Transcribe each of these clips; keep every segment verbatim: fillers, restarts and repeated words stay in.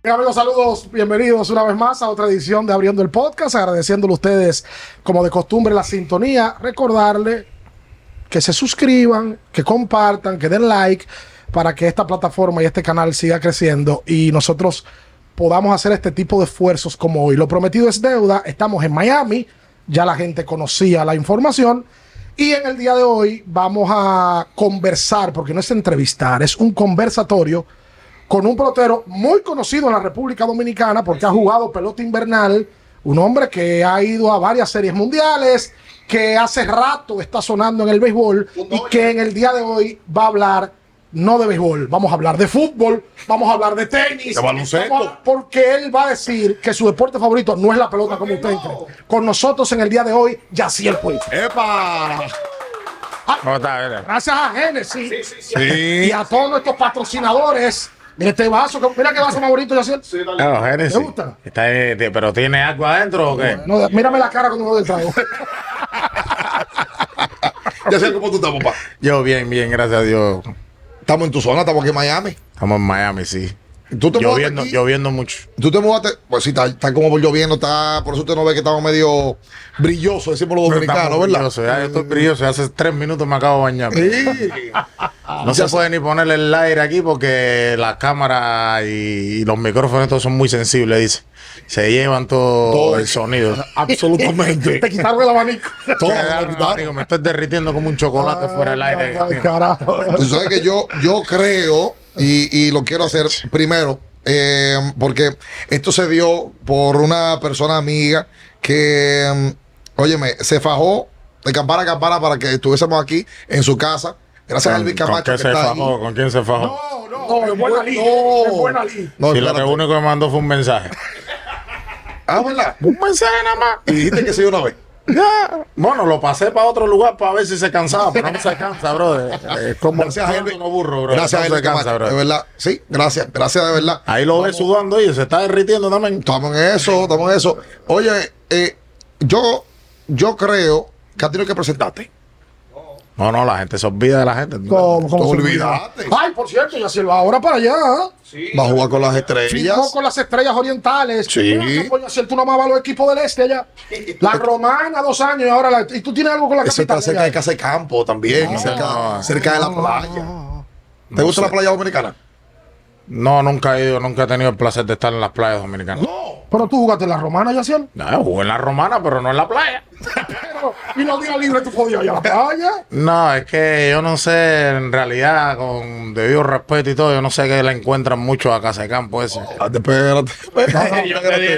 Bien, amigos, saludos, bienvenidos una vez más a otra edición de Abriendo el Podcast, agradeciéndole a ustedes, como de costumbre, la sintonía, recordarle que se suscriban, que compartan, que den like, para que esta plataforma y este canal siga creciendo y nosotros podamos hacer este tipo de esfuerzos como hoy. Lo prometido es deuda, estamos en Miami, ya la gente conocía la información, y en el día de hoy vamos a conversar, porque no es entrevistar, es un conversatorio con un pelotero muy conocido en la República Dominicana porque ha jugado pelota invernal, un hombre que ha ido a varias series mundiales, que hace rato está sonando en el béisbol y que en el día de hoy va a hablar no de béisbol, vamos a hablar de fútbol, vamos a hablar de tenis, de baloncesto, porque él va a decir que su deporte favorito no es la pelota como usted cree. Con nosotros en el día de hoy, Yaciel Puig. ¡Epa! Ah, gracias a Genesis sí, sí, sí. y a todos nuestros patrocinadores. Este vaso, mira qué vaso más bonito, Yaciel. Sí, no, Genesis. ¿Te gusta? Está, ¿pero tiene agua adentro o qué? No, mírame la cara cuando me doy el trago. Yaciel, ¿cómo tú estás, papá? Yo bien, bien, gracias a Dios. Estamos en tu zona, estamos aquí en Miami. Estamos en Miami, sí. ¿Tú te lloviendo, lloviendo mucho. ¿Tú te mudaste? Pues sí, está, está como lloviendo, está, por eso usted no ve que estamos medio brilloso, decimos los dominicanos, ¿verdad? Brilloso, ya yo estoy brilloso, hace tres minutos me acabo de bañar. Sí. No se puede ni ponerle el aire aquí porque la cámara y, y los micrófonos todos son muy sensibles, dice. Se llevan todo, todo el sonido. Absolutamente. Te quitaron el abanico. Todo el abanico. Me estoy derritiendo como un chocolate ay, fuera del aire. Ay, carajo. Tú sabes que yo, yo creo, y, y lo quiero hacer primero, eh, porque esto se dio por una persona amiga que, um, óyeme, se fajó de campana a campana para que estuviésemos aquí en su casa. Gracias a Elvis Camacho. ¿Con, que se está fajó? ahí. ¿Con quién se fajó? No, no, no, es buena ley. No, es buena ley. No, si lo que único que mandó fue un mensaje. Ah, ¿verdad? Un mensaje nada más. Y dijiste que sí una vez. Ya. Bueno, lo pasé para otro lugar para ver si se cansaba, pero no se cansa, bro. Es como gracias a él, no burro, bro. Gracias no a él, se cansa, bro. De verdad. Sí, gracias, gracias de verdad. Ahí lo ves sudando y se está derritiendo también. Estamos en eso, estamos en eso. Oye, eh, yo, yo creo que a ti no hay que presentarte. No, no, la gente se olvida de la gente. ¿Cómo, cómo se olvidaste? Ay, por cierto, Yaciel va ahora para allá. Sí. Va a jugar con las estrellas. Firmó con las estrellas orientales. Sí. Yaciel, tú no vas a los equipos del este allá. La Romana, dos años y ahora la. ¿Y tú tienes algo con la Eso capital? Está cerca de Casa de Campo también, no, cerca, no, cerca de la playa. No, ¿Te gusta sé. la playa dominicana? No, nunca he ido, nunca he tenido el placer de estar en las playas dominicanas. No. Pero tú jugaste en la Romana, Yaciel. No, jugué en la Romana, pero no en la playa. Pero, ¿y los días libres tú podías ir a la playa? No, es que yo no sé, en realidad, con debido respeto y todo, yo no sé que la encuentran mucho a Casa de Campo ese. Ah, espérate, espérate.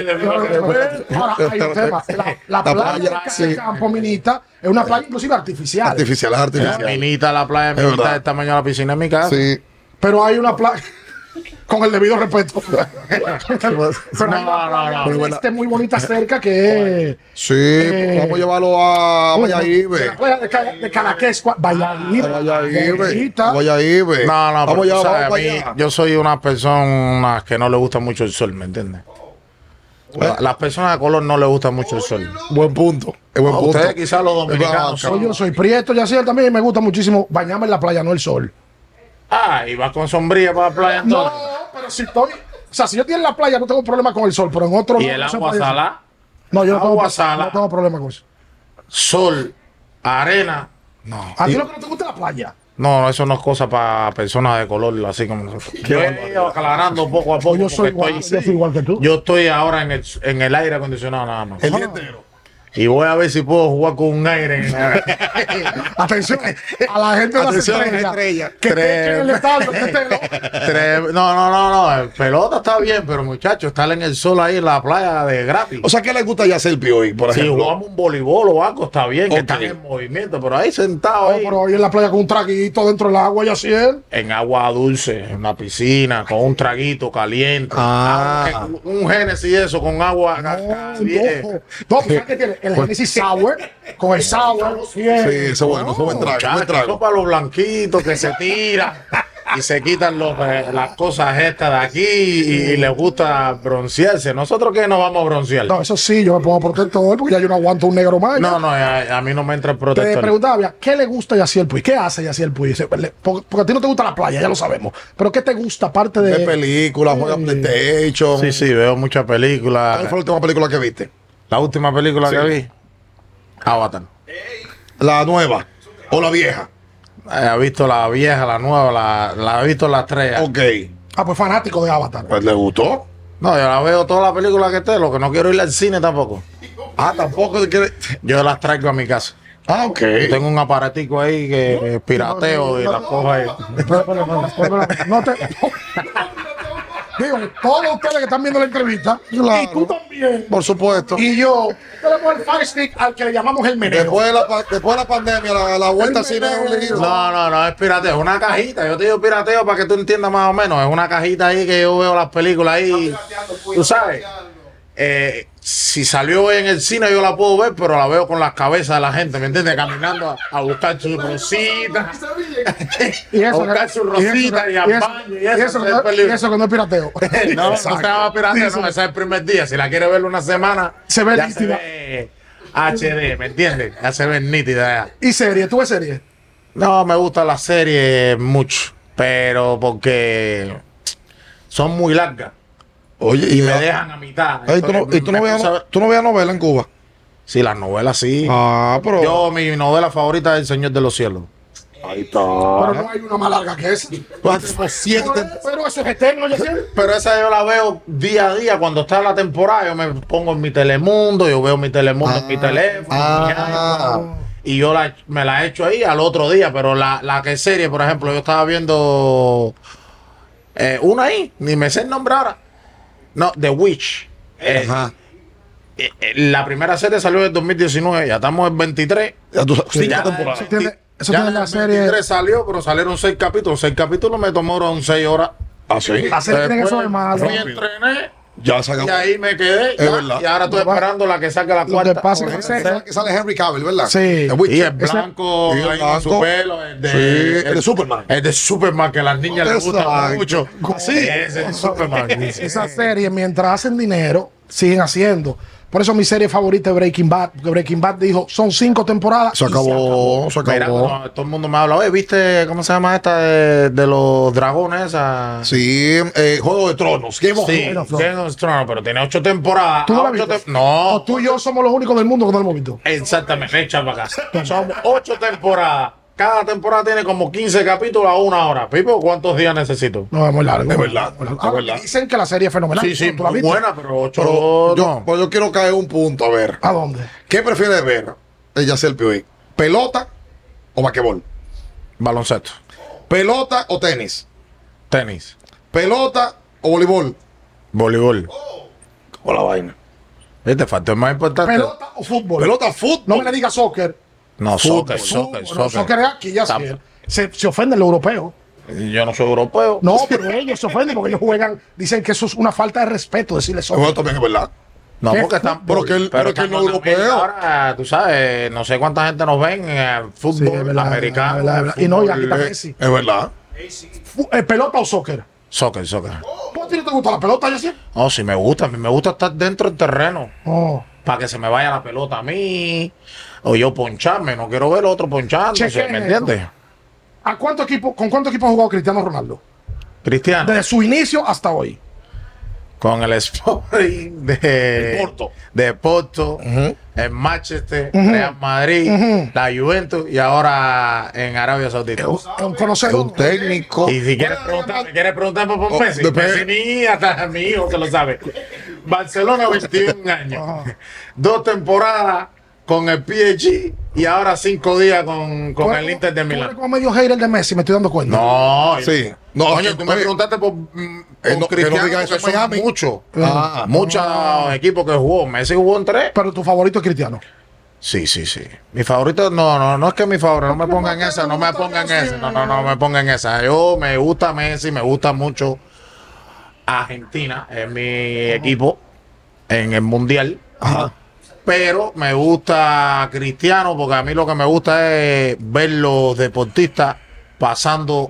Ahora, hay un tema. La, la playa de Casa de Campo, Minita, es una playa inclusive artificial. Artificial, es artificial. Minita, la playa de Minita, del tamaño de la piscina en mi casa. Sí. Pero hay una playa... Con el debido respeto. Pero no, no, no, no. Este muy bonita cerca que es. Sí, eh, vamos a llevarlo a Valladolid. La playa de, de Cadaqués, Valladolid. Valladolid. Valladolid. No, no, vamos pero, a a mí, yo soy una persona que no le gusta mucho el sol, ¿me entiendes? Bueno. Las personas de color no les gusta mucho el sol. Buen punto. Es buen a punto. Ustedes quizás los dominicanos. Yo, yo soy prieto, ya sé, también me gusta muchísimo bañarme en la playa, no el sol. Ah, y vas con sombrilla para la playa entonces. No, pero si estoy, o sea, si yo estoy en la playa no tengo problema con el sol, pero en otro ¿Y no, el no agua salada? No, yo no tengo, agua salada. no tengo problema con eso. Sol, arena, no. ¿A ti y... lo que no te gusta la playa? No, eso no es cosa para personas de color así como nosotros. Yo he ido aclarando poco a poco. Yo soy, igual, estoy, yo soy igual que tú. Yo estoy ahora en el, en el aire acondicionado nada más. El día entero. Y voy a ver si puedo jugar con un aire. En la... Atención a la gente de las estrellas. Estrella. Que te en el estadio. Que te... Tres... No, no, no, no. El pelota está bien, pero muchachos, estar en el sol ahí en la playa de gratis. O sea, ¿qué le gusta ya hacer hoy, por ejemplo? Si jugamos un voleibol o algo, está bien, okay. que están en movimiento, pero ahí sentado. No, ahí. pero hoy en la playa con un traguito dentro del agua y así es. En agua dulce, en una piscina, con un traguito caliente. Ah. Agua, un, un Genesis eso, con agua. No, no. No, ¿sabes qué tiene? El Genesis Sour, con el sour. Sí, eso es bueno, eso es buen trago, buen trago. Eso para los blanquitos que se tiran. y se quitan los, eh, las cosas estas de aquí y, y les gusta broncearse. ¿Nosotros qué nos vamos a broncear? No, eso sí, yo me pongo protector porque ya yo no aguanto un negro más. No, no, a, a mí no me entra el Te protector. preguntaba, ¿qué le gusta a Yaciel Puig? ¿Qué hace Yaciel Puig? Porque, porque a ti no te gusta la playa, ya lo sabemos. Pero ¿qué te gusta aparte de...? Ve películas, juega PlayStation. Sí, sí, veo muchas películas. ¿Cuál fue la última película que viste? La última película Sí. que vi, Avatar. ¿La nueva o la vieja? He visto la vieja, la nueva, la, la he visto las tres. ya. Ok. Ah, pues fanático de Avatar. Pues le gustó. No, yo la veo toda la película que esté, lo que no quiero ir al cine tampoco. Ah, tampoco quiere. Yo las traigo a mi casa. Ah, ok. Yo tengo un aparatico ahí que eh, pirateo y las cojo ahí. Espera, espera, espera, espera, espera. No te... Digo, todos ustedes que están viendo la entrevista, Claro. y tú también, Por supuesto. y yo, tenemos el Fire Stick al que le llamamos el meneo. Después de la, pa- después de la pandemia, la, la vuelta al cine es un lío. No, no, no, es pirateo, es una cajita. Yo te digo pirateo para que tú entiendas más o menos. Es una cajita ahí que yo veo las películas ahí. Tú sabes. Eh, si salió en el cine yo la puedo ver, pero la veo con las cabezas de la gente, ¿me entiendes? Caminando a, a buscar sus rositas. Y a eso, buscar que- sus y eso, rositas y y al eso- baño y y eso. eso que es no- peligro. y eso que no es pirateo. No, no se llama pirateo, Eso- no, ese es el primer día. Si la quiere ver una semana, Se ve ya nítida. se ve H D, ¿me entiendes? Ya se ve nítida ya. ¿Y serie? ¿Tú ves serie? No, me gusta la serie mucho, pero porque son muy largas Oye, y me ya- dejan a mitad. Ay, ¿tú, no, Entonces, y tú no me veías puse a no, ver- tú no veías novela en Cuba? Sí, las novelas sí. Ah, pero. Yo, mi novela favorita es El Señor de los Cielos. Ahí está. Pero no hay una más larga que esa. siete Pero, pero eso es eterno, Yaciel. Pero esa yo la veo día a día. Cuando está la temporada, yo me pongo en mi Telemundo, yo veo mi Telemundo en mi teléfono. en mi Ah. iPhone, y yo la, me la echo ahí al otro día. Pero la, la que serie, por ejemplo, yo estaba viendo eh, una ahí, ni me sé el nombre ahora. No, The Witch. Eh, Ajá. eh, eh, la primera serie salió en el dos mil diecinueve, ya estamos en veintitrés. Ya tú sabes, cinco Ya, temporadas. Eso tiene, eso ya tiene en la el serie. veintitrés salió, pero salieron seis capítulos. Seis capítulos me tomaron seis horas. Ah, sí. La serie tiene Después eso de malo. fui, entrené Ya se acabó. y ahí me quedé. Es ya, verdad. y ahora estoy Lo que esperando la que saque la lo cuarta. que pasa es que Porque- ese- Que sale Henry Cavill, ¿verdad? Sí. The Witcher. y el Ese- blanco, y el ahí con blanco. su pelo, el de, Sí, el de Superman. El de Superman, que a las niñas les gusta Exacto. mucho. Sí. Ese es Superman. Esa serie, mientras hacen dinero, siguen haciendo. Por eso mi serie favorita es Breaking Bad. Porque Breaking Bad dijo, son cinco temporadas. Se y acabó, se Mira, acabó. cuando todo el mundo me habla, oye, ¿viste cómo se llama esta de, de los dragones? Esa? Sí, eh, Juego de Tronos. Game of Sí, Thrones. Thrones. Game of Thrones, pero tiene ocho temporadas. ¿Tú no la Ocho viste? tem- no, O tú y yo somos los únicos del mundo que no lo hemos visto. exactamente, echa para acá. Son ocho temporadas. Cada temporada tiene como quince capítulos a una hora. Pipo, ¿cuántos días necesito? No, es muy largo. Es verdad, Muy largo. es Ahora, verdad. dicen que la serie es fenomenal. Sí, sí, ¿Tú la muy viste? buena, pero ocho Pero yo, no. pues yo quiero caer un punto, a ver. ¿A dónde? ¿Qué prefieres ver, eh, Yaciel Puig? ¿Pelota o basquetbol? Baloncesto, ¿Pelota o tenis? tenis, ¿Pelota o voleibol? voleibol. O la vaina. ¿Viste? Falta el más importante. ¿Pelota o fútbol? ¿Pelota, fútbol? No me le digas soccer. No, Fútbol. soccer, soccer, No, soccer. soccer es aquí, ya Tam- sé. Se, se ofende el europeo. Yo no soy europeo. No, pero ellos se ofenden porque ellos juegan. Dicen que eso es una falta de respeto decirle Bueno, soccer. también es verdad. No, ¿Qué? porque están. Pero que él- pero que él no es estamos también europeo. Ahora, tú sabes, no sé cuánta gente nos ven en el fútbol Sí, es verdad, americano. es verdad, es verdad. Y no, y aquí fútbol- también. Eh, sí. Es verdad. Fu- eh, ¿Pelota o soccer? Soccer, soccer. ¿Tú a ti no te gusta la pelota, ya Oh, sí, me gusta. A mí me gusta estar dentro del terreno. Oh. Para que se me vaya la pelota a mí. O yo poncharme. No quiero ver otro ponchándose. Chequen ¿Me esto. entiendes? ¿A cuánto equipo, ¿Con cuánto equipo ha jugado Cristiano Ronaldo? Cristiano. Desde su inicio hasta hoy. Con el Sporting de El Porto. de Porto, en Manchester, Real Madrid, la Juventus y ahora en Arabia Saudita. Es un Es un conocedor. técnico. Y si quieres preguntar, ¿me quieres preguntar por, por Oh, Messi? depende. Messi ni hasta mi hijo que lo sabe. Barcelona, veintiún años. Dos temporadas con el P S G y ahora cinco días con, con el Inter de Tú eres Milán. como medio hater de Messi, me estoy dando cuenta. No, Sí. No, Coño, que- tú me oye, preguntaste por, mm, Eh, por no, que no Cristiano, diga eso que en son Miami. muchos. Ah. Muchos equipos que jugó. Messi jugó en tres. Pero tu favorito es Cristiano. Sí, sí, sí. Mi favorito, no, no, no es que mi favorito, no me pongan en esa, no me pongan en esa, no, no, no me pongan en esa. Yo me gusta Messi, me gusta mucho Argentina, es mi equipo en el mundial. Ajá. Pero me gusta Cristiano porque a mí lo que me gusta es ver los deportistas pasando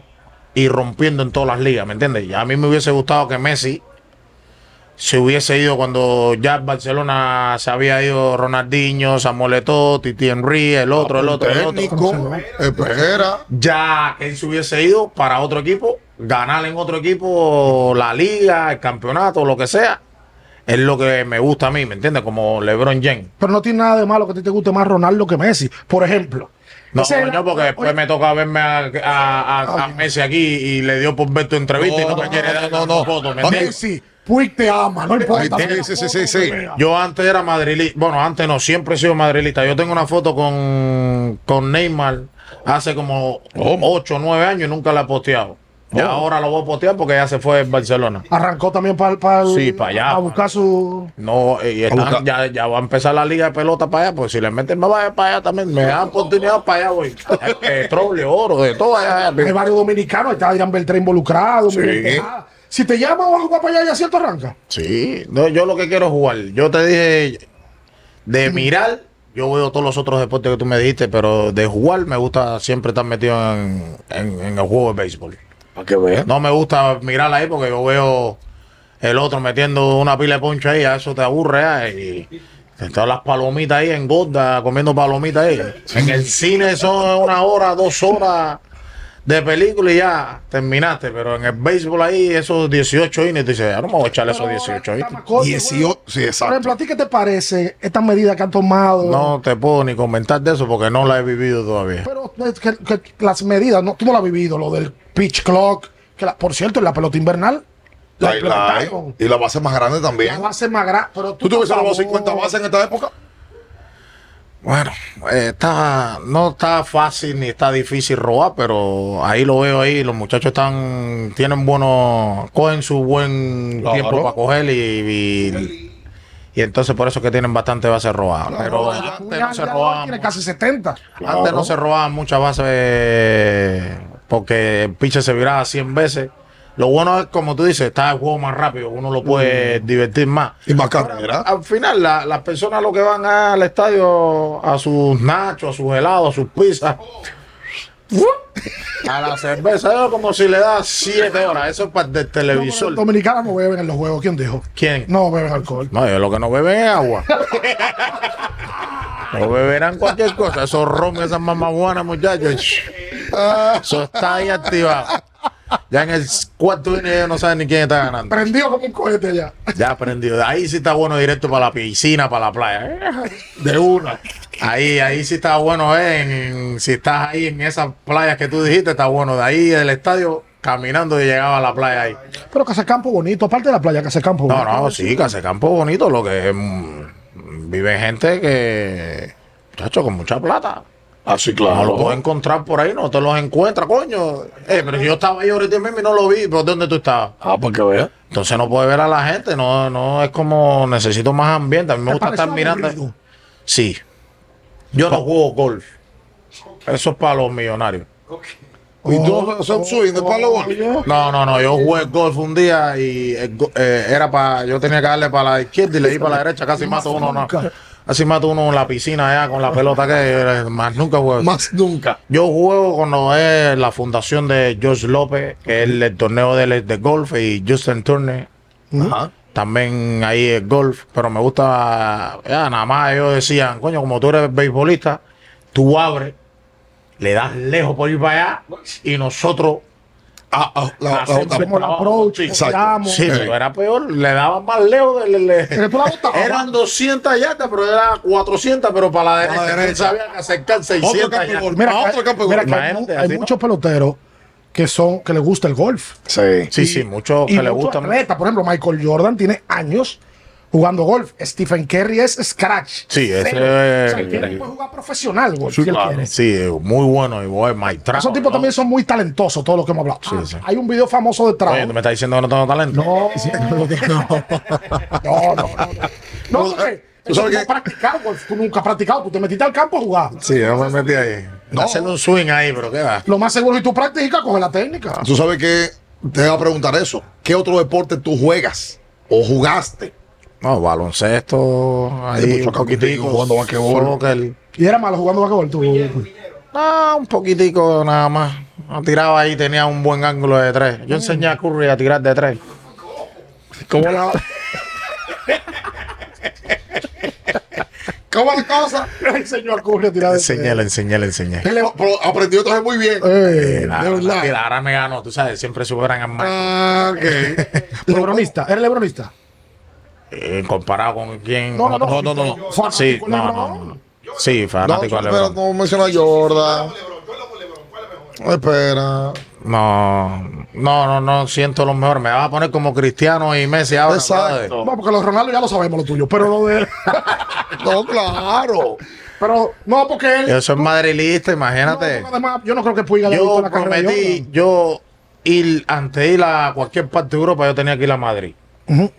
y rompiendo en todas las ligas, ¿me entiendes? Y a mí me hubiese gustado que Messi se hubiese ido cuando ya en Barcelona se había ido Ronaldinho, Samuel Eto'o, Titi Henry, el otro, el otro, el otro. Técnico, Espera. Ya que él se hubiese ido para otro equipo, ganar en otro equipo la liga, el campeonato, lo que sea. Es lo que me gusta a mí, ¿me entiendes? Como LeBron James. Pero no tiene nada de malo que a ti te guste más Ronaldo que Messi, por ejemplo. No, Ese coño, era- porque después oye, me toca verme a, a, a, a Messi aquí y le dio por ver tu entrevista y no, No, me no, quiere no, dar no, una no. foto, ¿me Oye, entiendes? Messi, Puig te ama, no importa. Ahí tiene- sí, sí, sí, sí. Yo antes era madrilista, bueno, antes no, siempre he sido madrilista. Yo tengo una foto con, con Neymar hace como ocho o nueve años y nunca la he posteado. Y ahora lo voy a postear porque ya se fue en Barcelona. Arrancó también para Sí, pa' allá, a pa' buscar su. No, eh, y están- ya, ya va a empezar la liga de pelota para allá, pues si le meten más para allá también, me dan oportunidad para allá, voy. Petróleo, oro, de todo allá. Hay varios dominicanos, ahí está Adrián Beltrán involucrado. Miguel Tejada. Si te llaman a jugar para allá, ya cierto arranca. Sí, no, yo lo que quiero es jugar. Yo te dije de mirar, yo veo todos los otros deportes que tú me dijiste, pero de jugar me gusta siempre estar metido en, en- en el juego de béisbol. Para que vean. No me gusta mirar ahí porque yo veo el otro metiendo una pila de poncho ahí, a eso te aburre ah, y todas las palomitas ahí engorda, comiendo palomitas ahí. En el cine son una hora, dos horas de película y ya terminaste, pero en el béisbol ahí esos dieciocho innings, tú dices, ya no me voy a echarle esos dieciocho innings. dieciocho, sí, Por exacto. ejemplo, ¿a ti qué te parece estas medidas que han tomado? No te puedo ni comentar de eso porque no la he vivido todavía. Pero es que, que las medidas, no, tú no lo has vivido, lo del pitch clock, que la- por cierto, en la pelota invernal, la La- la- implementaron. y la base más grande La también. base más grande. Pero ¿Tú tuviste por los favor, cincuenta bases en esta época? Bueno, eh, está, no está fácil ni está difícil robar, pero ahí lo veo ahí, los muchachos están, tienen buenos, cogen su buen Claro. tiempo para coger y, y, y entonces por eso es que tienen bastante bases robadas. Pero Ya- antes ya- no se ya robaban, tiene casi setenta. antes no se robaban muchas bases eh, porque el pitcher se viraba cien veces. Lo bueno es, como tú dices, está el juego más rápido, uno lo puede divertir más. Y más carrera. Al final, la- las personas lo que van al estadio a sus nachos, a sus helados, a sus pizzas, a la cerveza, es como si le das siete horas. Eso es para el televisor. Los dominicanos no beben en los juegos. ¿Quién dijo? ¿Quién? No beben alcohol. No, ellos lo que no beben es agua. No beberán cualquier cosa. Esos ron, esas mamaguanas, muchachos. Eso está ahí activado. Ya en el cuarto inning ellos no saben ni quién está ganando. Prendió como un cohete allá. Ya aprendido. De ahí sí está bueno directo para la piscina, para la playa. De una. Ahí, ahí sí está bueno, eh, en- si estás ahí en esas playas que tú dijiste, está bueno. De ahí del estadio, caminando y llegaba a la playa ahí. Pero Casecampo bonito, aparte de la playa, Casecampo No, bonito. no, sí, Casecampo bonito, lo que mm, vive gente que, muchacho, con mucha plata. Así, No lo puedes encontrar por ahí, no te los encuentras, coño. Eh, pero yo estaba ahí ahorita mismo y no lo vi, ¿por dónde tú estabas? Ah, para que vean. Entonces no puedes ver a la gente, no, no es como necesito más ambiente. A mí me ¿Te gusta pareció estar mirando. aburrido? Sí. Yo no juego golf. Eso es para los millonarios. ¿Y tú haces swing de palo gol? Oye, No, no, no. Yo jugué golf un día y el go- eh, era para. Yo tenía que darle para la izquierda y le di para la derecha. Casi mato uno. No. nunca. Casi mato uno en la piscina allá con la pelota que eh, más nunca juego. Más nunca. Yo juego cuando es la fundación de George López, que es el, el torneo de, de golf, y Justin Turner. Ajá. También ahí es golf, pero me gusta, ya, nada más ellos decían, coño, como tú eres beisbolista, tú abres, le das lejos por ir para allá y nosotros Ah, ah, la, la hacemos otra. el Hacemos el trabajo. approach, Sí, exacto. tiramos. sí, Eh. pero era peor, le daban más lejos. de- le- le- Que tú la botabas. eran doscientas yardas, pero era cuatrocientas, pero para la Para derecha. la Él derecha. sabía que acercar Otro seiscientas campo de yardas. golf. Mira, Ah, que- otro campo de mira golf. que hay, Imagínate, hay así, ¿no? muchos peloteros que son que les gusta el golf. Sí. Sí, sí, muchos Y que le muchos gustan. atletas, por ejemplo, Michael Jordan tiene años jugando golf. Stephen Curry es scratch. Sí, ese Cero. O sea, es- él puede jugar profesional golf. Sí, si él claro. quiere. Sí, muy bueno. Y voy, Mike Trout, Esos tipos ¿no? también son muy talentosos, todos los que hemos hablado. Ah, sí. Hay un video famoso de Trout. Oye, ¿tú me estás diciendo que no tengo talento? No, no, no, no, no. No, porque ¿Tú eso sabes no qué? practicar golf. Tú nunca has practicado, tú te metiste al campo a jugar. Sí, yo me metí ahí. No. Haciendo un swing ahí, pero ¿qué va? Lo más seguro, si tú practicas, coge la técnica. Tú sabes que te voy a preguntar eso. ¿Qué otro deporte tú juegas o jugaste? No, baloncesto, Hay ahí mucho un poquitico, jugando basquetbol. soccer. Y era malo jugando basquetbol tú. Ah, un poquitico nada más. No tiraba ahí, tenía un buen ángulo de tres. Yo enseñé a Curry a tirar de tres. ¿Cómo la... ¿Cómo la cosa? Enseñó a Curry a tirar de Enseñé, le enseñé, le enseñé. Pero aprendió entonces muy bien. Eh, La- de verdad. la- Ahora me ganó, tú sabes, siempre su gran hermano. Ah, ok. lebronista. ¿Eres lebronista? Eh, comparado con quién. No, no, no. No, no, no. no. Sí, Fanático no, LeBron. no, no. Sí, No, fanático de pero LeBron. no menciona a Jordan. No, espera. No, no, no, no siento lo mejor. Me vas a poner como Cristiano y Messi ahora. Exacto. brother. No, porque los Ronaldo ya lo sabemos lo tuyo, pero lo de No, claro. pero no, porque él Yo soy madrilista, no, imagínate. porque además, yo no creo que Puig haya visto Yo la carrera de prometí, Jordan. yo ir, antes de ir a cualquier parte de Europa, yo tenía que ir a Madrid. Ujú.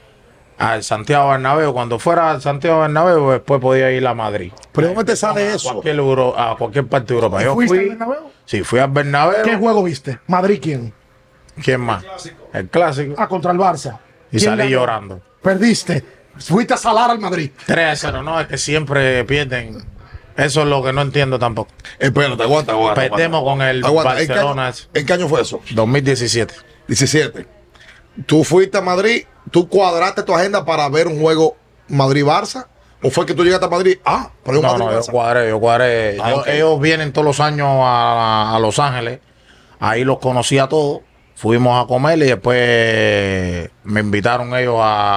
Al Santiago Bernabéu. Cuando fuera al Santiago Bernabéu, después podía ir a Madrid. ¿Pero dónde te sale A eso? cualquier, Euro- a cualquier parte de Europa. Yo ¿Fuiste al fui, Bernabéu? sí, fui al Bernabéu. ¿Qué juego viste? ¿Madrid quién? ¿Quién más? El clásico. Ah, contra el Barça. Y ¿Quién salí ganó? llorando. Perdiste. Fuiste a salar al Madrid. tres a cero, no, es que siempre pierden. Eso es lo que no entiendo tampoco. Espérate, aguanta, aguanta. Perdemos aguanta. con el Aguanta, ¿en qué, año, Barcelona ¿en qué año fue eso? dos mil diecisiete. diecisiete. Tú fuiste a Madrid, tú cuadraste tu agenda para ver un juego Madrid-Barça, o fue que tú llegaste a Madrid, ah, pero hay un No, no, yo Madrid-Barça. cuadré, yo cuadré. Ah, Yo- ok. Ellos vienen todos los años a, a Los Ángeles. Ahí los conocí a todos. Fuimos a comer y después me invitaron ellos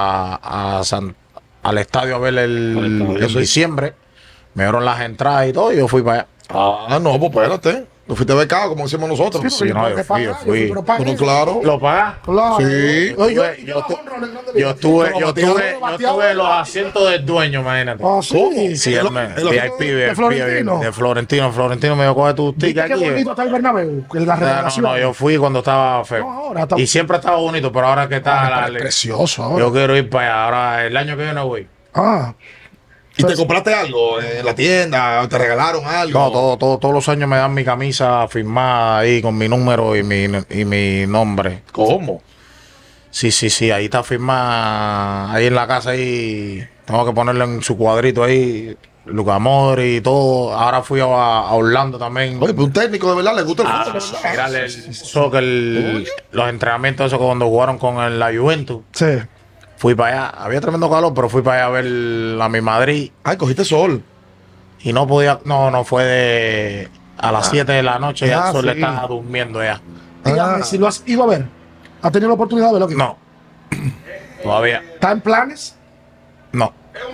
a, a San- al estadio a ver el, Al estadio, en sí. diciembre. Me dieron las entradas y todo y yo fui para allá. Ah, no, pues espérate. Tú fuiste becado, como decimos nosotros. Sí, no, yo fui, yo fui. Bueno, claro. ¿Lo pagás? Claro. Sí. Oye, yo, Yo- yo, yo bajo tu- en Ronald Grande Yo Liga. estuve, Pero yo bateador, tuve, yo bateador. tuve los asientos del dueño, imagínate. Ah, sí. ¿Cómo? Sí, El- él me- el- V I P, de Florentino. de Florentino. Florentino me dijo, coge tu ¿Viste ticket qué aquí. bonito está el Bernabéu? Que la No, no, renovación. no, yo fui cuando estaba feo. No, ahora está- Y siempre estaba bonito, pero ahora que está la- Pero es precioso ahora. yo quiero ir para allá. Ahora, el año que viene voy. Ah, ¿Y te compraste algo en la tienda? ¿Te regalaron algo? No, todo, todo, todos los años me dan mi camisa firmada ahí con mi número y mi, y mi nombre. ¿Cómo? Sí, sí, sí, ahí está firmada, ahí en la casa, ahí tengo que ponerle en su cuadrito ahí, Luca Modri y todo. Ahora fui a, a Orlando también. Oye, pues un técnico de verdad le gusta el Ah, fútbol. ¿verdad? mirarle el soccer, los entrenamientos esos cuando jugaron con el- la Juventus. sí. Fui para allá, había tremendo calor, pero fui para allá a ver a mi Madrid Ay, cogiste sol. y no podía, no, no fue de a las siete de la noche, ya ah, el sol sí. estaba durmiendo ya. Dígame, Ah. si lo has ido a ver. ¿Has tenido la oportunidad de verlo aquí? No, todavía, ¿Está en planes? no.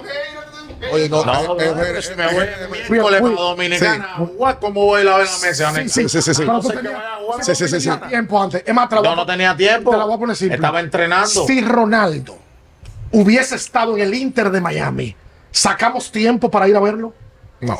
Oye, no, No, eh, no, eh, si eh, me voy eh, el miércoles para Dominicana, jugar, ¿cómo voy a ir a ver la mesa? Sí, sí, sí, sí, sí. Pero tú No sé qué tenías- vaya a jugar. Sí, sí, sí, sí. tenías tiempo antes. Es más, te la voy Yo a no pon- tenía tiempo. Te la voy a poner simple. Estaba entrenando. Si Ronaldo hubiese estado en el Inter de Miami, ¿sacamos tiempo para ir a verlo? No.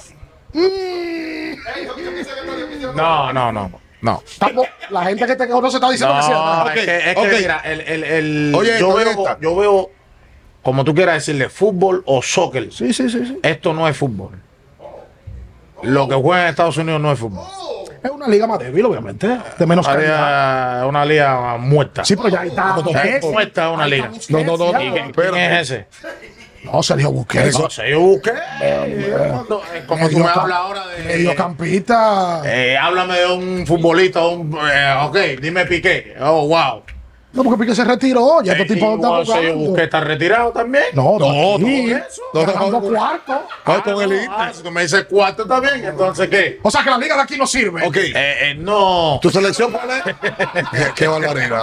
No, no, no. No. Estamos- la gente que te conoce está diciendo que sí. No, Ok, es que, es que ok. mira, el, el, el- Oye, yo, esto, veo, esta. yo veo, como tú quieras decirle, fútbol o soccer. Sí, sí, sí, sí. Esto no es fútbol. Lo que juega en Estados Unidos no es fútbol. Es una liga más débil, obviamente. De menos Una calidad. liga, una liga muerta. Sí, pero ya ahí está. O sea, es Busquets. muerta una Ahí liga. está Busquets, No, no, no, ya. no. ¿Y quién, Espérate. quién es ese? No, Sergio Busquets. No sé, yo busqué. Cuando- eh, Como tú me Mediocamp- hablas ahora de. Mediocampista. Eh, háblame de un futbolista, un, eh, ok, dime Piqué. Oh, wow. No, porque Piqué se retiró. Ya Eh, estos tipos están igual se yo jugando. busqué estar retirado también. No, no, No, aquí, no, eso. no, no, Ganando no. cuarto. Ay, con el no, Inter. ah, si tú me dices cuarto también, entonces ¿qué? O sea que la liga de aquí no sirve. Ok. Eh, eh, no. ¿Tu selección cuál es? qué, qué barbaridad.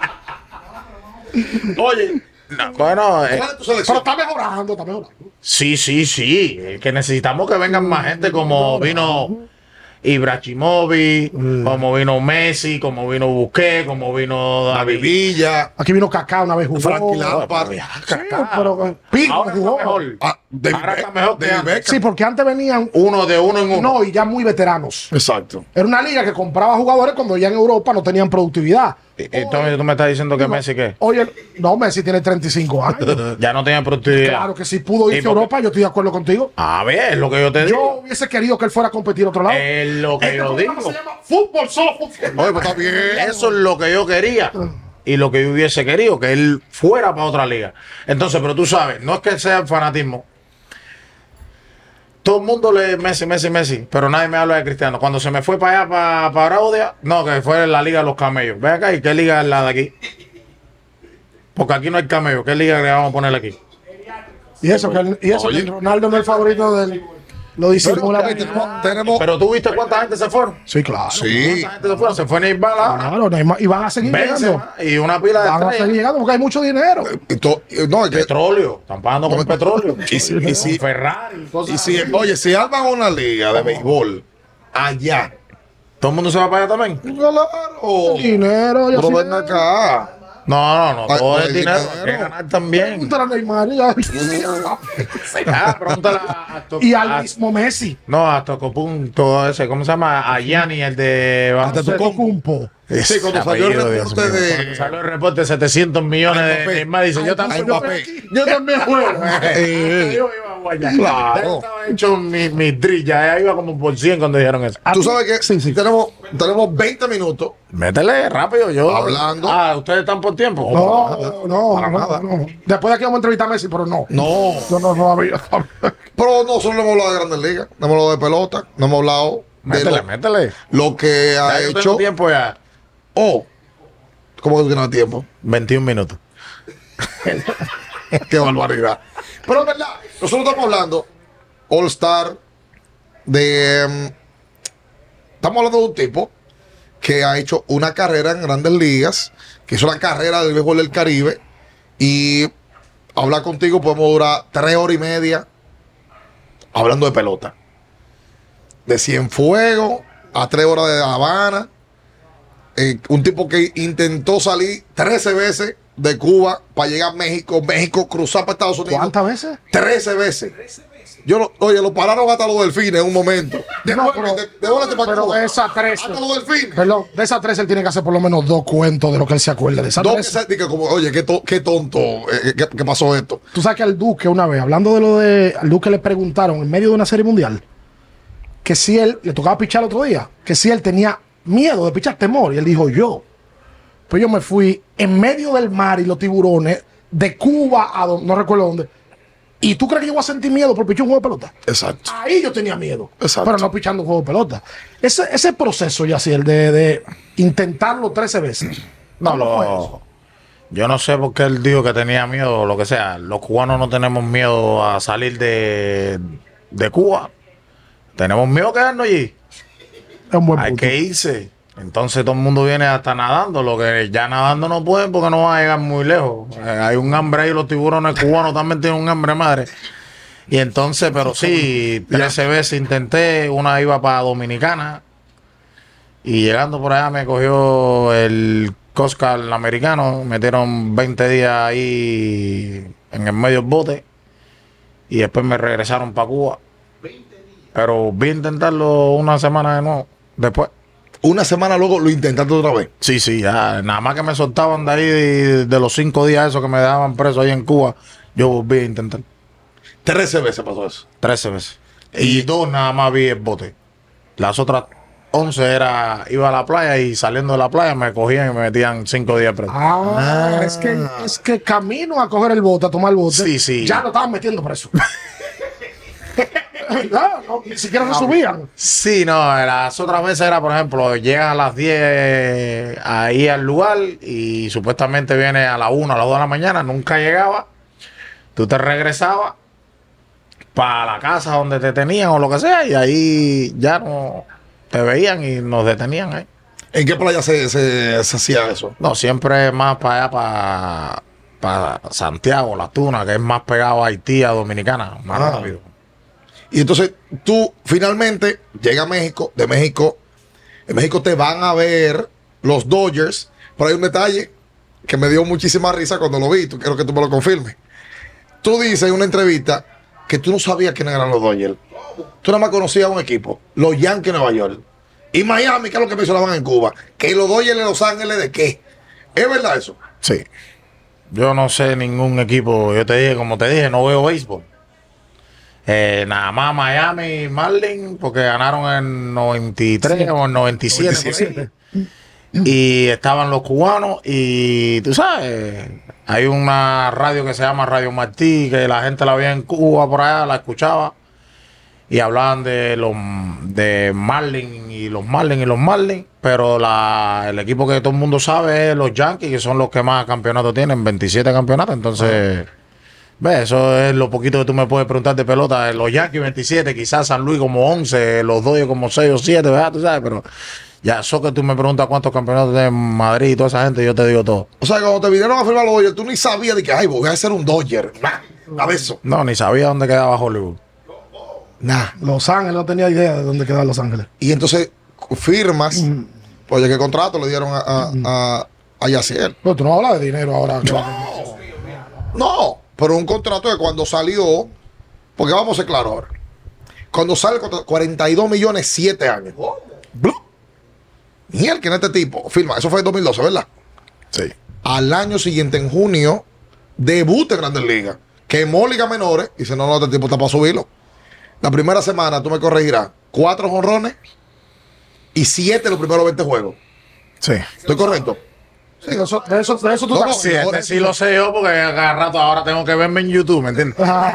Oye, no, bueno, eh, ¿Cuál es tu Pero selección? está mejorando, está mejorando. sí, sí, sí. Es que necesitamos que vengan más gente como vino Ibrahimovic, como vino Messi, como vino Busquets, como vino La David. Vivilla, Aquí vino Kaká una vez jugó. Frankie Lampard. Sí, pero eh, Pico Ahora está jugó. mejor. Ah, David Ahora está Beck- mejor que David antes. Beckham. Sí, porque antes venían Uno de uno en uno. no y ya muy veteranos. Exacto. Era una liga que compraba jugadores cuando ya en Europa no tenían productividad. Y- Entonces tú me estás diciendo que Messi qué? Oye, no, Messi tiene treinta y cinco años. Ya no tiene productividad. Claro que si pudo ¿Y irse a por qué? Europa, yo estoy de acuerdo contigo. A ver, es lo que yo te Yo digo. hubiese querido que él fuera a competir a otro lado. Es lo que Este yo programa digo. se llama Fútbol, solo fútbol. Oye, pues está bien. Eso es lo que yo quería. Y lo que yo hubiese querido, que él fuera para otra liga. Entonces, pero tú sabes, no es que sea el fanatismo. todo el mundo le Messi, Messi, Messi, pero nadie me habla de Cristiano. Cuando se me fue para allá, para, para Araudia, no, que fue la Liga de los Camellos. Ve acá, ¿y qué liga es la de aquí? Porque aquí no hay camellos. ¿Qué liga le vamos a poner aquí? Y eso, que, el, y eso que el Ronaldo no es el favorito del... Lo disimula. Pero, tenemos, tenemos, Pero tú viste cuánta gente se fueron. Sí, claro. sí. ¿Cuánta gente se fueron? Se fue Neymar, Claro, Neymar, y van a seguir llegando. Benzema y una pila de Van a seguir estrellas. llegando porque hay mucho dinero. y to- no, es que, Petróleo. Están pagando con petróleo. y si- y si- Con Ferrari. Cosas y si, así. oye, si arman una liga de béisbol allá, ¿Todo el mundo se va para allá también? claro. Dinero, ya Pero sí. ven acá. No, no, no. Ay, Todo ay, el dinero. Hay dinero. que ganar también. Pregúntale a Neymar ya. Ah, pregúntale a, a, Y al a- mismo Messi. No, a Tocopun, todo ese. ¿Cómo se llama? A Yanni, el de. Antetokounmpo. Sí, cuando salió el reporte de- Cuando salió el reporte de setecientos millones Ay, de Mbappé. Neymar, dice: Yo también, Ay, yo, Mbappé. yo también juego. Eh. Yo iba a guayar. Claro. Ya estaba hecho mi, mi drill, ya iba como por cien cuando dijeron eso. Tú sabes que Sí, sí. Tenemos, tenemos veinte minutos. Métele rápido, yo. Hablando. Ah, ¿ustedes están por tiempo? No, no, Para no, nada. no. Después de aquí vamos a entrevistar a Messi, pero no. No. No, no, no había. Pero nosotros no hemos hablado de Grandes Ligas, no hemos hablado de pelota, no hemos hablado de Métele, lo, métele. lo que ha Ya yo tengo hecho. tiempo ya. Oh, ¿cómo que tú tienes tiempo? veintiún minutos. Qué barbaridad. Pero es verdad, nosotros estamos hablando All Star de. mm, estamos hablando de un tipo que ha hecho una carrera en Grandes Ligas, que hizo la carrera del béisbol del Caribe, y hablar contigo podemos durar tres horas y media hablando de pelota. De Cienfuegos a tres horas de La Habana. Eh, un tipo que intentó salir trece veces de Cuba para llegar a México, México cruzar para Estados Unidos. ¿Cuántas veces? trece veces. Yo lo- oye, lo pararon hasta los delfines en un momento. No, pero- de, devuélvete para Pero Cuba. de esas trece. Hasta los delfines. Perdón, de esas tres él tiene que hacer por lo menos dos cuentos de lo que él se acuerda. De esas Dos tres. que se- di que como, oye, qué, to- qué tonto, eh, qué, qué pasó esto. Tú sabes que al Duque una vez, hablando de lo de al Duque le preguntaron en medio de una serie mundial que si él le tocaba pichar el otro día, que si él tenía miedo de pichar, temor, y él dijo yo. Pues yo me fui en medio del mar y los tiburones de Cuba a donde, no recuerdo dónde. ¿Y tú crees que yo voy a sentir miedo por pichar un juego de pelota? Exacto. Ahí yo tenía miedo. Exacto. Pero no pichando un juego de pelota. Ese, ese proceso ya así, el de, de intentarlo trece veces. No, ¿Cómo fue lo, eso? yo no sé por qué él dijo que tenía miedo o lo que sea. Los cubanos no tenemos miedo a salir de, de Cuba. Tenemos miedo a quedarnos allí. Es un buen Hay punto. que irse. Entonces todo el mundo viene hasta nadando. Lo que ya nadando no pueden porque no van a llegar muy lejos. Eh, hay un hambre ahí. Los tiburones cubanos también tienen un hambre madre. Y entonces, pero sí, trece veces intenté. Una iba para Dominicana. Y llegando por allá me cogió el Coast Guard americano. Metieron veinte días ahí en el medio del bote. Y después me regresaron para Cuba. Pero vi intentarlo una semana de nuevo. Después. Una semana luego lo intentaste otra vez. Sí, sí, ya. Nada más que me soltaban de ahí de, de los cinco días esos que me dejaban preso ahí en Cuba. Yo volví a intentar. Trece veces pasó eso. trece veces. Y dos nada más vi el bote. Las otras once era, iba a la playa y saliendo de la playa me cogían y me metían cinco días preso. Ah, Ah. Es, que, es que camino a coger el bote, a tomar el bote, Sí, sí. ya lo estaban metiendo preso. Ya, no, ni siquiera se subían. Sí, no, las otras veces era, por ejemplo, llegas a las diez ahí al lugar y supuestamente viene a la una, a las dos de la mañana, nunca llegaba. Tú te regresabas para la casa donde te tenían o lo que sea y ahí ya no te veían y nos detenían ahí. ¿En qué playa se, se, se hacía eso? No, siempre más para allá, para, para Santiago, La Tuna, que es más pegado a Haití, a Dominicana, más Ah. rápido. Y entonces tú finalmente llegas a México, de México, en México te van a ver los Dodgers, pero hay un detalle que me dio muchísima risa cuando lo vi, tú, quiero que tú me lo confirmes. Tú dices en una entrevista que tú no sabías quiénes eran los Dodgers. Tú nada más conocías un equipo, los Yankees de Nueva York. Y Miami, que es lo que mencionaban en Cuba, que los Dodgers de Los Ángeles, ¿de qué? ¿Es verdad eso? Sí. Yo no sé ningún equipo, yo te dije, como te dije, no veo béisbol. Eh, nada más Miami Marlins, porque ganaron en noventa y tres o en noventa y siete. por ahí. Y estaban los cubanos y tú sabes, hay una radio que se llama Radio Martí, que la gente la veía en Cuba por allá, la escuchaba. y hablaban de los de Marlins y los Marlins y los Marlins, pero la, el equipo que todo el mundo sabe es los Yankees, que son los que más campeonatos tienen, veintisiete campeonatos. Entonces, ve, eso es lo poquito que tú me puedes preguntar de pelota. Los Yankees veintisiete, quizás San Luis como once, los Dodgers como seis o siete, ¿verdad? Tú sabes, pero ya eso que tú me preguntas cuántos campeonatos de Madrid y toda esa gente, yo te digo todo. O sea, cuando te vinieron a firmar los Dodgers, tú ni sabías de que, ay, voy a ser un Dodger. Nah, a ver eso. No, ni sabía dónde quedaba Hollywood. Nah. Los Ángeles, no tenía idea de dónde quedaba Los Ángeles. Y entonces firmas, mm. oye, ¿qué contrato le dieron a, a, a, a Yaciel? Pero tú no hablas de dinero ahora. No, no, pero un contrato que cuando salió, porque vamos a ser claros ahora, cuando sale el contrato, cuarenta y dos millones, siete años. Miel que en este tipo firma, eso fue en dos mil doce, ¿verdad? Sí. Al año siguiente, en junio, debuta en Grandes Ligas, quemó ligas menores y dice, no, no, este tipo está para subirlo. La primera semana, tú me corregirás, cuatro jonrones y siete los primeros veinte juegos. Sí. ¿Estoy correcto? Sí, de eso, de eso, de eso tú No, estás no, Sí, este sí lo sé yo porque cada rato ahora tengo que verme en YouTube, ¿me entiendes?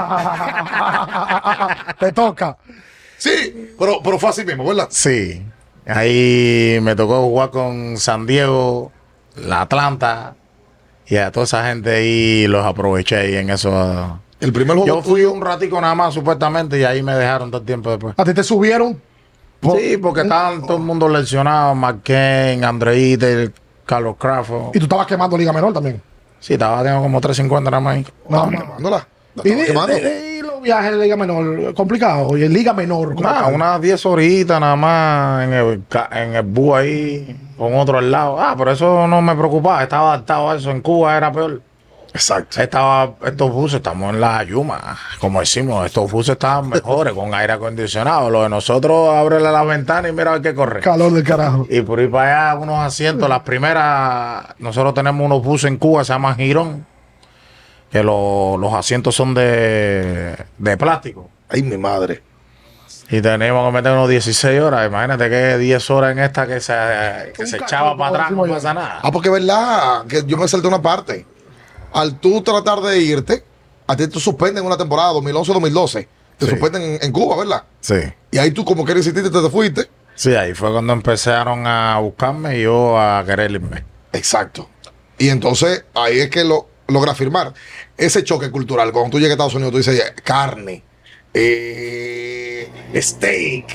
Te toca. Sí, pero, pero fue así mismo, ¿verdad? Sí. Ahí me tocó jugar con San Diego, la Atlanta y a toda esa gente ahí los aproveché ahí en eso. El primer juego Yo fui un ratico nada más supuestamente y ahí me dejaron todo el tiempo después. A ti te subieron. por- Sí, porque estaban todo el mundo lesionado, McCain, Andreite, Carlos Crawford. Y tú estabas quemando Liga Menor también. Sí, estaba tengo como trescientos cincuenta nada más ahí. No, Estaba no. quemándola. La Y, estaba de- quemando. de- de- y los viajes de Liga Menor, complicado. Y en Liga Menor. Nada, complicado. unas diez horitas nada más en el, ca- en el bus ahí, con otro al lado. Ah, pero eso no me preocupaba, estaba adaptado a eso. En Cuba era peor. Exacto. Estaba, estos buses, estamos en la Yuma, como decimos, estos buses estaban mejores, con aire acondicionado. Lo de nosotros, ábrele las ventanas y mira a ver qué corre. Calor del carajo. Y por ir para allá, unos asientos. Las primeras, nosotros tenemos unos buses en Cuba, se llaman Girón, que lo- los asientos son de, de plástico. Ay, mi madre. Y teníamos que meter unos dieciséis horas. Imagínate que diez horas en esta que se, que Un se cachorro, echaba para atrás, no como decimos pasa nada. Ah, porque es verdad que yo me salté una parte. Al tú tratar de irte, a ti te suspenden una temporada, dos mil once dos mil doce. Te Sí. suspenden en, en Cuba, ¿verdad? Sí. Y ahí tú como que insististe, te, te fuiste. Sí, ahí fue cuando empezaron a buscarme y yo a querer irme. Exacto. Y entonces ahí es que lo logra firmar. Ese choque cultural, cuando tú llegas a Estados Unidos, tú dices, carne, eh, steak.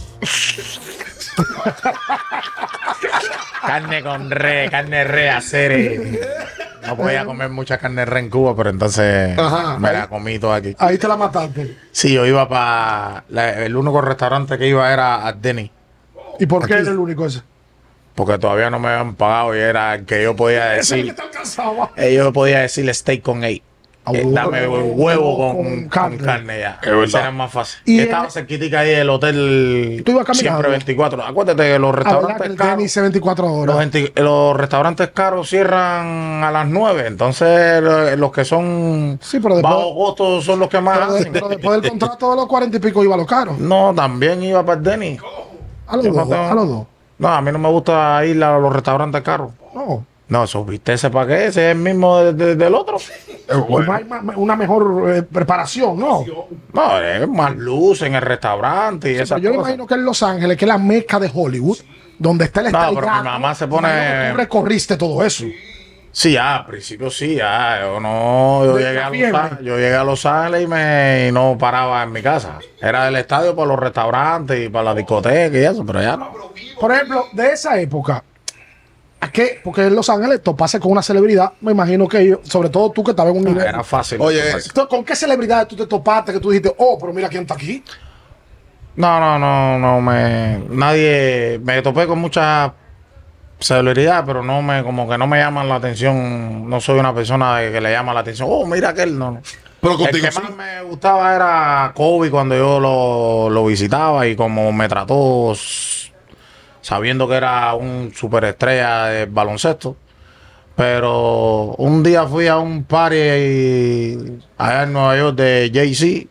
Carne con re, carne re, hacer. No podía comer mucha carne re en Cuba, pero entonces Ajá. me la comí toda aquí. Ahí te la mataste. Sí, yo iba para... El único restaurante que iba era a Denny, ¿Y por qué Aquí. eres el único ese? porque todavía no me habían pagado y era el que yo podía Ese es el que decir... te alcanzaba. eh, Yo podía decir steak con eight. Ah, Eh, huevo. dame huevo con, Con con carne. carne. ya. Es verdad. Ese era más fácil. Y Y en- estaba cerquitica ahí del hotel Tú ibas caminando. Siempre veinticuatro. Acuérdate que los Ah, ¿verdad? Que restaurantes el caros... tenis dice veinticuatro Los, horas. enti- los restaurantes caros cierran a las nueve, entonces lo- los que son Sí, pero después- bajo costo son los que más Pero, de- hacen. pero después del contrato de los cuarenta y pico iba a los caros. No, también iba para el Denny. A los Yo no dos. tengo- A los dos. No, a mí no me gusta ir a los restaurantes caros. No. No, eso, ¿viste ese para qué? Ese es el mismo de- de- del otro. Pues hay ma- una mejor eh, preparación, ¿no? No, es más luz en el restaurante y esas Yo me cosas. imagino que en Los Ángeles, que es la meca de Hollywood, donde está el No, Sky pero mi Garden, mamá se me imagino que pone- Tú recorriste todo eso. Sí, ya, al principio sí, ya. Yo no, yo De llegué, la a Los fiebre. Ángeles, yo llegué a Los Ángeles y, me, y no paraba en mi casa. Era del estadio para los restaurantes y para la discoteca y eso, pero ya no. Por ejemplo, de esa época, ¿a qué? Porque en Los Ángeles topase con una celebridad, me imagino que ellos, sobre todo tú que estabas en un nivel. Era fácil. Oye, era fácil. Entonces, ¿con qué celebridades tú te topaste que tú dijiste, oh, pero mira quién está aquí? No, no, no, no me. Nadie. Me topé con mucha celebridad, pero no me, como que no me llaman la atención. No soy una persona de que le llama la atención. Oh, mira aquel, no. no. Pero El contigo que sí. más me gustaba era Kobe cuando yo lo, lo visitaba y como me trató s- sabiendo que era un superestrella de baloncesto. Pero un día fui a un party allá en Nueva York de Jay-Z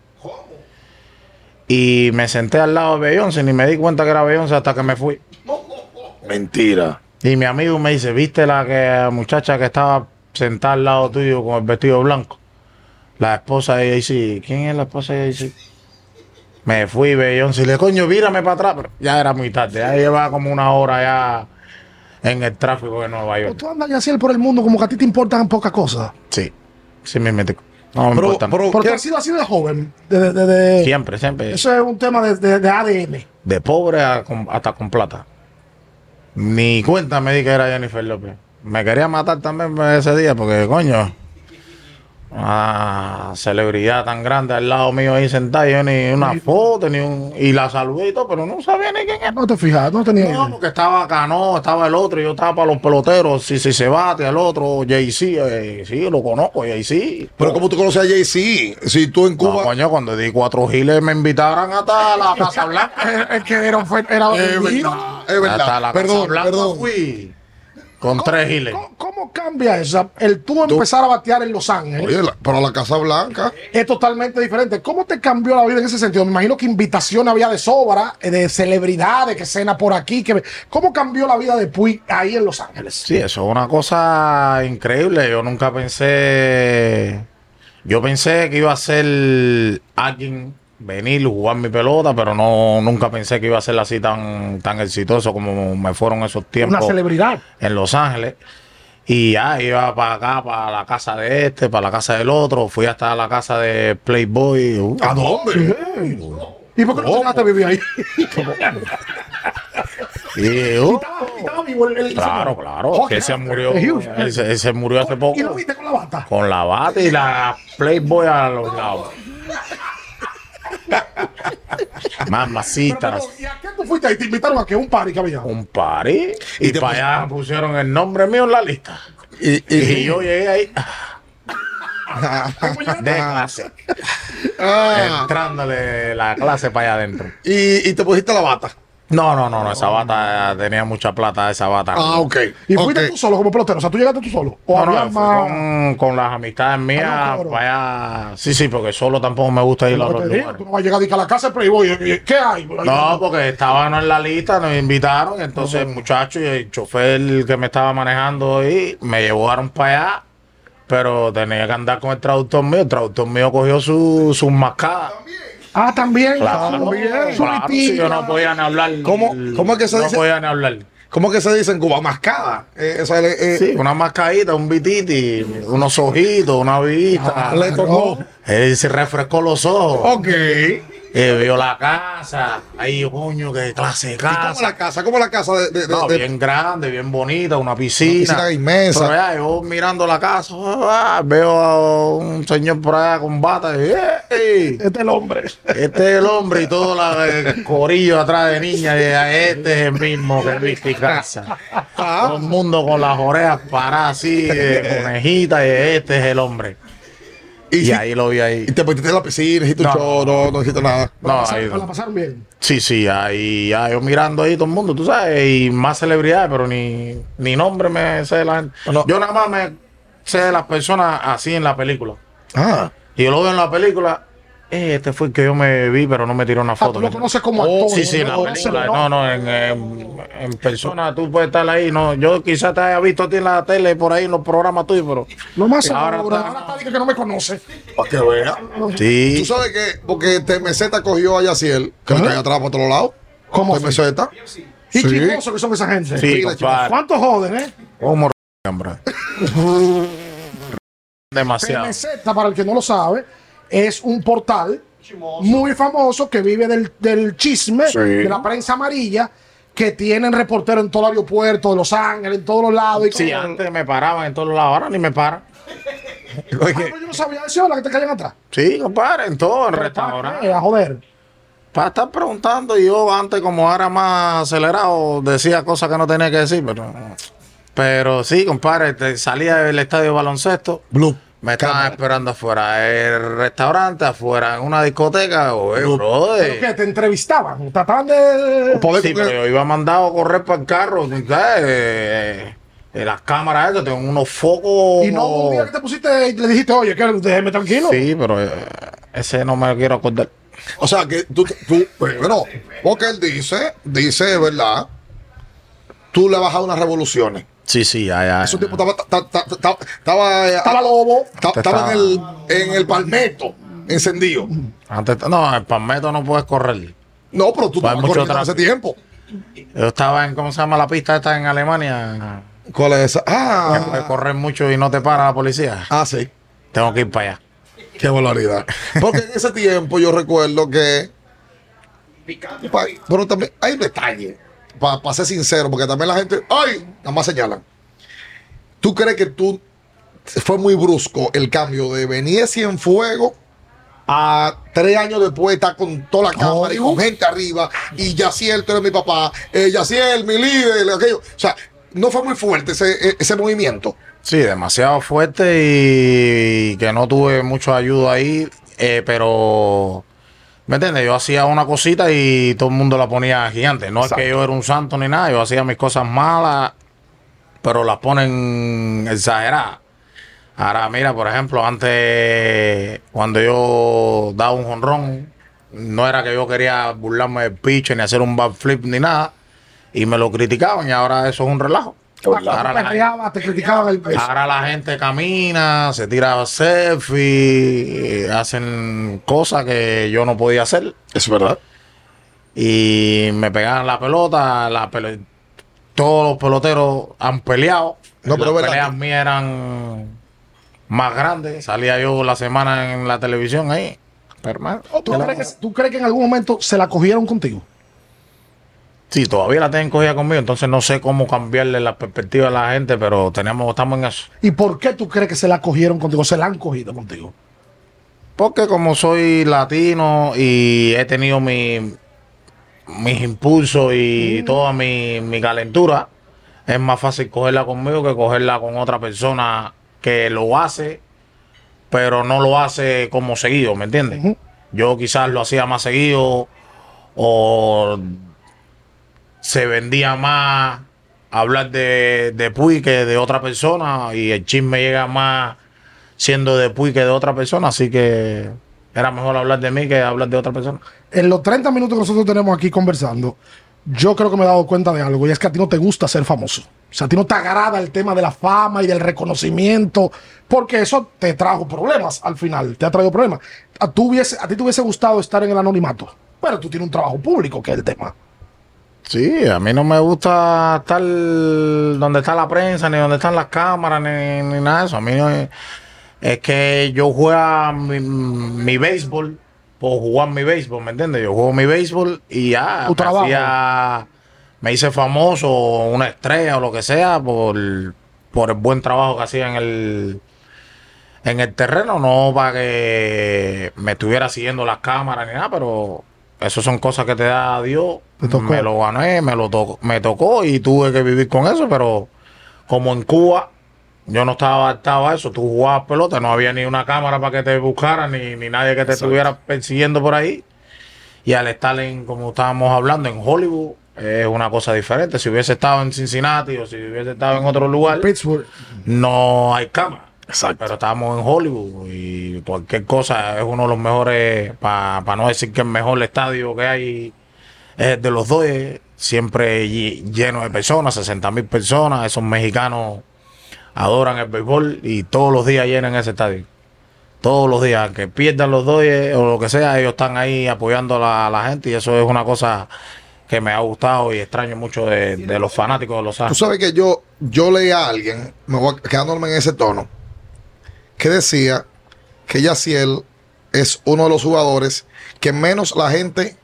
y me senté al lado de Beyoncé, ni me di cuenta que era Beyoncé hasta que me fui. Mentira. Y mi amigo me dice, ¿viste la que la muchacha que estaba sentada al lado tuyo con el vestido blanco? La esposa de Jay-Z. ¿Quién es la esposa de Jay-Z? Me fui, Bellón, si le coño, vírame para atrás, pero ya era muy tarde, ya llevaba como una hora ya en el tráfico de Nueva Pero York. tú andas ya así por el mundo como que a ti te importan pocas cosas. Sí, sí me metí. No me Pero, importa. pero, Porque ¿qué? has sido así de joven. De, de- de- Siempre, siempre. Eso es un tema de, de- de A D N. De pobre a con- hasta con plata. Ni cuenta me di que era Jennifer López. Me quería matar también ese día porque, coño, una celebridad tan grande al lado mío ahí sentada, yo ni una foto, ni un... Y la saludé y todo, pero no sabía ni quién era. No te fijas, no tenía No, idea. porque estaba Cano, estaba el otro, y yo estaba para los peloteros, si, si se bate al otro, Jay-Z, eh, sí, lo conozco, Jay-Z. Pero ¿cómo tú conoces a Jay-Z? Si tú en No, Cuba... coño, cuando di cuatro giles me invitaron hasta la Casa Blanca. Es que era, fue, era Es vendido. verdad, es Hasta verdad. la Perdón, Casa Blanca perdón. fui con tres giles. ¿Cómo, cómo cambia eso? El tú empezar a batear en Los Ángeles Oye, la- pero la Casa Blanca... es totalmente diferente. ¿Cómo te cambió la vida en ese sentido? Me imagino que invitación había de sobra, eh, de celebridades, que cena por aquí. Que... ¿Cómo cambió la vida de Puig ahí en Los Ángeles? Sí, eso es una cosa increíble. Yo nunca pensé. Yo pensé que iba a ser alguien venir, jugar mi pelota, pero no nunca pensé que iba a ser así tan, tan exitoso como me fueron esos Una tiempos celebridad. en Los Ángeles. Y ya iba para acá, para la casa de este, para la casa del otro. Fui hasta la casa de Playboy. Uh, ¿A dónde? ¿Y por qué no te quedaste a vivir ahí? y, uh, estaba, estaba vivo el, el- claro, claro. Oh, Que qué se grande. murió. Es huge. Él se, él se murió hace poco. ¿Y lo viste con la bata? Con la bata y la Playboy a los lados. Pero, Mamacitas. pero, ¿y a qué tú fuiste ahí? ¿Te invitaron a qué? ¿Un party que había? Un party. Y, Y te para allá pusieron el nombre mío en la lista. Y, Y, y, yo llegué ahí de clase. ah, Entrándole la clase para allá adentro. y, y te pusiste la bata. No, no, no, no. Esa bata tenía mucha plata, esa bata. Ah, ok. ¿Y fuiste ok. tú solo como pelotero? O sea, ¿tú llegaste tú solo? ¿O No, no, había fui más...? con, con las amistades mías Ah, no, claro. para allá. Sí, sí, porque solo tampoco me gusta ir a Lo los que te digo, lugares. tú no vas a llegar y que a la casa de Playboy. ¿y- y- ¿Qué hay? No, porque estaban en la lista, nos invitaron, entonces el muchacho y el chofer que me estaba manejando ahí me llevaron para allá, pero tenía que andar con el traductor mío. El traductor mío cogió su, sus mascadas. Ah, también. Claro, también. claro, si yo no podía ni hablar. ¿Cómo- cómo es que se no dice? podía ni hablar. ¿Cómo que se dice en Cuba? Mascada. Eh, o sea, eh, eh, Sí, una mascadita, un bititi, unos ojitos, una vista. le tocó. Él se refrescó los ojos. Ok. Eh, vio la casa. Ahí, coño, qué clase de ¿Y cómo casa. la casa? ¿Cómo la casa de, de- de- No, de- bien grande, bien bonita, una piscina. Una piscina inmensa. Pero ya, yo mirando la casa, ah, veo a un señor por allá con bata. Y, ¡ey! Este es el hombre. Este es el hombre y todo la- el corillo atrás de niña. Y este es el mismo que vi en casa. Todo el mundo con las orejas paradas así, de conejita. Y este es el hombre. y, Y si- ahí lo vi ahí. y te metiste en la piscina, hiciste un No. show, no, no hiciste nada. No, Pasaron- ahí no. la pasaron bien. Sí, sí, ahí ya yo mirando ahí todo el mundo, tú sabes, y más celebridades, pero ni, ni nombre me sé de la gente. No. Yo nada más me sé de las personas así en la película. Ah. Y yo lo veo en la película, eh, este fue el que yo me vi, pero no me tiró una Ah, foto. tú lo conoces como Oh, actor. Sí, sí, en la ¿no? película. ¿no? No, no, en, en, en persona tú puedes estar ahí. No, yo quizás te haya visto a ti en la tele, por ahí en los programas tuyos, pero. Lo más Ahora seguro. está- Ahora está diciendo que no me conoce. Para que vea. Sí. Tú sabes que, porque T M Z cogió a Yaciel, que le ¿Ah? caía atrás por otro lado. ¿Cómo T M Z. Y Sí. chismosos que son esa gente. Sí, Pila, compadre. ¿Cuántos joden, eh? ¿Cómo r- hombre? Demasiado. T M Z, para el que no lo sabe, es un portal muy famoso que vive del, del chisme, de la prensa amarilla, que tienen reporteros en todo el aeropuerto de Los Ángeles, en todos los lados. Y Sí, todo. antes me paraban en todos lados, ahora ni me paran. Ah, pero yo no sabía eso, la que te caen atrás. Sí, compadre, en todo, en ¿Para restaurantes. qué? A joder. Para estar preguntando, y yo antes, como era más acelerado, decía cosas que no tenía que decir, pero. Pero sí, compadre, te salía del estadio de baloncesto, Blue. me estaban esperando afuera, el restaurante, afuera, en una discoteca, oye, ¿Pero brother. qué? ¿Te entrevistaban? ¿Trataban de...? Para ver Sí, con pero qué- yo iba mandado a correr para el carro, ¿tú ¿sabes? Eh, eh, las cámaras, esas, tengo unos focos. Y no hubo un día que te pusiste y le dijiste, oye, que déjeme tranquilo. Sí, pero eh, ese no me quiero acordar. O sea, que tú, tú, bueno, porque él dice, dice, ¿verdad? Tú le has bajado unas revoluciones. Sí, sí, ya, ya. Ese tipo estaba, ta- ta- ta- ta- estaba, eh, Estaba lobo. ta- estaba en el, en el palmeto. encendido. Antes, no, el Palmetto no puedes correr. No, pero tú Pues hay estabas mucho corriendo en ese tráfico. tiempo. Yo estaba en, ¿cómo se llama la pista esta en Alemania? ¿Cuál es esa? Que puedes Ah, correr mucho y no te para la policía. ah, sí. Tengo que ir para allá. Qué barbaridad. Porque en ese tiempo yo recuerdo que. pa- pero también hay un detalle. Para ser sincero, porque también la gente. ¡Ay! Nada más señalan. ¿Tú crees que tú fue muy brusco el cambio de venir de Cienfuegos a tres años después estar con toda la cámara y con gente arriba? Y Yaciel, tú eres mi papá. Eh, Yaciel, mi líder, aquello. O sea, no fue muy fuerte ese, ese movimiento. Sí, demasiado fuerte y que no tuve mucha ayuda ahí, eh, pero, ¿me entiendes? Yo hacía una cosita y todo el mundo la ponía gigante. No Exacto. es que yo era un santo ni nada, yo hacía mis cosas malas, pero las ponen exageradas. Ahora, mira, por ejemplo, antes, cuando yo daba un jonrón, no era que yo quería burlarme del pitcher ni hacer un backflip ni nada, y me lo criticaban y ahora eso es un relajo. Ahora Ahora la, perreabas, te criticaban el peso. ahora la gente camina, se tira selfie, hacen cosas que yo no podía hacer. Es verdad. Y me pegaban la pelota, la pele- todos los peloteros han peleado. No, pero Las verdad peleas que- mías eran más grandes. Salía yo la semana en la televisión ahí. Pero, man, ¿Tú crees, que, ¿Tú crees que en algún momento se la cogieron contigo? sí, todavía la tienen cogida conmigo, entonces no sé cómo cambiarle la perspectiva a la gente, pero tenemos, estamos en eso. ¿Y por qué tú crees que se la cogieron contigo? Se la han cogido contigo. Porque como soy latino y he tenido mi, mis impulsos y toda mi, mi calentura, es más fácil cogerla conmigo que cogerla con otra persona que lo hace, pero no lo hace como seguido, ¿me entiendes? Ujú. Yo quizás lo hacía más seguido o se vendía más hablar de, de Puy que de otra persona y el chisme llega más siendo de Puy que de otra persona, así que era mejor hablar de mí que hablar de otra persona. En los treinta minutos que nosotros tenemos aquí conversando, yo creo que me he dado cuenta de algo, y es que a ti no te gusta ser famoso. O sea, a ti no te agrada el tema de la fama y del reconocimiento, porque eso te trajo problemas al final, te ha traído problemas. A, tú hubiese- a ti te hubiese gustado estar en el anonimato, pero tú tienes un trabajo público, que es el tema. Sí, a mí no me gusta estar donde está la prensa, ni donde están las cámaras, ni, ni nada de eso. A mí no es, es que yo juego mi, mi béisbol, por jugar mi béisbol, ¿me entiendes? Yo juego mi béisbol y ya, Tu me, trabajo. hacía- me hice famoso, una estrella o lo que sea, por, por el buen trabajo que hacía en el, en el terreno, no para que me estuviera siguiendo las cámaras ni nada, pero eso son cosas que te da Dios. Te tocó. Me lo gané, me lo tocó, me tocó y tuve que vivir con eso, pero como en Cuba yo no estaba adaptado a eso, tú jugabas pelota, no había ni una cámara para que te buscara, ni, ni nadie que te estuviera persiguiendo por ahí. Y al estar en, como estábamos hablando, en Hollywood, es una cosa diferente. Si hubiese estado en Cincinnati o si hubiese estado en otro lugar, Pittsburgh. no hay cámara. Exacto. Pero estábamos en Hollywood y cualquier cosa es uno de los mejores, para no decir que el mejor estadio que hay es el de los Dodgers, siempre lle- lleno de personas, sesenta mil personas. Esos mexicanos adoran el béisbol y todos los días llenan ese estadio. Todos los días, que pierdan los Dodgers o lo que sea, ellos están ahí apoyando a la, a la gente y eso es una cosa que me ha gustado y extraño mucho de, de los fanáticos de Los Tú Ángeles. sabes que yo, yo leí a alguien, me voy a- quedándome en ese tono, que decía que Yaciel es uno de los jugadores que menos la gente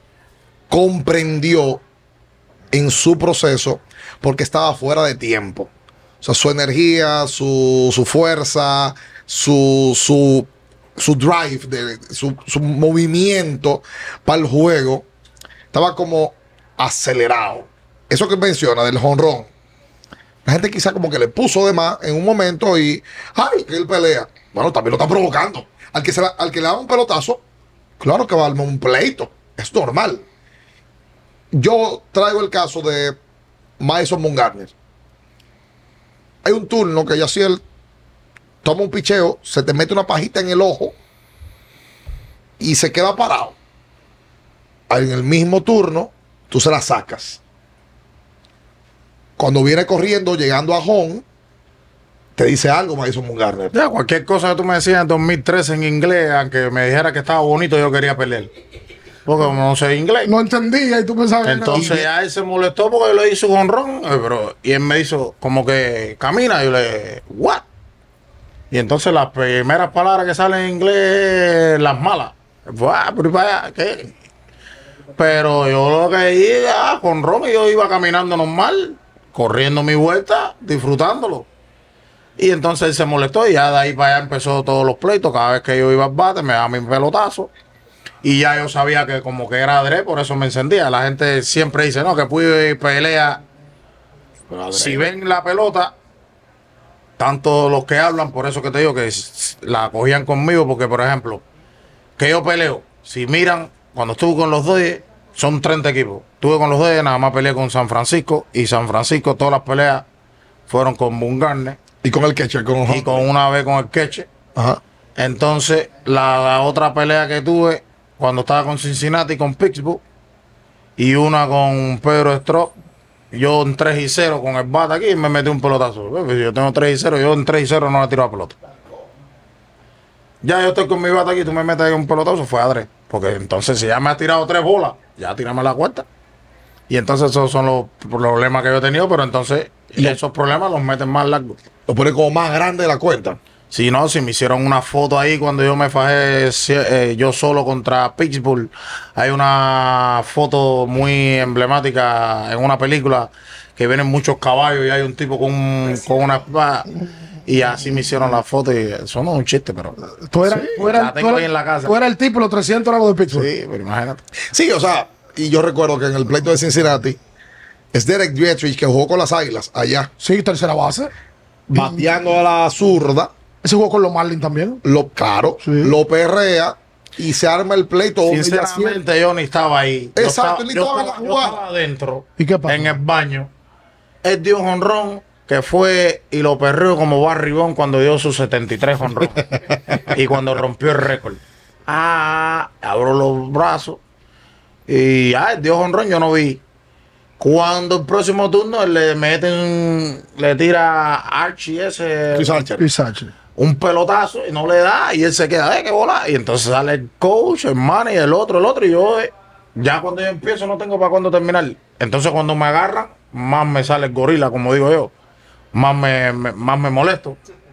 comprendió en su proceso porque estaba fuera de tiempo. O sea, su energía, su, su fuerza, su, su, su drive, de, su, su movimiento para el juego estaba como acelerado. Eso que menciona del jonrón. La gente quizá como que le puso de más en un momento y, ay, que él pelea. Bueno, también lo está provocando. Al que, se la- al que le da un pelotazo, claro que va a armar un pleito. Es normal. Yo traigo el caso de Madison Bumgarner. Hay un turno que Yaciel toma un picheo, se te mete una pajita en el ojo y se queda parado. En el mismo turno, tú se la sacas. Cuando viene corriendo, llegando a home, te dice algo Madison Bumgarner. Ya, cualquier cosa que tú me decías en dos mil trece en inglés, aunque me dijera que estaba bonito, yo quería pelear. Porque como no sé inglés. No entendía y tú pensabas que Entonces era- ya él se molestó porque yo le hice un honrón. eh, Pero, y él me hizo como que camina. Y yo le dije, ¿what? Y entonces las primeras palabras que salen en inglés, las malas. Buah, pero ¿y para allá? ¿Qué? Pero yo lo que iba con Ron y yo iba caminando normal, corriendo mi vuelta, disfrutándolo. Y entonces él se molestó y ya de ahí para allá empezó todos los pleitos. Cada vez que yo iba al bate me daba mi pelotazo. Y ya yo sabía que como que era adrede, por eso me encendía. La gente siempre dice, no, que Puy pelea. Si ven la pelota, tanto los que hablan, por eso que te digo que s- la cogían conmigo, porque por ejemplo, que yo peleo, si miran, cuando estuve con los Dodgers, son treinta equipos. Estuve con los Dodgers, nada más peleé con San Francisco, y San Francisco todas las peleas fueron con Bumgarner Y con el catcher, con y con una vez con el Queche. Ajá. Entonces, la, la otra pelea que tuve cuando estaba con Cincinnati, con Pittsburgh, y una con Pedro Strop, yo en tres y cero con el bate aquí me metí un pelotazo. Yo tengo tres y cero, yo en tres y cero no le tiro la pelota. Ya yo estoy con mi bate aquí, tú me metes ahí un pelotazo, fue adrede. Porque entonces si ya me has tirado tres bolas, ya tírame la cuarta. Y entonces esos son los problemas que yo he tenido, pero entonces esos problemas los meten más largos. Lo pone como más grande de la cuenta. Si no, si me hicieron una foto ahí cuando yo me fajé eh, yo solo contra Pittsburgh, hay una foto muy emblemática en una película que vienen muchos caballos y hay un tipo con, un- con una espada y así me hicieron la foto y eso no es un chiste, pero Tú eras, tú eras- la tengo tú eras- ahí en la casa. tú eras el tipo de los trescientos lados de Pittsburgh. sí, pero imagínate. Sí, o sea, y yo recuerdo que en el pleito de Cincinnati es Derek Dietrich que jugó con las Águilas allá, Sí, tercera base. bateando a la zurda. Ese jugó con los Marlins también. Lo, claro, Sí. lo perrea y se arma el pleito. donde ya siempre- Sinceramente yo ni estaba ahí. Yo Exacto, estaba, ni yo estaba en la estaba- yo jugada. estaba adentro, ¿Y qué pasó? en el baño. Él dio un jonrón que fue y lo perreó como Barry Bonds cuando dio sus setenta y tres jonrones y cuando rompió el récord. Ah, abro los brazos y ah, él dio jonrón, yo no vi. Cuando el próximo turno él le meten, le tira a Archie ese Chris Archer. Y Sachi. un pelotazo y no le da y él se queda, eh, que bola. Y entonces sale el coach, el manager, el otro, el otro y yo, eh, ya cuando yo empiezo no tengo para cuándo terminar. Entonces cuando me agarran, más me sale el gorila, como digo yo, más me, me- más me molesto.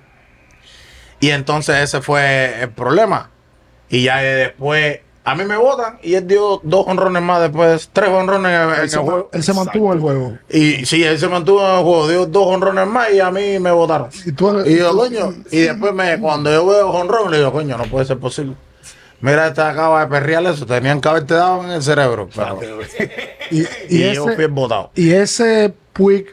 Y entonces ese fue el problema. Y ya eh, después, a mí me votan y él dio dos honrones más después, tres honrones en, en Él el se, juego. él se mantuvo en el juego. Y sí, él se mantuvo en el juego, dio dos honrones más y a mí me votaron. Y tú- Y yo, coño, y después me, cuando yo veo honrón, le digo, coño, no puede ser posible. Mira, este acaba de perrear eso, tenían que haberte dado en el cerebro. Pero- Y, y y yo ese, fui votado. y ese Puig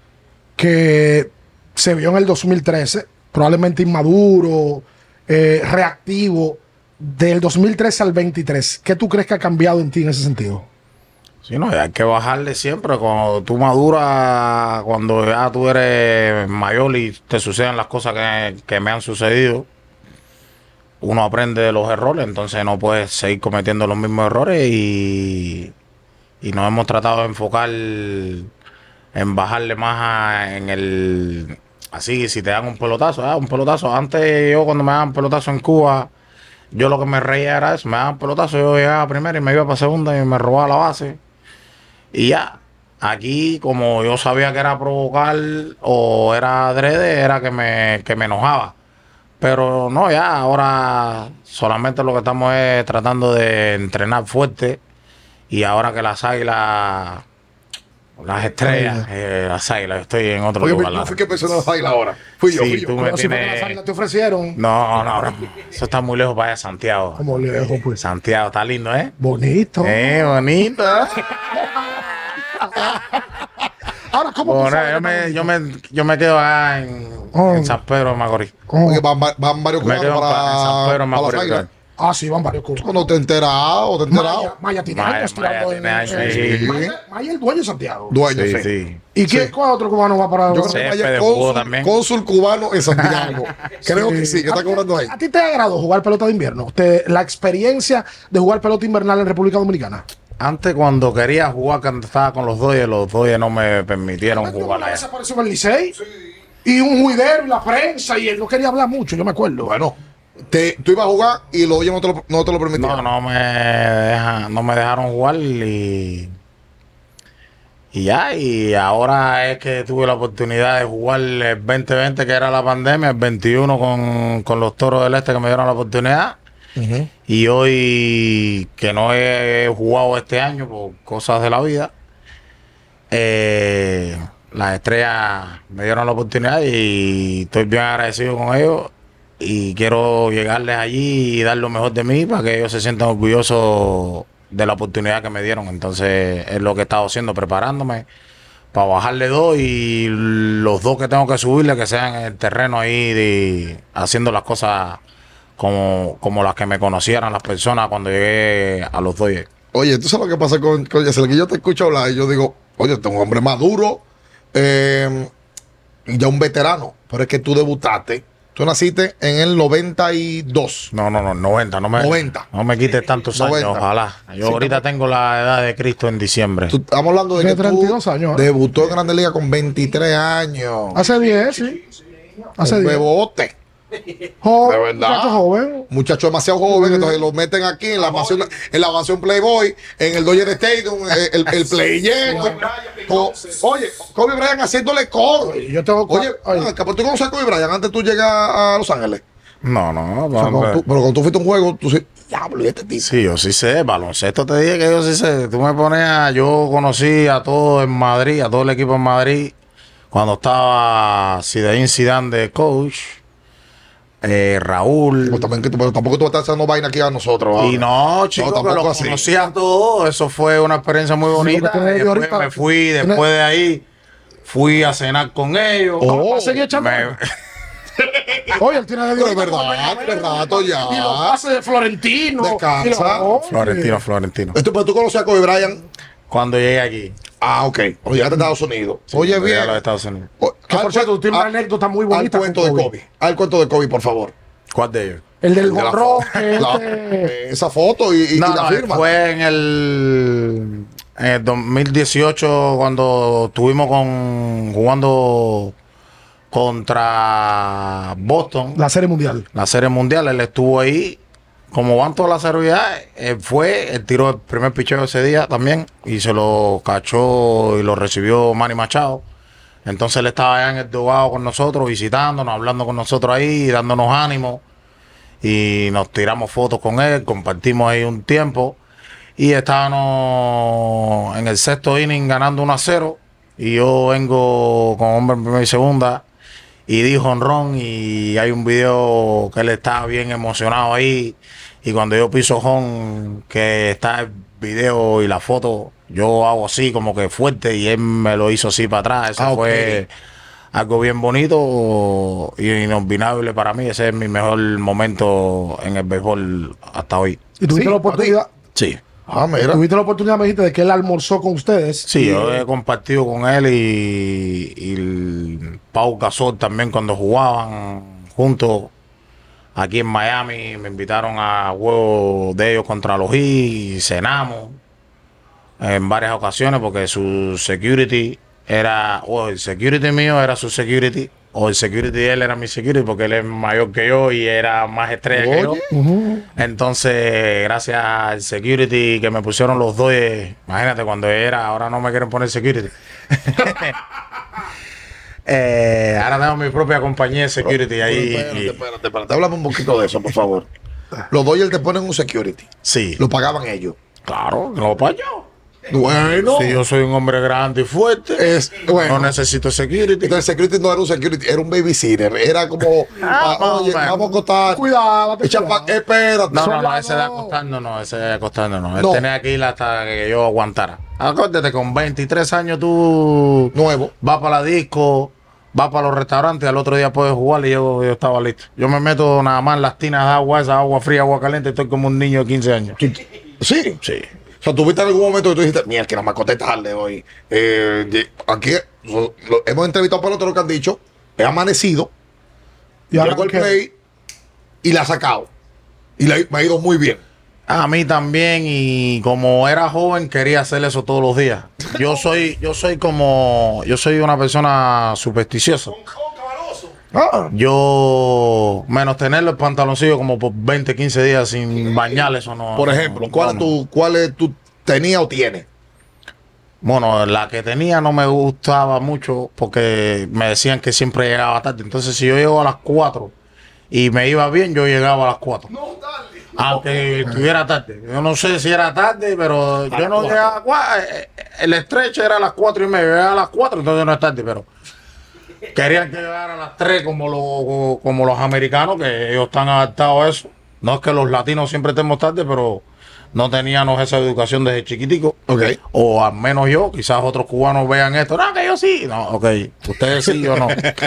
que se vio en el dos mil trece, probablemente inmaduro, eh, reactivo, del dos mil trece al veintitrés, ¿qué tú crees que ha cambiado en ti en ese sentido? Sí, no, hay que bajarle siempre. Cuando tú maduras, cuando ya tú eres mayor y te suceden las cosas que, que me han sucedido, uno aprende de los errores, entonces no puedes seguir cometiendo los mismos errores y, y nos hemos tratado de enfocar en bajarle más a- en el... Así, si te dan un pelotazo, ah, un pelotazo. Antes yo cuando me daban pelotazo en Cuba, yo lo que me reía era eso, me daban pelotazo, yo llegaba primero y me iba para segunda y me robaba la base. Y ya, aquí como yo sabía que era provocar o era adrede, era que me, que me enojaba. Pero no, ya, ahora solamente lo que estamos es tratando de entrenar fuerte. Y ahora que las águilas, las estrellas, eh, las águilas, yo estoy en otro Oye, lugar. yo la fui que verdad. empezó en las Águilas ahora. Fui yo, Sí, fui yo. tú me Pero si fue que tienes- las Águilas te ofrecieron, No, no, no, eso está muy lejos para allá, Santiago. como lejos, pues. Santiago, está lindo, ¿eh? Bonito. Eh, bonito. Ahora, ¿cómo tú Bueno, sabes yo, que me, está yo, me, yo me quedo acá en, Oh. en San Pedro de Macorís. bonito? Oye, van, va- van varios Me cubanos quedo para, en San Pedro de para las Macorís. Águilas. Ah, sí, van varios cubanos. Cuando te enterado, te enterado. Maya, Maya tiene Maya- años Maya tirando tiene en- años, en- sí. Maya, Maya es el dueño de Santiago. Dueño, Sí, sí. sí. ¿Y qué, cuál otro cubano va para Yo creo que Cepe vaya de cónsul, Cuba también. cónsul cubano en Santiago. Creo que sí, que está ¿A- cobrando ahí. ¿A ti te agradó jugar pelota de invierno? Usted, la experiencia de jugar pelota invernal en República Dominicana. Antes cuando quería jugar, cuando estaba con los Dodgers, los Dodgers no me permitieron ¿Tú jugar una vez allá. apareció en el Licey? Y Y un juidero y la prensa, y él no quería hablar mucho, yo me acuerdo. Bueno, te, tú ibas a jugar y los Dodgers no te lo, no te lo permitieron. No, no me, deja- no me dejaron jugar y, y ya, y ahora es que tuve la oportunidad de jugar el veinte veinte, que era la pandemia, el veintiuno con, con los Toros del Este, que me dieron la oportunidad. Ujú. Y hoy, que no he jugado este año por cosas de la vida, eh, las estrellas me dieron la oportunidad y estoy bien agradecido con ellos. Y quiero llegarles allí y dar lo mejor de mí para que ellos se sientan orgullosos de la oportunidad que me dieron. Entonces es lo que he estado haciendo, preparándome para bajarle dos y los dos que tengo que subirle que sean en el terreno ahí de, haciendo las cosas como, como las que me conocieran las personas cuando llegué a los Dodgers. Oye, tú sabes lo que pasa con, con Yacel, que yo te escucho hablar y yo digo, oye, este es un hombre maduro, eh, y ya un veterano, pero es que tú debutaste, tú naciste en el noventa y dos. No, no, no, noventa, no me, noventa. no me quites tantos años, noventa. ojalá. Yo Sí, ahorita tengo la edad de Cristo en diciembre. Tú- estamos hablando de De que tú treinta y dos años, ¿eh? debutó en Grandes Ligas con veintitrés años. Hace diez, sí. Hace Un diez. bebote. Joven, De verdad. muchacho joven. Muchacho demasiado joven, entonces lo meten aquí en la mansión, en la mansión Playboy, en el Dodger Stadium, el, el, el play lleno. Co- Oye, Kobe Bryant haciéndole coro. Yo tengo Oye, oye, ah, ¿por tú conoces a Kobe Bryant antes de tú llegas a Los Ángeles? No, no, O sea, hombre. cuando tú- pero cuando tú fuiste a un juego, tú sí, diablo, y este tipo. Sí, yo sí sé, baloncesto te dije que yo sí sé. Tú me pones a, yo conocí a todo en Madrid, a todo el equipo en Madrid, cuando estaba Zinedine Zidane de coach, eh, Raúl. Pero también que tú- pero tampoco tú vas a estar haciendo vaina aquí a nosotros. Y ahora. no, chicos, que tampoco lo así. conocí a todos. Eso fue una experiencia muy bonita. porque tiene Después ahorita- me fui, tiene- después de ahí, fui a cenar con ellos. Oh, ¿va a seguir echando? Me- Oye, él tiene de Pero es verdad, tiene rato ya. Y los pases de Florentino. Descansa. y los- oye. Florentino, Florentino. Esto, pero tú conoces a Kobe Bryant. Cuando llegué aquí, Ah, ok. O llegaste a Estados Unidos. Oye, cuando llegué bien. a los Estados Unidos. O- Que al por cierto, tú tienes cuen- una anécdota muy al bonita cuento con de Kobe. Kobe. Al cuento de Kobe, por favor. ¿Cuál de ellos? El del De la borrón. foto. que La- este- eh, esa foto y, y- No, y la no, firma. fue en el, en el dos mil dieciocho cuando estuvimos con, jugando contra Boston, la, La serie mundial. serie mundial. Él estuvo ahí. Como van todas las celebridades, él fue, él tiró el primer picheo ese día también y se lo cachó y lo recibió Manny Machado. Entonces él estaba allá en el dogado con nosotros, visitándonos, hablando con nosotros ahí, dándonos ánimo. Y nos tiramos fotos con él, compartimos ahí un tiempo. Y estábamos en el sexto inning ganando uno a cero. Y yo vengo con hombre en primera y segunda. Y di jonrón. Y hay un video que él está bien emocionado ahí. Y cuando yo piso home, que está el video y la foto, yo hago así como que fuerte. Y él me lo hizo así para atrás. Eso Ah, ok. fue algo bien bonito y inolvidable para mí. Ese es mi mejor momento en el béisbol hasta hoy. Y tuviste Sí, la oportunidad. Sí. Ah, mira. Tuviste la oportunidad, me dijiste, de que él almorzó con ustedes. Sí, Y, yo eh, he compartido con él y, y el Pau Gasol también cuando jugaban juntos aquí en Miami. Me invitaron a juegos de ellos contra los Heat y cenamos en varias ocasiones porque su security era, o el security mío era su security, o el security de él era mi security porque él es mayor que yo y era más estrella que yo. Oye. ujú. Entonces, gracias al security que me pusieron los dos, eh, imagínate cuando era, ahora no me quieren poner security. Eh, ahora tengo mi propia compañía de security ahí. Espérate, y- espérate, espérate. Háblame un poquito de eso, por favor. Los Dodgers te ponen un security. sí, Lo pagaban ellos. claro, no para yo. Bueno. Si yo soy un hombre grande y fuerte, Es, bueno. no necesito security. Entonces el security no era un security, era un babysitter. Era como, Ah, ah, oye, hombre. vamos a acostar. Cuidado, Echa pa- espérate. No, no, no, Soldado. ese de acostando no, ese de acostando no. Él No. tenía que ir hasta que yo aguantara. Acuérdate, con veintitrés años tú Nuevo. vas para la disco, vas para los restaurantes, al otro día puedes jugar y yo, yo estaba listo. Yo me meto nada más en las tinas de agua, esa agua fría, agua caliente, estoy como un niño de quince años. Sí. Sí. O sea, tuviste en algún momento que tú dijiste, mierda, que nada más acosté tarde hoy. Eh, de- aquí so- lo- hemos entrevistado peloteros que han dicho, he amanecido, Y ahora llegó el que- play y la ha sacado. Y le, me ha ido muy bien. A mí también, y como era joven quería hacer eso todos los días. Yo soy, yo soy como, yo soy una persona supersticiosa. Ah. Yo, menos tener los pantaloncillos como por veinte, quince días sin bañar, eso no. Por ejemplo, no, ¿cuál no. tú, cuál tú tenías o tienes? Bueno, la que tenía no me gustaba mucho porque me decían que siempre llegaba tarde. Entonces, si yo llego a las cuatro y me iba bien, yo llegaba a las cuatro. No, dale. Aunque estuviera tarde. Yo no sé si era tarde, pero yo no llegaba a cuatro. El estrecho era a las cuatro y media. Yo llegaba a las cuatro, entonces no es tarde, pero querían que llegara a las tres como, los como los americanos, que ellos están adaptados a eso. No es que los latinos siempre estemos tarde, pero no teníamos esa educación desde chiquitico. Ok. O al menos yo, quizás otros cubanos vean esto. No, que yo sí. No, ok. Ustedes sí, yo no.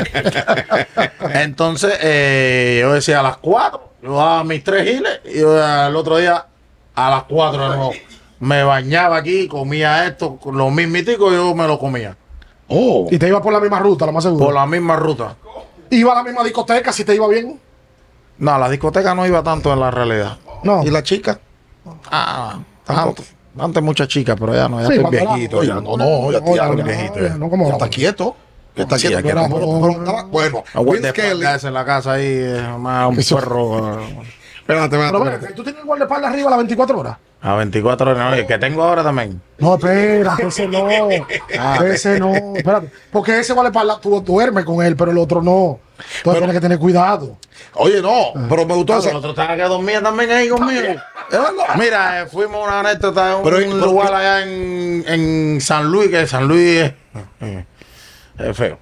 Entonces, eh, yo decía a las cuatro. Yo daba mis tres giles y yo, el otro día a las cuatro de nuevo, me bañaba aquí, comía esto, lo mismitico yo me lo comía. Oh. Y te iba por la misma ruta, lo más seguro. Por la misma ruta. Iba a la misma discoteca si te iba bien. No, la discoteca no iba tanto en la realidad. No. ¿Y la chica? Ah, antes, antes muchas chicas, pero ya no, ya Sí, estoy cuando era- viejito. Oye, ya. no, no, ya, No, ya, ya, ya, viejito, ya, ya. no como ya está quieto. Ya está Sí, quieto. ya Pero- quieto. pero- pero estaba- Bueno, Aguante Vince Kelly. quedarse en la casa ahí, eh, más un Eso- perro. eh, Espérate, espérate, Pero espérate. ven, ¿tú tienes el guardaespaldas arriba a las veinticuatro horas? A veinticuatro horas, ¿no? Y que tengo ahora también. No, espera, ese no. Ese no. Espérate. Porque ese guardaespaldas tú duermes con él, pero el otro no. Entonces tienes que tener cuidado. Oye, no, pero me gustó Ah, ese. el otro estaba que dormía también ahí conmigo. Mira, eh, fuimos a una anécdota en Pero, un pero, lugar pero- allá en, en San Luis, que San Luis es, eh, es feo.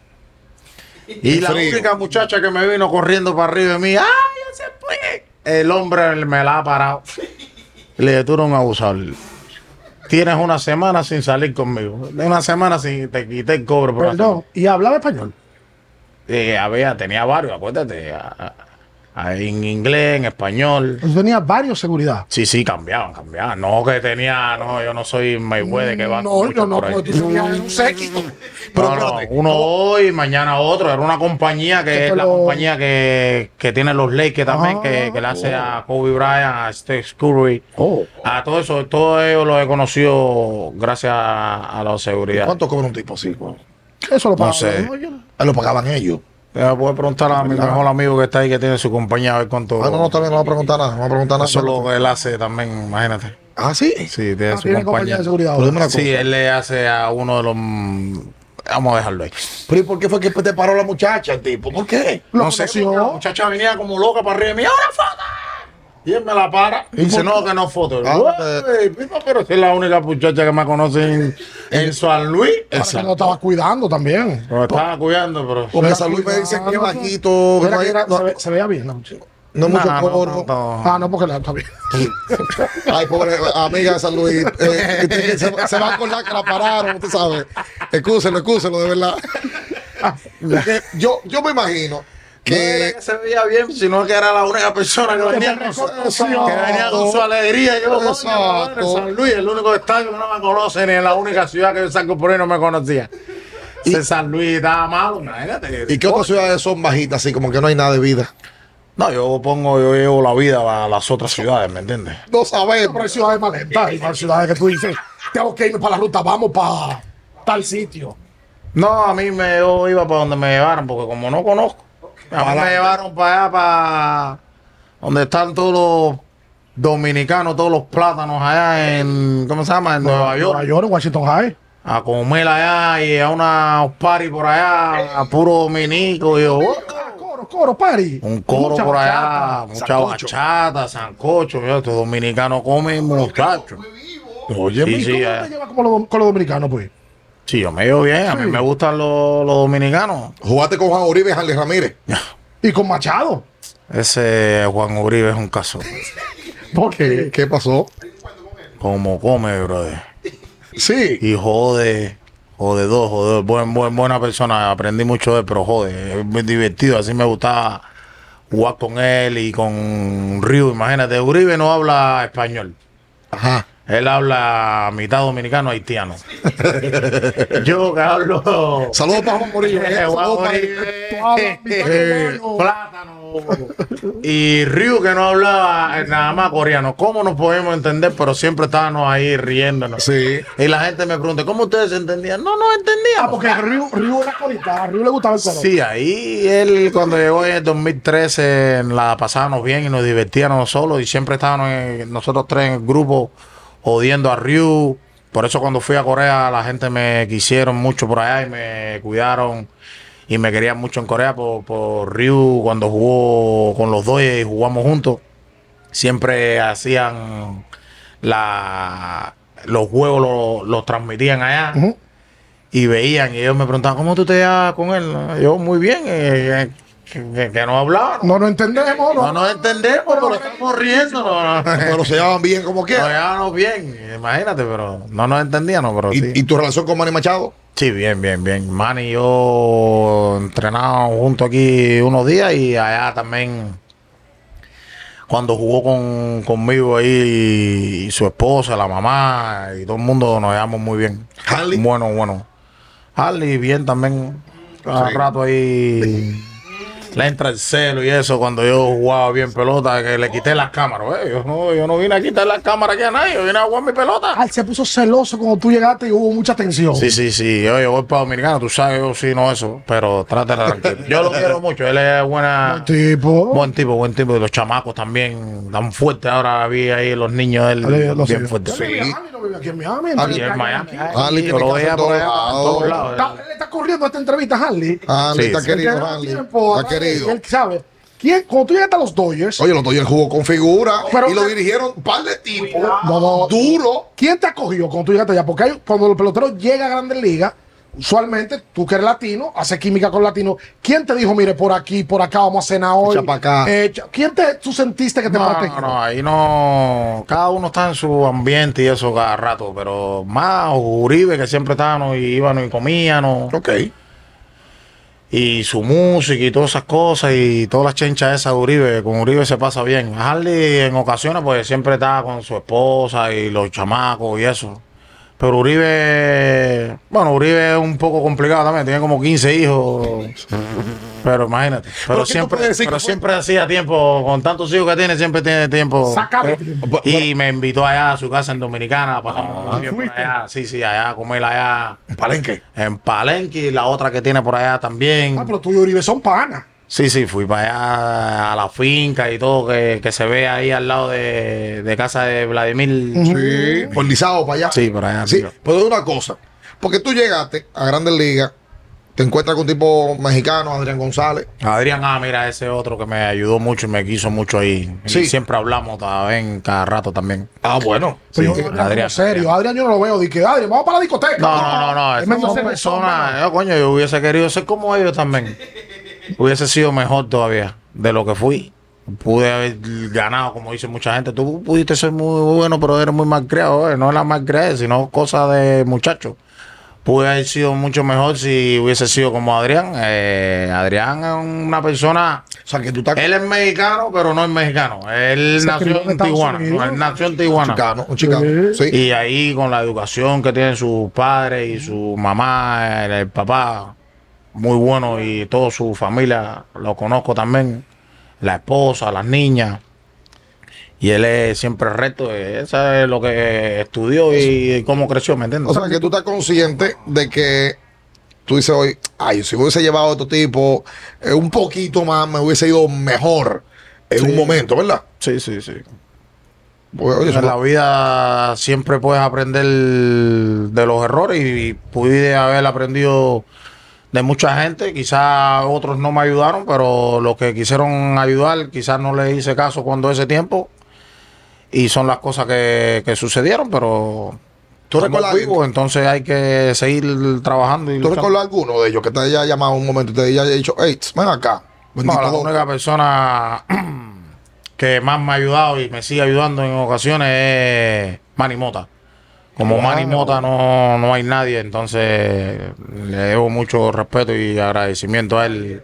Y Es la frío. única muchacha que me vino corriendo para arriba de mí, ¡ay, ya se fue! El hombre me la ha parado. Le dije, tú eres un abusador. Tienes una semana sin salir conmigo. De una semana sin te quité el cobre por Perdón. ¿Y hablaba español? Eh, había, tenía varios, acuérdate. a- a- a- en inglés, en español. Tú tenías varios seguridad. Sí, sí, cambiaban, cambiaban. No que tenía, no, yo no soy Mayweather que va No, con yo muchos no, por ahí. porque tú tenías un séquito. Pero No, no, espérate, uno hoy, mañana otro. Era una compañía que Que es te la lo- compañía que, que tiene los Lakers también, Ah, que, que le hace a Kobe Bryant, a Steph Curry. Oh. A todo eso, todo ello lo he conocido gracias a, a la seguridad. ¿Cuánto cobra un tipo así? güey? Eso lo pagaba. sé. ¿no? Yo- Ah, lo pagaban ellos. Te voy a preguntar a mi mejor amigo que está ahí, que tiene su compañía, a ver cuánto. Ah, no, no, también no va a preguntar nada. No va a preguntar nada. Eso es lo que él hace también, imagínate. Ah, sí. Sí, tiene Ah, su tiene compañía compañía. de seguridad. Pero dime ahora. una cosa. Sí, él le hace a uno de los. Vamos a dejarlo ahí. Pero ¿y por qué fue que te paró la muchacha, el tipo? ¿Por qué? Lo No sé, conoció. porque la muchacha venía como loca para arriba de mí. ¡Ahora foto! Y él me la para. Y dice, no, que no foto. Ah, Güey, no, pero si es la única muchacha que me conoce en, en San Luis. Para que lo estaba cuidando también. Lo estaba cuidando, pero. Porque San Luis me dicen que es Cuidando. bajito, que Era no, que hay, era- no, se, ve- se veía bien la muchacha. no hay mucho No, no, coro. no, no. Ah, no, porque la está bien. Ay, pobre amiga de San Luis. eh, que- que se, se va a acordar que la pararon, tú sabes. Excúsenlo, excúsenlo, de verdad. Porque yo, yo me imagino No era que. que se veía bien, sino que era la única persona que venía con su, reconoció. que venía con su alegría. Yo, coño, Exacto. madre, San Luis, el único estadio que no me conoce, ni en la única ciudad que yo salgo por ahí no me conocía. Ese San Luis estaba malo, imagínate. ¿Y qué otras ciudades son bajitas, así como que no hay nada de vida? No, yo pongo, yo llevo la vida a las otras ciudades, ¿me entiendes? No sabemos. Pero hay ciudades más lentas. Hay ciudades que tú dices, tengo que irme para la ruta, vamos para tal sitio. No, a mí me, yo iba para donde me llevaron, porque como no conozco, a mí me llevaron para allá, para donde están todos los dominicanos, todos los plátanos allá en, ¿cómo se llama? En Nueva York. Nueva York, en Washington High. A comer allá y a una party por allá, a puro dominico. Y yo, oh, Ah, coro, coro, party. un coro Mucha por allá, bachata. mucha sancocho. bachata, sancocho. Yo, estos dominicanos comen muchachos. Oye, Sí, mi- sí, ¿Cómo eh. te llevas como los, con los dominicanos, pues? Sí, yo me llevo bien, a mí Sí. me gustan los, los dominicanos. jugaste con Juan Uribe y Harley Ramírez. Y con Machado. Ese Juan Uribe es un caso. ¿Por qué? ¿Qué pasó? Como come, brother. Sí. Y jode, jode dos, jode. Buen, buen, buena persona, aprendí mucho de él, pero jode. Es muy divertido, así me gustaba jugar con él y con Ryu. Imagínate, Uribe no habla español. Ajá. Él habla mitad dominicano, haitiano. Yo que hablo. Saludos para Juan Uribe. eh. Juan Saludos para- Uribe, Tú hablas mitad eh, cubano. plátano, y Ryu que no hablaba nada más coreano. ¿Cómo nos podemos entender? Pero siempre estábamos ahí riéndonos. Sí. Y la gente me pregunta, ¿cómo ustedes se entendían? No, no entendíamos. Ah, porque Ryu, Ryu era corista, a Ryu le gustaba el color. Sí, ahí él cuando llegó en el dos mil trece la pasábamos bien y nos divertíamos solos y siempre estábamos en- nosotros tres en el grupo odiando a Ryu. Por eso cuando fui a Corea la gente me quisieron mucho por allá y me cuidaron y me querían mucho en Corea por, por Ryu cuando jugó con los dos y jugamos juntos. Siempre hacían la, los juegos, los, los transmitían allá. Ujú. Y veían, y ellos me preguntaban, ¿cómo tú te llevas con él? Yo, muy bien, eh, que, que- que no hablaba. No, No nos entendemos, no no. nos entendemos, pero estamos riendo. No, no. Pero se llevaban bien como Nos quiera. llevábamos bien, imagínate, pero no nos entendíamos, pero sí. ¿Y, y tu relación con Manny Machado? Sí, bien, bien, bien. Manny y yo entrenábamos juntos aquí unos días y allá también, cuando jugó con, conmigo ahí, y su esposa, la mamá, y todo el mundo nos llevamos muy bien. Harley. Bueno, bueno. Harley bien también. Cada Sí. rato ahí le entra el celo y eso cuando yo jugaba bien pelota, que le quité las cámaras. Eh, Yo, no, yo no vine a quitar las cámaras aquí a nadie, yo vine a jugar mi pelota. Ah, él se puso celoso cuando tú llegaste y hubo mucha tensión. Sí, sí, sí. Yo, yo voy para Dominicana, tú sabes, yo sí, no eso. Pero trátela tranquilo. Yo lo quiero mucho, él es buena. Tipo. Buen tipo, buen tipo. Y los chamacos también tan fuertes. Ahora vi ahí los niños de él Dale, lo sé. bien fuertes. Él vive en Sí. Miami, no vive aquí en Miami. Ah, entonces Y en está Miami. aquí. Harley Yo tiene lo casa veía en por allá, todos en todos lados. lados. Está- él está corriendo esta entrevista, Harley. Harley Sí, está sí. Él querido, quedó Harley. tiempo, Está y querido. él sabe. ¿Quién, cuando tú llegaste a los Dodgers, Oye, los Dodgers jugó con figura Pero- y lo dirigieron un par de tipos No, no. duro. ¿quién te acogió cuando tú llegaste allá? Porque hay- cuando los peloteros llegan a Grandes Ligas, usualmente tú que eres latino, haces química con latinos. ¿Quién te dijo, mire, por aquí, por acá, vamos a cenar hoy? Echa pa' acá. Eh, echa- ¿Quién te, tú sentiste que te No, protegió? no, no, ahí no. Cada uno está en su ambiente y eso cada rato. Pero más Uribe, que siempre estábamos y íbamos y comíamos. Ok. Y su música y todas esas cosas y todas las chenchas esas de Uribe. Con Uribe se pasa bien. Harley en ocasiones, pues siempre está con su esposa y los chamacos y eso. Pero Uribe, bueno, Uribe es un poco complicado también, tiene como quince hijos. Pero imagínate. Pero, ¿Pero qué tú siempre, puedes decir pero que fue? siempre hacía tiempo, con tantos hijos que tiene, siempre tiene tiempo. Sácame. Y me invitó allá a su casa en Dominicana. Pasamos un tiempo ¿fuiste? allá. Sí, sí, allá a comer allá En Palenque. en Palenque y la otra que tiene por allá también. Ah, pero tú y Uribe son panas. Sí, sí, fui para allá a la finca y todo que, que se ve ahí al lado de, de casa de Vladimir. Sí, por Lizao para allá. Sí, por allá, Sí, sí. pero una cosa. Porque tú llegaste a Grandes Ligas, te encuentras con un tipo mexicano, Adrián González. Adrián, ah, mira, ese otro que me ayudó mucho y me quiso mucho ahí. Y Sí. siempre hablamos también cada rato también. Ah, bueno. Pero Sí, yo, Adrián, Adrián, serio, Adrián. Adrián yo no lo veo. Dije, Adrián, vamos para la discoteca. No, no, no, no. Él Esas me son dice, personas. Yo, coño, yo hubiese querido ser como ellos también. Hubiese sido mejor todavía de lo que fui. Pude haber ganado, como dice mucha gente. Tú pudiste ser muy bueno, pero eres muy malcriado. ¿Eh? No es la malcriada, sino cosa de muchacho. Pude haber sido mucho mejor si hubiese sido como Adrián. Eh, Adrián es una persona. O sea, que tú estás Él es mexicano, pero no es mexicano. Él Se nació crió en en Estados Tijuana. Unidos. Él nació en Tijuana. chicano, un chicano. Sí. Y ahí con la educación que tienen sus padres y su mamá, el, el papá, muy bueno y toda su familia, lo conozco también, la esposa, las niñas. Y él es siempre recto, eso es lo que estudió y cómo creció, ¿me entiendes? O sea, que tú estás consciente de que tú dices hoy, ay, si hubiese llevado a otro tipo eh, un poquito más, me hubiese ido mejor en un momento, ¿verdad? Sí, sí, sí. Pues, oye, eso En la no- vida siempre puedes aprender de los errores y pude haber aprendido de mucha gente. Quizás otros no me ayudaron, pero los que quisieron ayudar, quizás no les hice caso cuando ese tiempo. Y son las cosas que, que sucedieron, pero ¿Tú estamos recuerdas vivos, entonces hay que seguir trabajando. Y ¿Tú luchando. recuerdas alguno de ellos que te haya llamado un momento y te haya dicho, hey, ven acá? Bendito No, la Dios"? única persona que más me ha ayudado y me sigue ayudando en ocasiones es Manny Mota. Como Wow. Manny Mota no, no hay nadie, entonces le debo mucho respeto y agradecimiento a él.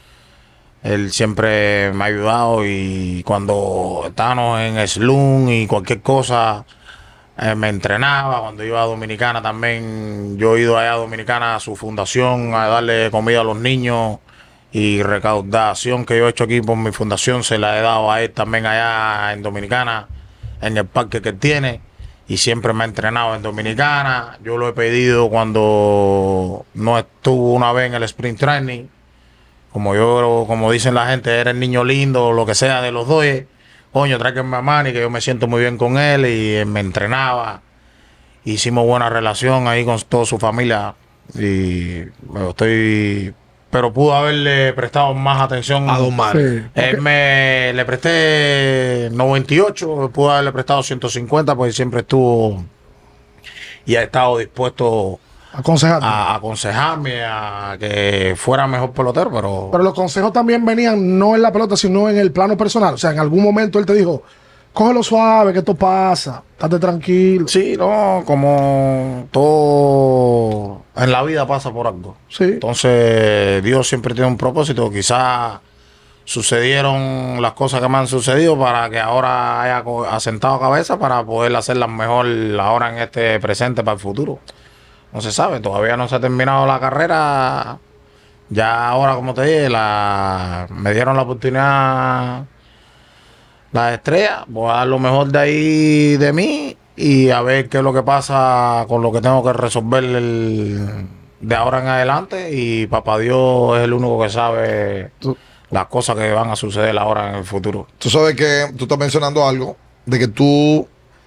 Él siempre me ha ayudado y cuando estábamos en Slum y cualquier cosa, eh, me entrenaba. Cuando iba a Dominicana también, yo he ido allá a Dominicana a su fundación a darle comida a los niños y recaudación que yo he hecho aquí por mi fundación se la he dado a él también allá en Dominicana, en el parque que él tiene, y siempre me ha entrenado en Dominicana. Yo lo he pedido cuando no estuvo una vez en el sprint training, como yo, como dicen la gente, era el niño lindo o lo que sea de los dos. Coño, tráiganme a Manny, que yo me siento muy bien con él, y él me entrenaba. Hicimos buena relación ahí con toda su familia, y bueno, estoy... pero pudo haberle prestado más atención A Don Manny. Sí. él me le presté noventa y ocho, pudo haberle prestado ciento cincuenta, porque siempre estuvo y ha estado dispuesto Aconsejando. a aconsejarme a que fuera mejor pelotero, pero, Pero los consejos también venían no en la pelota, sino en el plano personal. O sea, en algún momento él te dijo, cógelo suave, que esto pasa, estate tranquilo. sí, no, como todo en la vida pasa por algo. Sí. Entonces, Dios siempre tiene un propósito. Quizás sucedieron las cosas que me han sucedido para que ahora haya co- asentado cabeza para poder hacerlas mejor ahora en este presente para el futuro. No se sabe, todavía no se ha terminado la carrera. Ya ahora, como te dije, la, me dieron la oportunidad las estrellas. Voy a dar lo mejor de ahí de mí y a ver qué es lo que pasa con lo que tengo que resolver el- de ahora en adelante. Y papá Dios es el único que sabe Tú- las cosas que van a suceder ahora en el futuro. Tú sabes que tú estás mencionando algo de que tú,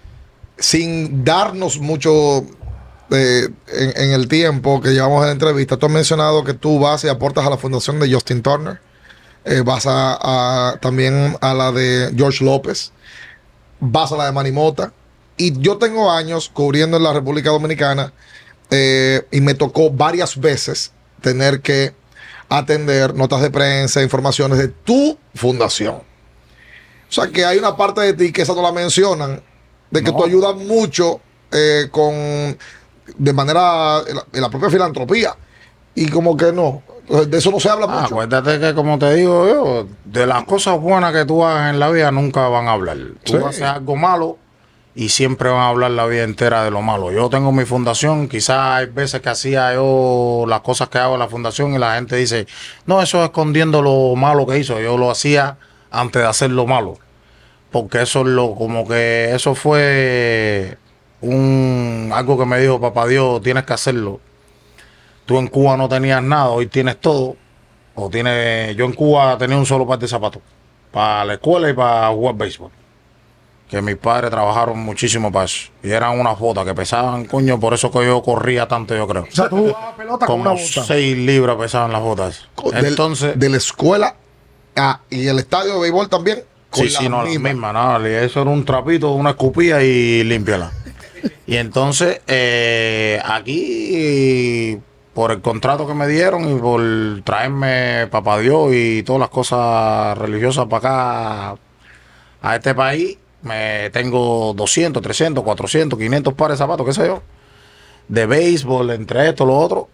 sin darnos mucho eh, en, en el tiempo que llevamos en la entrevista, tú has mencionado que tú vas y aportas a la fundación de Justin Turner, eh, vas a, a- también a la de George López, vas a la de Manny Mota, y yo tengo años cubriendo en la República Dominicana, eh, y me tocó varias veces tener que atender notas de prensa, informaciones de tu fundación. O sea que hay una parte de ti que esa no la mencionan, de que No. tú ayudas mucho eh, con de manera en la, en la propia filantropía. Y como que no, de eso no se habla Ah, mucho. acuérdate que, como te digo yo, de las cosas buenas que tú hagas en la vida nunca van a hablar. Tú Sí. haces algo malo y siempre van a hablar la vida entera de lo malo. Yo tengo mi fundación, quizás hay veces que hacía yo las cosas que hago en la fundación y la gente dice, no, eso es escondiendo lo malo que hizo. Yo lo hacía antes de hacer lo malo. Porque eso es lo, como que eso fue un algo que me dijo papá Dios, tienes que hacerlo. Tú en Cuba no tenías nada, hoy tienes todo. O tienes, yo en Cuba tenía un solo par de zapatos para la escuela y para jugar béisbol. Que mis padres trabajaron muchísimo para eso. Y eran unas botas que pesaban, coño, por eso que yo corría tanto, yo creo. O sea, tú jugabas pelota con una Como bota. seis libras pesaban las botas. Del- Entonces, de la escuela ah, y el estadio de béisbol también. Con sí, la sí, no, la misma. misma, no, eso era un trapito, una escupilla y límpiala. Y entonces, eh, aquí, por el contrato que me dieron y por traerme papá Dios y todas las cosas religiosas para acá, a este país, me tengo doscientos, trescientos, cuatrocientos, quinientos pares de zapatos, qué sé yo, de béisbol, entre esto, lo otro.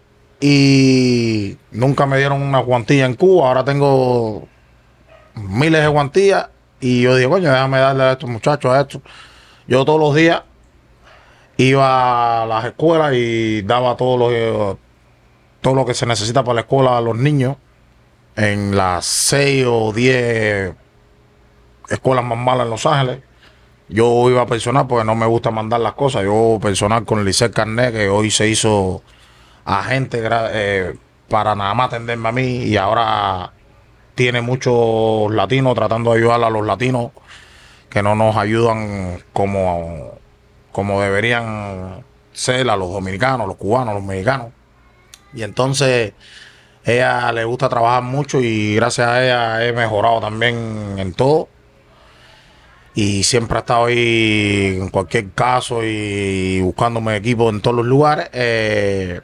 Y nunca me dieron una guantilla en Cuba, ahora tengo miles de guantillas. Y yo dije, coño, déjame darle a estos muchachos a esto. Yo todos los días iba a las escuelas y daba todo lo, todo lo que se necesita para la escuela a los niños. En las seis o diez escuelas más malas en Los Ángeles. Yo iba personal porque no me gusta mandar las cosas. Yo personal con Lisset Carnet, que hoy se hizo agente gra- eh, para nada más atenderme a mí, y ahora tiene muchos latinos tratando de ayudar a los latinos que no nos ayudan como, como deberían ser, a los dominicanos, los cubanos, los mexicanos. Y entonces ella le gusta trabajar mucho y gracias a ella he mejorado también en todo. Y siempre ha estado ahí en cualquier caso y buscándome equipo en todos los lugares. Eh,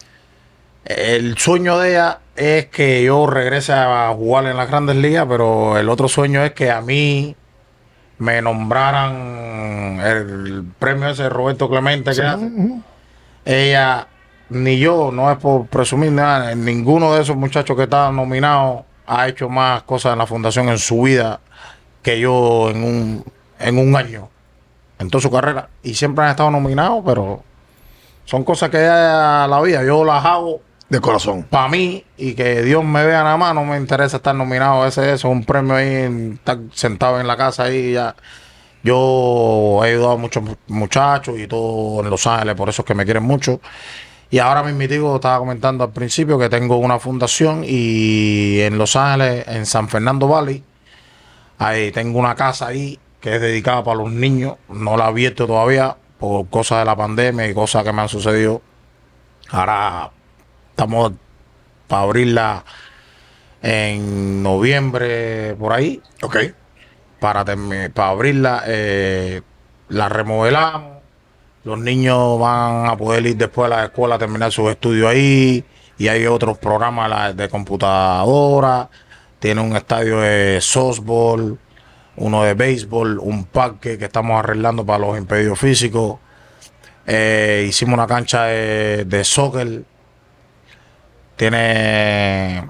el sueño de ella es que yo regrese a jugar en las Grandes Ligas, pero el otro sueño es que a mí me nombraran el premio ese de Roberto Clemente que hace. Ujú. Ella, ni yo, no es por presumir nada, ninguno de esos muchachos que están nominados ha hecho más cosas en la fundación en su vida que yo en un, en un año, en toda su carrera. Y siempre han estado nominados, pero son cosas que hay a la vida. Yo las hago De corazón. Para mí, y que Dios me vea nada más, no me interesa estar nominado a ese, eso es un premio ahí, en- estar sentado en la casa ahí ya. Yo he ayudado a muchos mu- muchachos y todo en Los Ángeles, por eso es que me quieren mucho. Y ahora mismo digo, estaba comentando al principio que tengo una fundación y en Los Ángeles, en San Fernando Valley, ahí tengo una casa ahí que es dedicada para los niños. No la he abierto todavía por cosas de la pandemia y cosas que me han sucedido. Ahora estamos para abrirla en noviembre por ahí. Ok. Para, termi- para abrirla, eh, la remodelamos. Los niños van a poder ir después a la escuela a terminar sus estudios ahí. Y hay otros programas la- de computadora. Tiene un estadio de softball, uno de béisbol, un parque que estamos arreglando para los impedidos físicos. Eh, hicimos una cancha de, de soccer. Tiene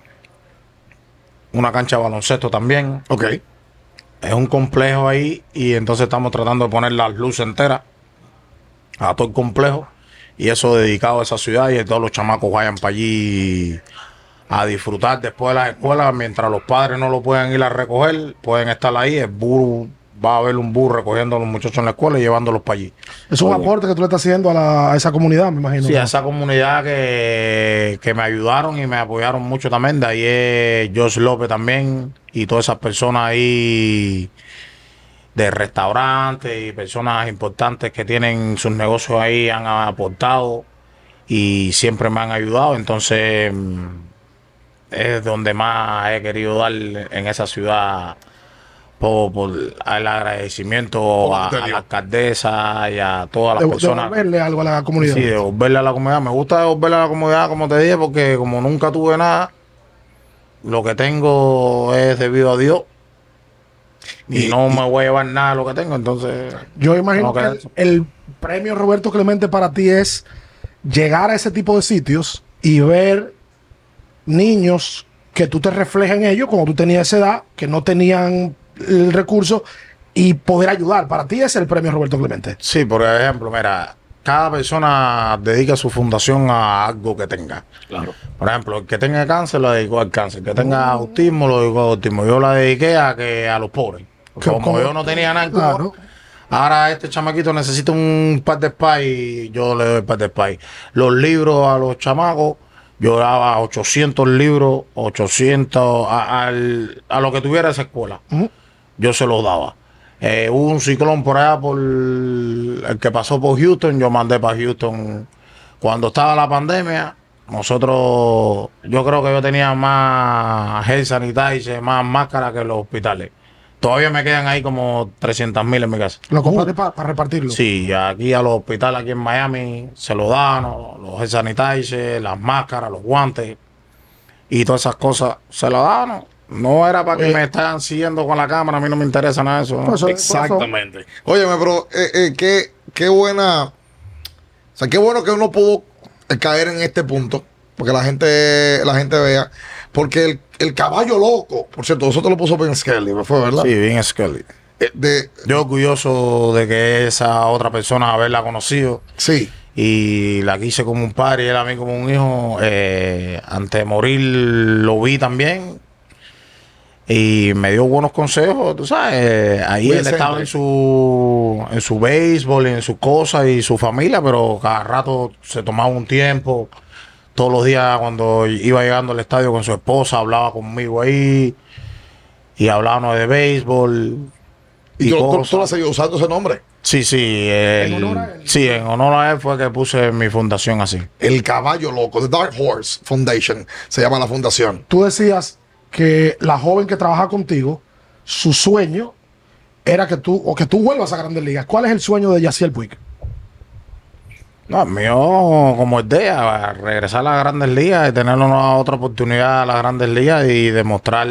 una cancha de baloncesto también. Ok. Es un complejo ahí y entonces estamos tratando de poner las luces enteras a todo el complejo y eso dedicado a esa ciudad y que todos los chamacos vayan para allí a disfrutar después de las escuelas. Mientras los padres no lo puedan ir a recoger, pueden estar ahí. El bus, va a haber un bus recogiendo a los muchachos en la escuela y llevándolos para allí. Es un aporte que tú le estás haciendo a, la- a esa comunidad, me imagino. Sí, a ¿no? esa comunidad que, que me ayudaron y me apoyaron mucho también. De ahí es Josh López también y todas esas personas ahí de restaurantes y personas importantes que tienen sus negocios ahí han aportado y siempre me han ayudado. Entonces mm, es donde más he querido dar en esa ciudad por, por el agradecimiento a, a la alcaldesa y a todas las De, personas. devolverle algo a la comunidad. Sí, devolverle a la comunidad. Me gusta devolverle a la comunidad, como te dije, porque como nunca tuve nada, lo que tengo es debido a Dios. Y, Y- no y- me voy a llevar nada de lo que tengo, entonces... Yo imagino No, que que el, eso. el premio Roberto Clemente para ti es llegar a ese tipo de sitios y ver niños que tú te reflejas en ellos cuando tú tenías esa edad, que no tenían el recurso y poder ayudar. Para ti es el premio Roberto Clemente. Sí, por ejemplo, mira, cada persona dedica su fundación a algo que tenga. Claro. Por ejemplo, el que tenga cáncer lo dedicó al cáncer, el que tenga autismo lo dedicó al autismo. Yo la dediqué a que a los pobres. Porque Que como como- yo no tenía nada en Cuba, Claro. ahora este chamaquito necesita un par de spies y yo le doy el par de spies. Los libros a los chamacos, yo daba ochocientos libros, ochocientos a, al- a lo que tuviera esa escuela. Ujú. Yo se los daba. Eh, hubo un ciclón por allá, por el que pasó por Houston, yo mandé para Houston. Cuando estaba la pandemia, nosotros, yo creo que yo tenía más gel sanitizer, más máscara que los hospitales. Todavía me quedan ahí como trescientas mil en mi casa. Lo compraste para repartirlo. Sí, aquí a los hospitales aquí en Miami se lo dan, ¿no? Los gel sanitizer, las máscaras, los guantes y todas esas cosas se lo dan. ¿no? No era para que Oye. me estén siguiendo con la cámara, a mí no me interesa nada de eso. ¿no? Pues eso- Exactamente. Óyeme, pero eh, eh, qué, qué buena. O sea, qué bueno que uno pudo eh, caer en este punto. Porque la gente, la gente vea. Porque el, el caballo loco, por cierto, nosotros lo puso Ben Skelly, fue verdad. Sí, bien Scully. Eh, de, Yo orgulloso de que esa otra persona haberla conocido sí. y la quise como un padre y él a mí como un hijo. Eh, antes de morir lo vi también y me dio buenos consejos, tú sabes. eh, ahí Muy él estaba decente. en su en su béisbol, en sus cosas y su familia, pero cada rato se tomaba un tiempo. Todos los días cuando iba llegando al estadio con su esposa hablaba conmigo ahí y hablábamos de béisbol. Y, tú, tú, cosas. tú lo has seguido usando ese nombre. Sí, sí. el- ¿En honor a él? Sí, en honor a él fue que puse mi fundación así. El caballo loco, The Dark Horse Foundation, se llama la fundación. Tú decías que la joven que trabaja contigo, su sueño era que tú, o que tú vuelvas a Grandes Ligas. ¿Cuál es el sueño de Yaciel Puig? No, el mío, como idea, regresar a las Grandes Ligas y tener una otra oportunidad a las Grandes Ligas y demostrar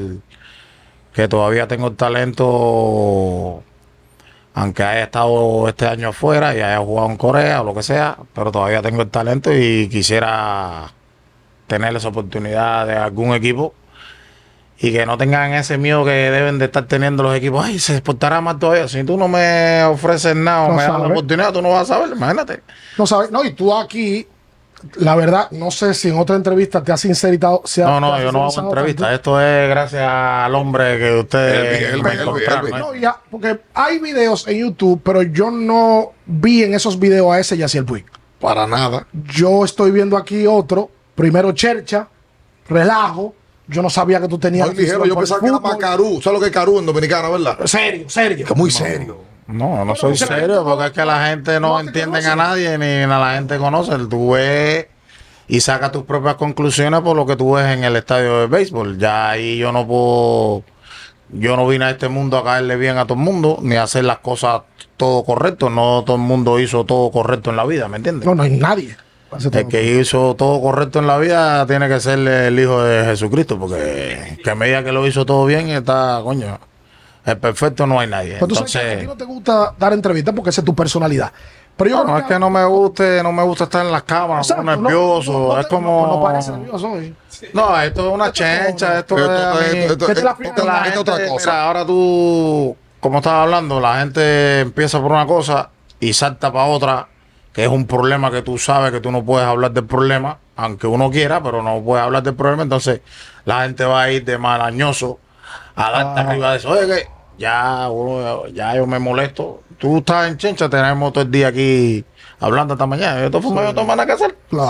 que todavía tengo el talento, aunque haya estado este año afuera y haya jugado en Corea o lo que sea, pero todavía tengo el talento y quisiera tener esa oportunidad de algún equipo y que no tengan ese miedo que deben de estar teniendo los equipos. Ay, se exportará más todavía. Si tú no me ofreces nada o No me das la sabe. oportunidad, tú no vas a saber, imagínate. No sabes, no, y tú aquí la verdad, no sé si en otra entrevista te has sincerizado. Si No, no, te has yo no hago sincerizado entrevistas. tanto. Esto es gracias al hombre que ustedes Elvi, Elvi, me Elvi, encontraron, Elvi. ¿eh? No, ya, porque hay videos en YouTube, pero yo no vi en esos videos a ese Yaciel Puig. Para nada. Yo estoy viendo aquí otro, primero Chercha, relajo. Yo no sabía que tú tenías. Muy ligero, yo por pensaba que era fútbol. más Carú. ¿Sabes lo que es Carú en Dominicana, verdad? Serio, serio. Que muy serio. No, no soy porque la serio, gente porque no- es que la gente no, no te entiende conoce. a nadie ni a la gente conoce. Tú ves y sacas tus propias conclusiones por lo que tú ves en el estadio de béisbol. Ya ahí yo no puedo, yo no vine a este mundo a caerle bien a todo el mundo, ni a hacer las cosas todo correcto. No todo el mundo hizo todo correcto en la vida, ¿me entiendes? No, no hay nadie. Hace todo. El que hizo todo correcto en la vida tiene que ser el hijo de Jesucristo, porque que a medida que lo hizo todo bien, está, coño, el perfecto no hay nadie. Pero tú sabes que a ti Entonces, no te gusta dar entrevistas porque esa es tu personalidad. Pero yo no, creo no es que no me guste, no me gusta estar en las cámaras, Exacto, no, no- nervioso, no- no es te- como... No, no parece nervioso hoy. No, esto es una chencha, esto es... a mí- Esto- esto- Esta es la esto- final. esto- la esto es otra gente, cosa. mira, ahora tú, como estabas hablando, la gente empieza por una cosa y salta para otra, que es un problema que tú sabes que tú no puedes hablar del problema, aunque uno quiera, pero no puedes hablar del problema. Entonces la gente va a ir de malañoso a darte Ah. arriba de eso. Oye, que ya, uno- ya yo me molesto. Tú estás en chencha, tenemos todo el día aquí hablando hasta mañana. Yo tomo yo tomo nada que hacer. Claro.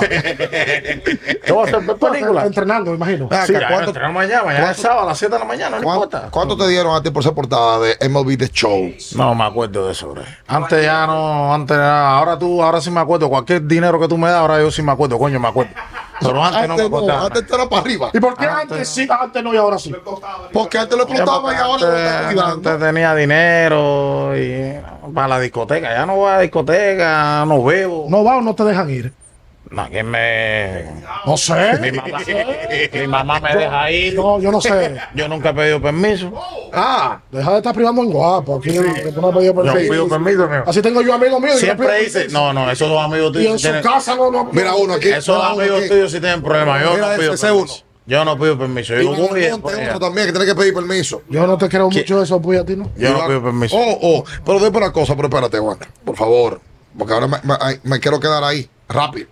¿Qué voy a hacer? ¿Ver películas? Entrenando, me imagino. Ah, Sí, ¿cuánto- ya, entrenamos mañana, mañana es cuánto- sábado a las siete de la mañana, no ¿Cuánto, importa. cuánto te dieron a ti por ser portada de M L B The Show? No me acuerdo de eso, bro. Antes ya no, antes ya- ahora tú, ahora sí me acuerdo. Cualquier dinero que tú me das, ahora yo sí me acuerdo, coño, me acuerdo. Pero antes no me acordaba. antes te era para arriba. ¿Y por qué Antes antes sí, antes no y ahora sí? Porque antes lo explotaba y ahora lo está Antes, cuidando. antes tenía dinero y para la discoteca. Ya no voy a la discoteca, no bebo. ¿No va o no te dejan ir? No, que me. No sé. Mi mamá, mi mamá me deja ir. No, yo no sé. Yo nunca he pedido permiso. Ah, Deja de estar privando en guapo. Aquí que tú no has pedido Yo no pido permiso. permiso, mío. Así tengo yo amigos míos. y no Siempre pido dice, permiso. no, no, esos dos amigos Y en tuyos sí su tienen. casa no, no. mira uno aquí. Esos mira uno amigos aquí. tuyos sí tienen problemas. Yo Mira no ese, pido ese permiso. uno. Yo no pido permiso. Yo Iván voy y Almonte, después ya. otro también que tiene que pedir permiso. Yo no te quiero ¿Qué? mucho eso, pues a ti no. Yo no Iván- pido permiso. Oh, oh, pero dime una cosa, pero espérate, aguanta, por favor. Porque ahora me, me- ay, me quiero quedar ahí, rápido.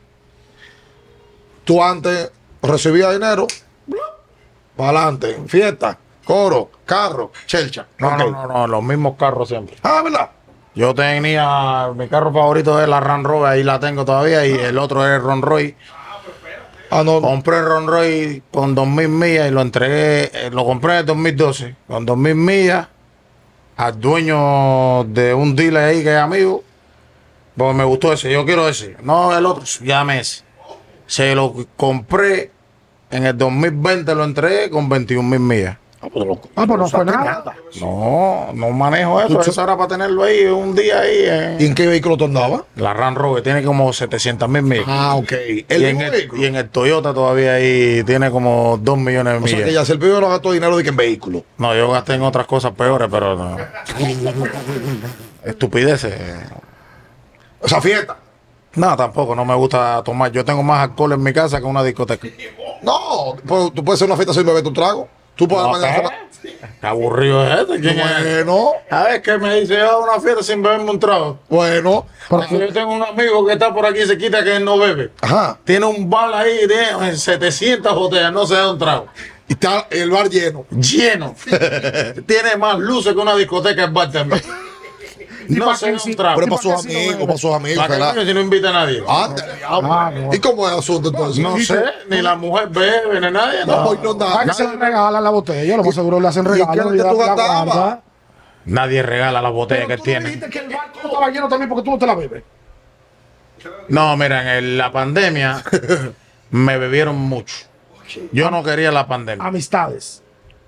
Tú antes recibías dinero, para adelante, fiesta, coro, carro, chelcha. No, Ok. no, no, no, los mismos carros siempre. Ah, ¿verdad? Yo tenía, mi carro favorito es la Range Rover, ahí la tengo todavía, y el otro es el Rolls Royce. Ah, no. Compré el Rolls Royce con dos mil millas y lo entregué, eh, lo compré en el dos mil doce, con dos mil millas, al dueño de un dealer ahí que es amigo, porque me gustó ese, yo quiero ese, no el otro, llame ese. Se lo compré en el dos mil veinte, lo entregué con veintiún mil millas. Ah, pues no fue nada. No, no manejo eso, eso era para tenerlo ahí un día ahí. eh. ¿Y en qué vehículo tú andabas? La Range Rover tiene como setecientas mil millas. Ah, ok. y, El en mismo el, vehículo. y en el Toyota todavía ahí tiene como dos millones de O millas. sea que ya se el pibe no gastó dinero de que en vehículo. No, yo gasté en otras cosas peores, pero no. Estupideces. O sea, fiesta. No, tampoco, no me gusta tomar. Yo tengo más alcohol en mi casa que una discoteca. No, pues, tú puedes hacer una fiesta sin beber tu trago. Tú puedes No, mañana ¿qué? Qué aburrido es este. ¿Quién es? Bueno, A ver, ¿qué me dice yo a una fiesta sin beberme un trago? bueno. Porque yo tengo un amigo que está por aquí se quita que él no bebe. Ajá. Tiene un bar ahí, tiene setecientas botellas, no se da un trago. Y está el bar lleno. Lleno. Tiene más luces que una discoteca el bar también. ¿Y No para se qué da si- un trago. Pero ¿Y para por sus qué si no amigos, bebe? para sus amigos. ¿Para qué ¿verdad? coño si no invita a nadie? Ande, diablo. Ah, no. ¿Y cómo es el asunto entonces? No sé, ni la mujer bebe, ni nadie. No, No. hoy no Ah, que nada. se le regalan la botella. Lo más seguro le hacen ¿Y qué regalo. es lo y que la- tú la gastabas? guarda. Nadie regala las botellas que Pero él tú no tiene. dijiste que el barco estaba lleno también porque tú no te la bebes. No, mira, en el- la pandemia me bebieron mucho. Yo no quería la pandemia. Amistades.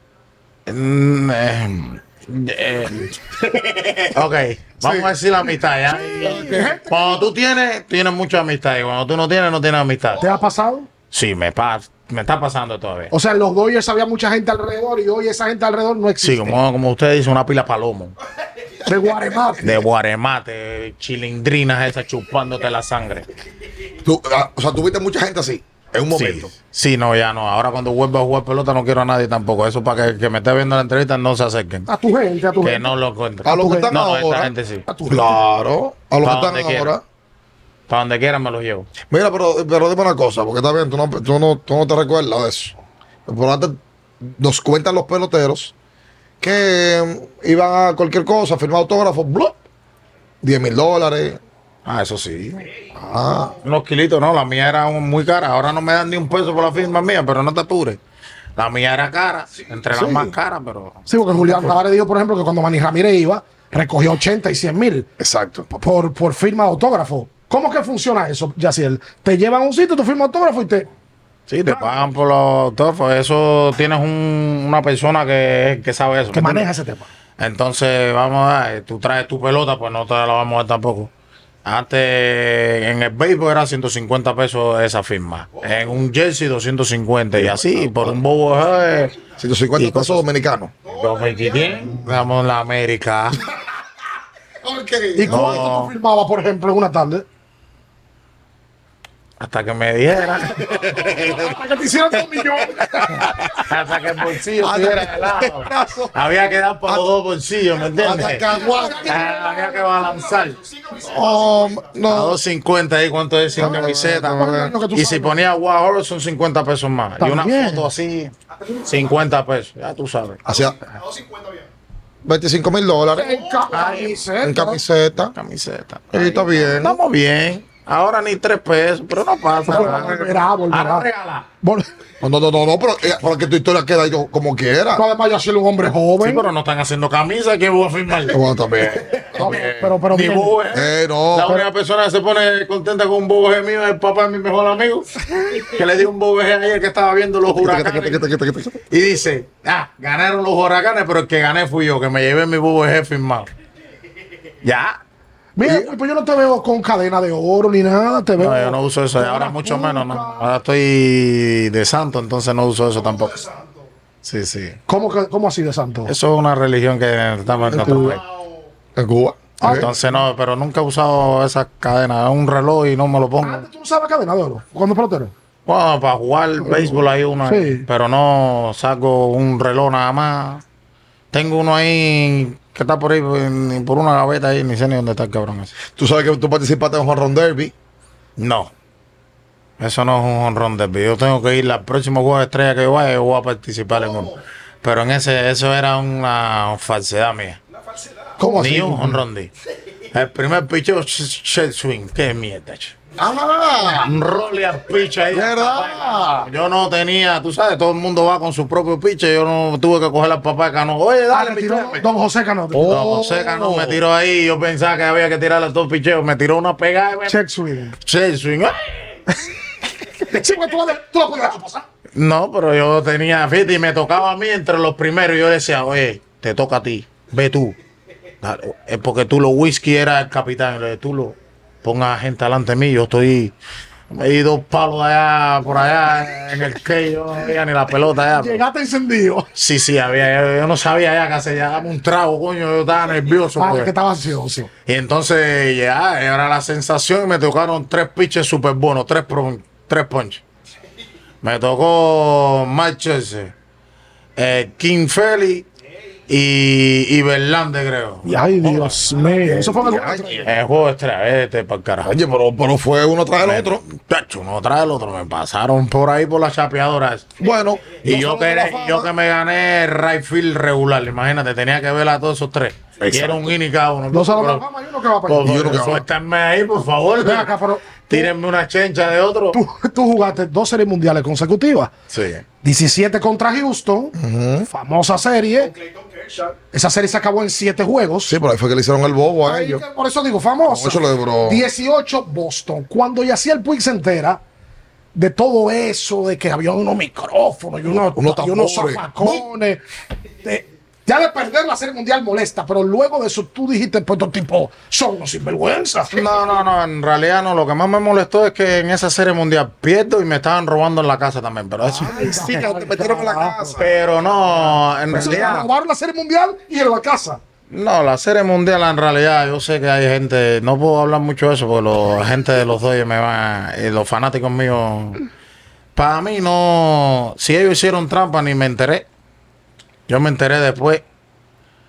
Mm, eh, eh, ok, vamos a decir la amistad. ¿ya? Cuando tú tienes, tienes mucha amistad. Y cuando tú no tienes, no tienes amistad. ¿Te ha pasado? Sí, me, pa- me está pasando todavía. O sea, en los Dodgers había mucha gente alrededor y hoy esa gente alrededor no existe. Sí, como, como usted dice, una pila palomo. De Guaremate. De guaremate, chilindrinas esas chupándote la sangre. Tú, ah, o sea, tuviste mucha gente así, en un momento. Sí, sí, no, ya no. Ahora cuando vuelva a jugar pelota no quiero a nadie tampoco. Eso para que, que me esté viendo la entrevista no se acerquen. A tu gente, a tu Que gente. no lo encuentren. A los que están No, esta ahora. gente sí. A tu gente. Claro, a los que Pa' están donde quiera. ahora. Para donde quiera me los llevo. Mira, pero, pero dime una cosa, porque está bien, tú no, tú no, tú no te recuerdas de eso. Por antes nos cuentan los peloteros que mm, iban a cualquier cosa, firmar autógrafos, ¡blup! diez mil dólares. Ah, eso sí. Ah, Unos kilitos, no, la mía era muy cara. Ahora no me dan ni un peso por la firma mía, pero no te apures. La mía era cara, entre las Sí. más caras, pero. Sí, porque Julián Tavares dijo, por ejemplo, que cuando Manny Ramírez iba, recogió ochenta y cien mil exacto. por, por firma de autógrafo. ¿Cómo que funciona eso, Yaciel? Te llevan a un sitio, tú firmas autógrafo y te... Sí, te pagan por los autógrafos. Eso tienes un- una persona que, que sabe eso. que ¿me maneja entiendes? ese tema. Entonces, vamos a ver, tú traes tu pelota, pues no te la vamos a dar tampoco. Antes, en el béisbol era ciento cincuenta pesos esa firma. En un jersey, doscientos cincuenta. Y así, por un bobo, eh, ciento cincuenta Y pesos cosas- dominicanos. Dominiquín, vamos en la América. ¿Y No. cuánto tú firmabas, por ejemplo, en una tarde? Hasta que me diera, Para que te hicieran dos millones. hasta que el bolsillo Hasta estuviera que- helado. Había que dar por los dos bolsillos, ¿me entiendes? Hasta que aguante. Ah, había que balanzar. Oh, A no. dos cincuenta ahí, ¿cuánto es sin Está camiseta? bien, lo que tú Y si sabes. ponía Warhol son cincuenta pesos más. Y una También. foto así, cincuenta pesos. Ya tú sabes. Hacía veinticinco mil dólares En camiseta. en camiseta. Camiseta. Y está bien. Estamos bien. Ahora ni tres pesos, pero no pasa Pero nada. volverá, volverá. Ahora regala. Vol- No, no, no, no, no, pero, eh, pero que tu historia queda ahí como quiera. No, además, Yaciel es un hombre Sí, joven. pero no están haciendo camisa, ¿quién voy a firmar? Bueno, también. No, pero, pero Ni bien. bobo, ¿eh? Eh, no. La única persona que se pone contenta con un bobo es mío es el papá de mi mejor amigo. Que le dio un bobo ayer que estaba viendo los huracanes. Y dice, ah, ganaron los huracanes, pero el que gané fui yo, que me llevé mi bobo G firmado. Ya. Mira, pues yo no te veo con cadena de oro ni nada. Te veo. No, yo no uso eso, y ahora mucho menos, ¿no? Ahora estoy de santo, entonces no uso eso tampoco. Sí, sí. ¿Cómo, que- ¿Cómo así de santo? Eso es una religión que estamos en nuestro país. En Cuba. Ah, Entonces no, pero nunca he usado esa cadena. Es un reloj y no me lo pongo. Antes tú usabas cadena de oro cuando pelotero. Bueno, para jugar béisbol hay uno ahí, Sí. pero no saco un reloj nada más. Tengo uno ahí que está por ahí, ni por una gaveta ahí, ni sé ni dónde está el cabrón ese. Tú sabes que tú participaste en Home Run Derby. No, eso no es un honrón derby. Yo tengo que ir al próximo juego de estrella que yo vaya, yo voy a participar en uno. Pero en ese, eso era una falsedad mía. ¿Cómo Ni así? un honrón derby. El primer picheo, shell swing, qué mierda, ch- ¡Ah! un role al pitch ahí. ¿Verdad? Yo no tenía, tú sabes, todo el mundo va con su propio pitch. Yo no tuve que coger al papá de Cano. Oye, Ah, dale, le tiró pichame. Don José Cano. Don José Cano me tiró ahí. Yo pensaba que había que tirarle dos picheos. Me tiró una pegada. y me- Check swing. Shell swing. ¡ay! Sí, pues tú, la de- tú la podías pasar. No, pero yo tenía, fíjate, y me tocaba a mí entre los primeros. Yo decía, oye, te toca a ti. Ve tú. Dale. Es porque tú lo whisky era el capitán. Le dije, tú lo pongas gente delante de mí. Yo estoy. Me di dos palos allá, por allá, en el que yo no veía ni la pelota allá. Llegaste encendido. Sí, sí, había, yo, yo no sabía ya qué hacer, ya dame un trago, coño, yo estaba nervioso. Ah, pues. que estaba ansioso. Y entonces ya era la sensación y me tocaron tres pitches súper buenos, tres, pro- tres ponches. Me tocó Mike Chelsea, eh, King Feli y, y Verlander, creo. Y ay, Dios mío. Eso fue en el El juego de estrella, este para el carajo. Oye, pero, pero fue uno tras el otro. Tacho, uno tras el otro, me pasaron por ahí por las chapeadoras. Bueno. Y no yo solo que, de la y fama. yo que me gané right field regular, imagínate, tenía que ver a todos esos tres. Y era un inning cada uno. No solo Pero- la fama, hay uno que va para Por allá. Y uno que favor, va. suéltame ahí, por favor. Ven acá, pero Tírenme una chencha de otro. tú, tú jugaste dos series mundiales consecutivas. Sí. diecisiete contra Houston, famosa serie. Esa serie se acabó en siete juegos. Sí, por ahí fue que le hicieron el bobo a Ahí ellos. que- por eso digo famosa. Con eso lo logró. dieciocho Boston. Cuando Yaciel Puig se entera de todo eso, de que había unos micrófonos y unos, Unos y unos tambores. zafacones. de- ya de perder la serie mundial molesta, pero luego de eso tú dijiste, pues estos tipos son unos sinvergüenzas. No, no, no, en realidad no. Lo que más me molestó es que en esa serie mundial pierdo y me estaban robando en la casa también. Pero eso. Sí, que te metieron en la casa. Pero no, en Eso, realidad. robaron la serie mundial y en la casa. No, la serie mundial en realidad, yo sé que hay gente, no puedo hablar mucho de eso porque la gente de los Dodgers me va, y los fanáticos míos, para mí no, si ellos hicieron trampa ni me enteré, yo me enteré después.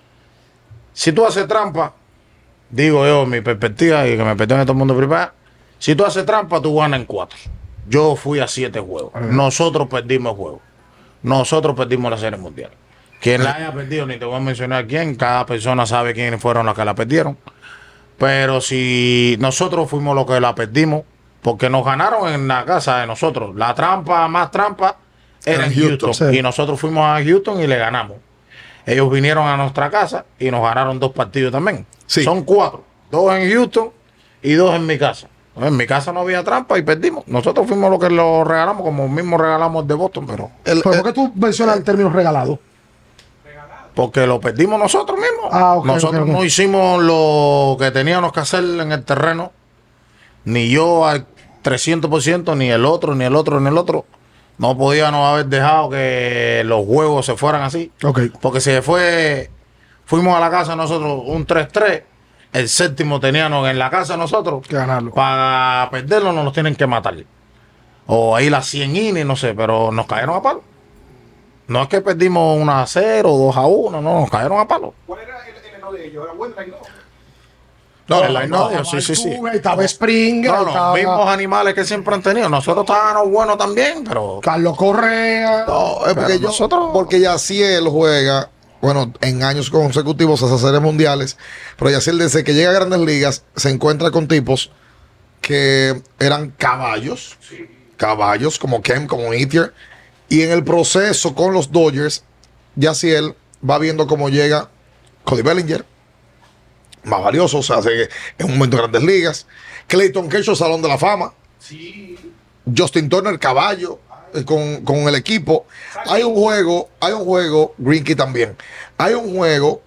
Si tú haces trampa, digo yo, mi perspectiva y que me perdonen todo el mundo privado, Si tú haces trampa, tú ganas en cuatro. Yo fui a siete juegos. Uh-huh. Nosotros perdimos el juego. Nosotros perdimos la Serie Mundial. Quien la haya perdido, ni te voy a mencionar quién. Cada persona sabe quiénes fueron los que la perdieron. Pero si nosotros fuimos los que la perdimos, porque nos ganaron en la casa de nosotros. La trampa más trampa era en Houston. Houston sí. Y nosotros fuimos a Houston y le ganamos. Ellos vinieron a nuestra casa y nos ganaron dos partidos también. Sí. Son cuatro. Dos en Houston y dos en mi casa. En mi casa no había trampa y perdimos. Nosotros fuimos los que lo regalamos, como mismo regalamos de Boston. Pero el, ¿Por qué tú mencionas el término regalado? Porque lo perdimos nosotros mismos. Ah, okay, nosotros okay, okay. no hicimos lo que teníamos que hacer en el terreno. Ni yo al trescientos por ciento, ni el otro, ni el otro, ni el otro. No podíamos haber dejado que los juegos se fueran así. Okay. Porque si fue, fuimos a la casa nosotros un tres tres, el séptimo teníamos en la casa nosotros. Que ganarlo. Para perderlo nos los tienen que matar. O ahí las cien innings, no sé, pero nos cayeron a palo. No es que perdimos uno a cero, dos a uno, no, nos cayeron a palo. ¿Cuál era el, el eno de ellos? ¿Era buen line no? No, el line no, sí, sí, sí. Estaba Springer. No, los estaba... mismos animales que siempre han tenido. Nosotros estábamos buenos también, pero... Carlos Correa. No, es porque yo, nosotros... porque Yaciel juega, bueno, en años consecutivos a esas series mundiales, pero Yaciel desde que llega a Grandes Ligas se encuentra con tipos que eran caballos, sí. caballos como Kem, como Ethier. Y en el proceso con los Dodgers, Yaciel va viendo cómo llega Cody Bellinger, más valioso, o sea, en un momento de Grandes Ligas. Clayton Kershaw, Salón de la Fama. Sí. Justin Turner, caballo, eh, con, con el equipo. Hay un juego, hay un juego, Greinke también. Hay un juego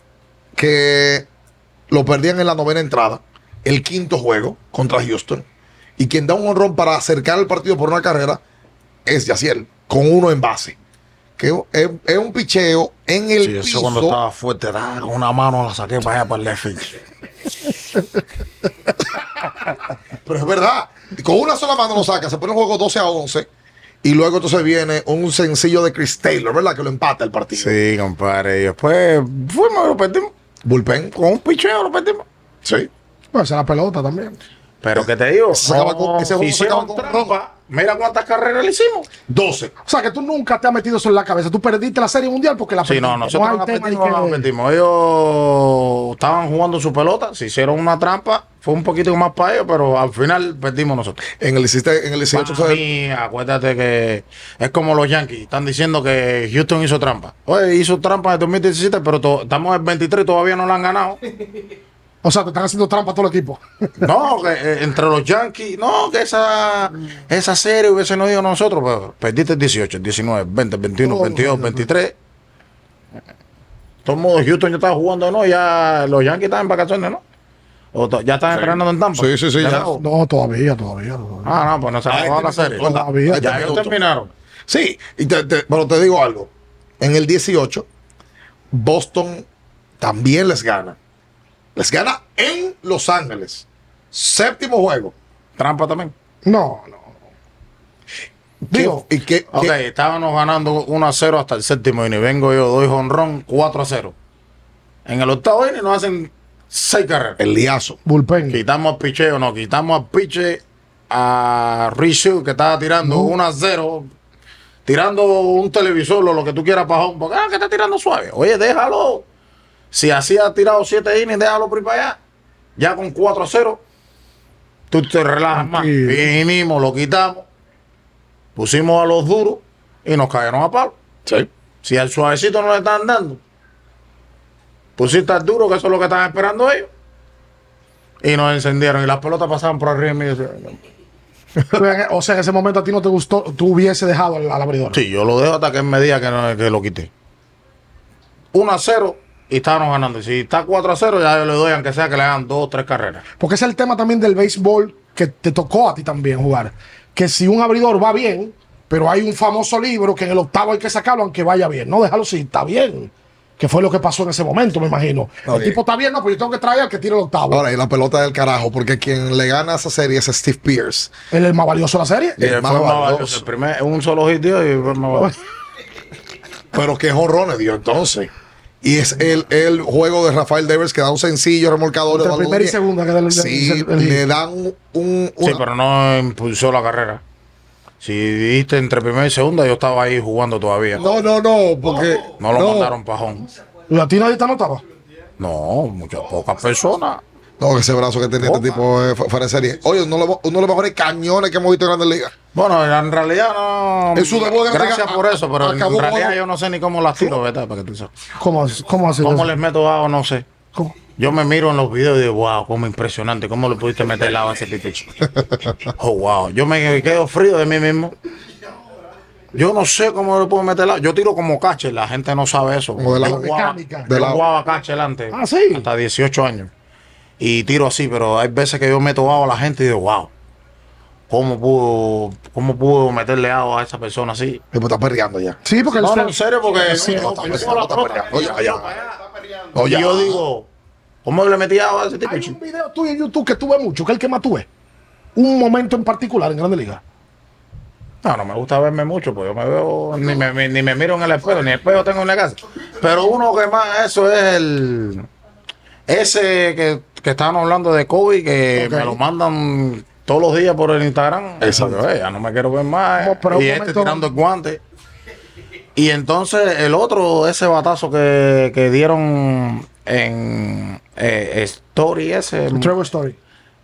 que lo perdían en la novena entrada, el quinto juego contra Houston. Y quien da un honrón para acercar el partido por una carrera es Yaciel, con uno en base. Que es, es un picheo en el sí, piso. Eso cuando estaba fuerte, da, con una mano la saqué para allá para el left field. Pero es verdad, con una sola mano lo saca, se pone el juego doce a once y luego entonces viene un sencillo de Chris Taylor, ¿verdad? Que lo empata el partido. Sí, compadre. Y después fuimos y lo perdimos. Bullpen. Con un picheo lo perdimos. Sí. Pues esa es la pelota también. Pero que te digo, se acaba con, ese juego se acaba con trampa. Mira cuántas carreras le hicimos. doce. O sea, que tú nunca te has metido eso en la cabeza. Tú perdiste la Serie Mundial porque la perdiste. Sí, no, nosotros no la perdimos, no la perdimos. Ellos estaban jugando su pelota, se hicieron una trampa, fue un poquito más para ellos, pero al final perdimos nosotros. En el, en el dieciocho... Para mí, acuérdate que es como los Yankees, están diciendo que Houston hizo trampa. Oye, hizo trampa en el dos mil diecisiete, pero to, estamos en el veintitrés y todavía no la han ganado. O sea, te están haciendo trampa a todo el equipo. No, que, eh, entre los Yankees, no, que esa, esa serie hubiese no ido nosotros, pero perdiste el dieciocho, el diecinueve, el veinte, el veintiuno, el veintidós, el veintitrés. De todos modos, Houston ya estaba jugando, ¿no? Ya los Yankees están en vacaciones, ¿no? O to, ya están sí. entrenando en Tampa. Sí, sí, sí. Ya. No, todavía, todavía, todavía. Ah, no, pues no se ha acabado la serie. Todavía. Ya ellos terminaron. Sí, y te, te, pero te digo algo. En el dieciocho, Boston también les gana. Les gana en Los Ángeles. Séptimo juego. Trampa también. No, no. Digo, ¿y qué, ok, qué? Estábamos ganando uno a cero hasta el séptimo inning. Vengo yo, doy jonrón cuatro a cero. En el octavo inning nos hacen seis carreras. El liazo. Bullpen. Quitamos al picheo, no, quitamos al piche a Richard, que estaba tirando uno a cero. Tirando un televisor o lo que tú quieras para home. Porque, ah, que está tirando suave. Oye, déjalo. Si así ha tirado siete innings, déjalo por ahí para allá. Ya con cuatro a cero, tú te relajas más. Vinimos, lo quitamos, pusimos a los duros y nos cayeron a palo. Sí. Si al suavecito no le están dando, pusiste al duro, que eso es lo que estaban esperando ellos. Y nos encendieron y las pelotas pasaban por arriba y me O sea, en ese momento a ti no te gustó, tú hubiese dejado al, al abridor. Sí, yo lo dejo hasta que él me diga que, no, que lo quité. uno a cero. Y estábamos ganando. Y si está cuatro a cero, ya yo le doy, aunque sea que le hagan dos o tres carreras. Porque ese es el tema también del béisbol que te tocó a ti también jugar. Que si un abridor va bien, pero hay un famoso libro que en el octavo hay que sacarlo aunque vaya bien. No, déjalo si está bien. Que fue lo que pasó en ese momento, me imagino. Okay. El tipo está bien, no, pues yo tengo que traer al que tire el octavo. Ahora, y la pelota del carajo, porque quien le gana a esa serie es Steve Pearce. ¿Él es el más valioso de la serie? El, el más valioso. valioso. El primer, un solo hit dio y fue más valioso. Pero qué jonrones dio entonces. Y es el, el juego de Rafael Devers que da un sencillo remolcador. Entre primera y segunda. Que el, sí, el, el, le dan un... un Sí, pero no impulsó la carrera. Si diste entre primera y segunda, yo estaba ahí jugando todavía. No, no, no, porque... No lo mandaron pajón. ¿Y a ti nadie te anotaba? No, muchas pocas personas. No, ese brazo que tenía este tipo eh, fuera de serie. Oye, uno de, los, uno de los mejores cañones que hemos visto en Grandes Ligas. Bueno, en realidad no. En su debut de Grandes Gracias Ligas, por eso, pero en acabó realidad con- yo no sé ni cómo las tiro, ¿verdad? Para que tú sepas. ¿Cómo, cómo hace ¿Cómo eso? les meto agua? No sé. ¿Cómo? Yo me miro en los videos y digo, wow, cómo impresionante, cómo le pudiste meter el agua a ese pipicho. Oh, wow. Yo me quedo frío de mí mismo. Yo no sé cómo le puedo meter el agua. Yo tiro como catcher, la gente no sabe eso. Como de la Yo jugaba- mecánica. Yo De la- jugaba catcher antes. Ah, ¿sí? Hasta dieciocho años. Y tiro así, pero hay veces que yo meto agua a la gente y digo, wow, ¿cómo pudo, cómo pudo meterle agua a esa persona así? El tipo está perreando ya. Sí, porque No, el no, en serio, porque Sí, yo- no, está yo perreando, cojo la está pelota, perreando. Oye, yo allá. tiro para allá. Oye, Y yo digo, ¿cómo le metí agua a ese tipo? Hay un video tuyo en YouTube que tuve mucho, que es el que más tuve. Un momento en particular en Grandes Ligas. No, no me gusta verme mucho, pues yo me veo, ni me, ni me miro en el espejo, ni espejo tengo en la casa. Pero uno que más eso es el. Ese que, que estaban hablando de Kobe, que Ok. me lo mandan todos los días por el Instagram. Exacto. Porque, eh, ya no me quiero ver más. No, pero y un este momento- tirando el guante. Y entonces el otro, ese batazo que, que dieron en eh, Story ese. Trevor Story.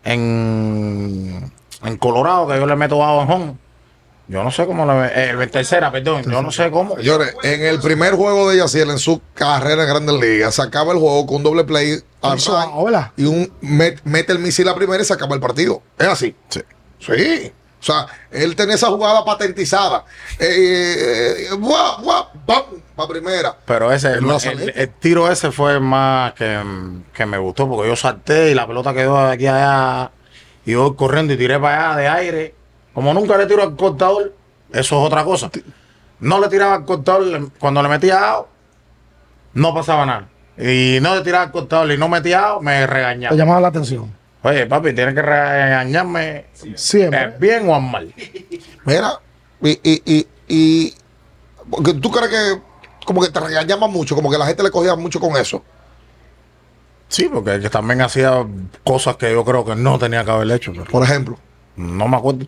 en, en Colorado, que yo le meto agua en home. Yo no sé cómo le eh, en tercera, perdón, yo no sé cómo. Señores, en el primer juego de Yaciel en su carrera en Grandes Ligas, sacaba el juego con un doble play al Hizo right, agua, ¿verdad? y un met- mete el misil a primera y se acaba el partido. Es así. Sí. Sí. O sea, él tenía esa jugada patentizada. Eh, eh, guau, guau, bam, pa' primera. Pero ese, Él no el, sale. el- el tiro ese fue más que, que me gustó, porque yo salté y la pelota quedó de aquí a allá. Y yo corriendo y tiré para allá de aire. Como nunca le tiro al cortador, eso es otra cosa. No le tiraba al cortador, cuando le metía out, no pasaba nada. Y no le tiraba al cortador y no metía out, me Te regañaba. llamaba la atención. Oye, papi, tienes que regañarme Siempre. eh, bien o mal. Mira, y, y, y, y porque tú crees que como que te regañaban mucho, como que la gente le cogía mucho con eso. Sí, porque que también hacía cosas que yo creo que no tenía que haber hecho. Pero Por ejemplo. no me acuerdo.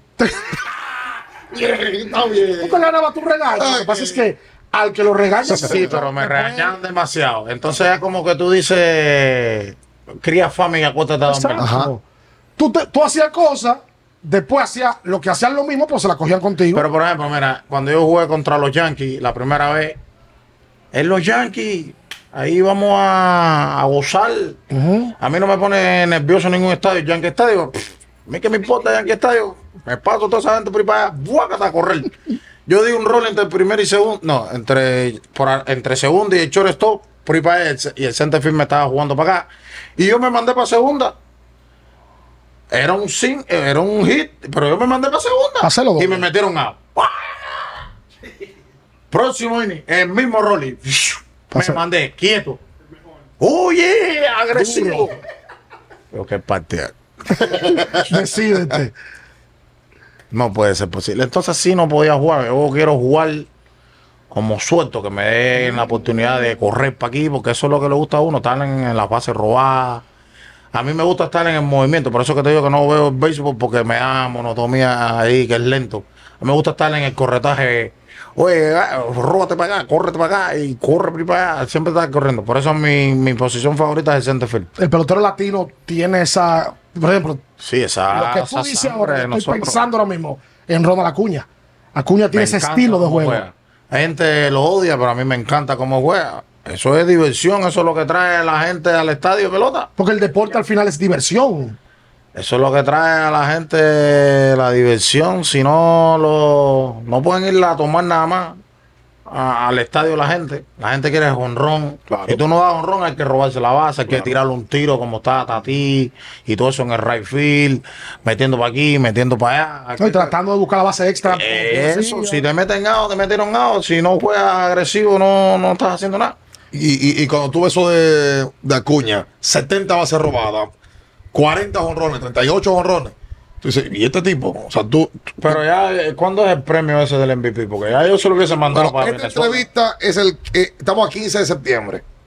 Está bien. ¿Tú te ganabas tu regaño? Lo que pasa es que al que lo regañas. Sí, pero me regañaban demasiado. Entonces es como que tú dices, cría familia, acuéstate a dormir. Exacto. Ajá. Tú, te- tú hacías cosas, después hacías lo que hacían lo mismo, pues se la cogían contigo. Pero por ejemplo, mira, cuando yo jugué contra los Yankees la primera vez, en los Yankees, ahí vamos a, a gozar. Ujú. A mí no me pone nervioso ningún estadio. Yankee Estadio, pff, a mí que me importa Yankee Estadio. Me paso toda esa gente por ahí para allá, ¡buácata! A correr. Yo di un rol entre el primer y segundo, no, entre, por, a- entre segundo y el shortstop, por ahí para allá, el ce- y el center field me estaba jugando para acá. Y yo me mandé para segunda. Era un sin, era un hit, pero yo me mandé para segunda. Hacelo doble. Y me metieron a. Próximo inning, el mismo rol. y Me Pasa- mandé quieto. Oye, agresivo. Pero qué partida. Decídete. No puede ser posible. Entonces sí no podía jugar. Yo quiero jugar como suelto, que me den la oportunidad de correr para aquí, porque eso es lo que le gusta a uno, estar en, en las bases robadas. A mí me gusta estar en el movimiento, por eso que te digo que no veo el béisbol, porque me da monotonía ahí, que es lento. A mí me gusta estar en el corretaje. Oye, ah, róbate para acá, córrete para acá y corre por ahí para allá. Siempre estar corriendo. Por eso mi, mi posición favorita es el center field. El pelotero latino tiene esa. Por ejemplo, Sí, esa. lo que tú esa dices sangre ahora, de estoy nosotros. pensando ahora mismo en Ronald Acuña. Acuña tiene Me ese encanta estilo de cómo juego. juega. La gente lo odia, pero a mí me encanta cómo juega. Eso es diversión, eso es lo que trae a la gente al estadio de pelota. Porque el deporte al final es diversión. Eso es lo que trae a la gente la diversión. Si no, lo, no pueden ir a tomar nada más a- al estadio la gente. La gente quiere jonrón. Claro. Si tú no das jonrón, hay que robarse la base, hay que tirarle un tiro como está Tati y todo eso en el right field, metiendo para aquí, metiendo para allá. Hay ¿no? Y que- tratando de buscar la base extra. Eso, si te meten out, te metieron out. Si no juegas agresivo, no, no estás haciendo nada. Y, y, y cuando tú ves eso de, de Acuña, setenta bases robadas, cuarenta jonrones, treinta y ocho jonrones. Tú dices, ¿y este tipo? O sea, tú. Pero ya, eh, ¿cuándo es el premio ese del M V P? Porque ya yo se lo hubiese mandado Bueno, para esta Venezuela. entrevista es el. eh, estamos a quince de septiembre.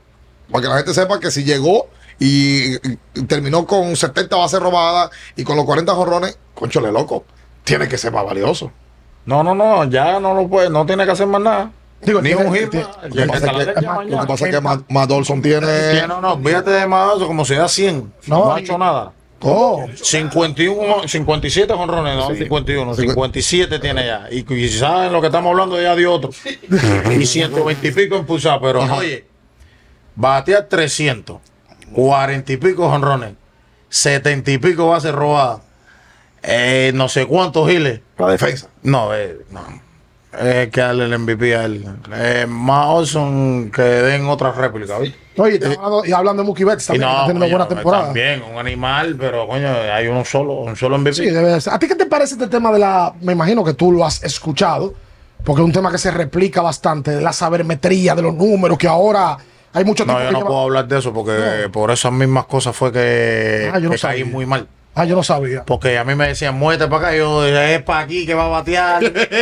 Para que la gente sepa que si llegó y, y terminó con setenta bases robadas y con los cuarenta jonrones, conchole loco, tiene que ser más valioso. No, no, no, ya no lo puede, no tiene que hacer más nada. Digo, Ni tiene- un hit. tiene- más. Lo Ya que que pasa te la es den que, ya lo mañana. que, pasa es que Matt, Matt Olson tiene... Sí, no, no, olvídate de más como si da cien. No, No, ha y- hecho nada. Oh, cincuenta y uno, cincuenta y siete jonrones, no, Sí. cincuenta y uno, Cincu- cincuenta y siete tiene ya. Y, y si saben lo que estamos hablando, ya dio otro. Y ciento veinte y pico impulsados. Pero oye, batea trescientos, cuarenta y pico jonrones, setenta y pico bases robadas, eh, no sé cuántos giles. La defensa. No, eh, no. Es que darle el M V P a él. Eh, más Olson que den otra réplica, ¿viste? oye, y, hablando, y hablando de Mookie Betts Y también, que está teniendo coño, buena temporada. También, un animal, pero coño, hay uno solo, un solo M V P. Sí, debe de ser. ¿A ti qué te parece este tema de la... Me imagino que tú lo has escuchado, porque es un tema que se replica bastante, de la sabermetría, de los números, que ahora hay muchos No, tipos yo que no llevan- puedo hablar de eso porque No. por esas mismas cosas fue que, Ah, yo no que caí sabía. muy mal. Ah, yo no sabía. Porque a mí me decían, muévete para acá, y yo, es para aquí que va a batear.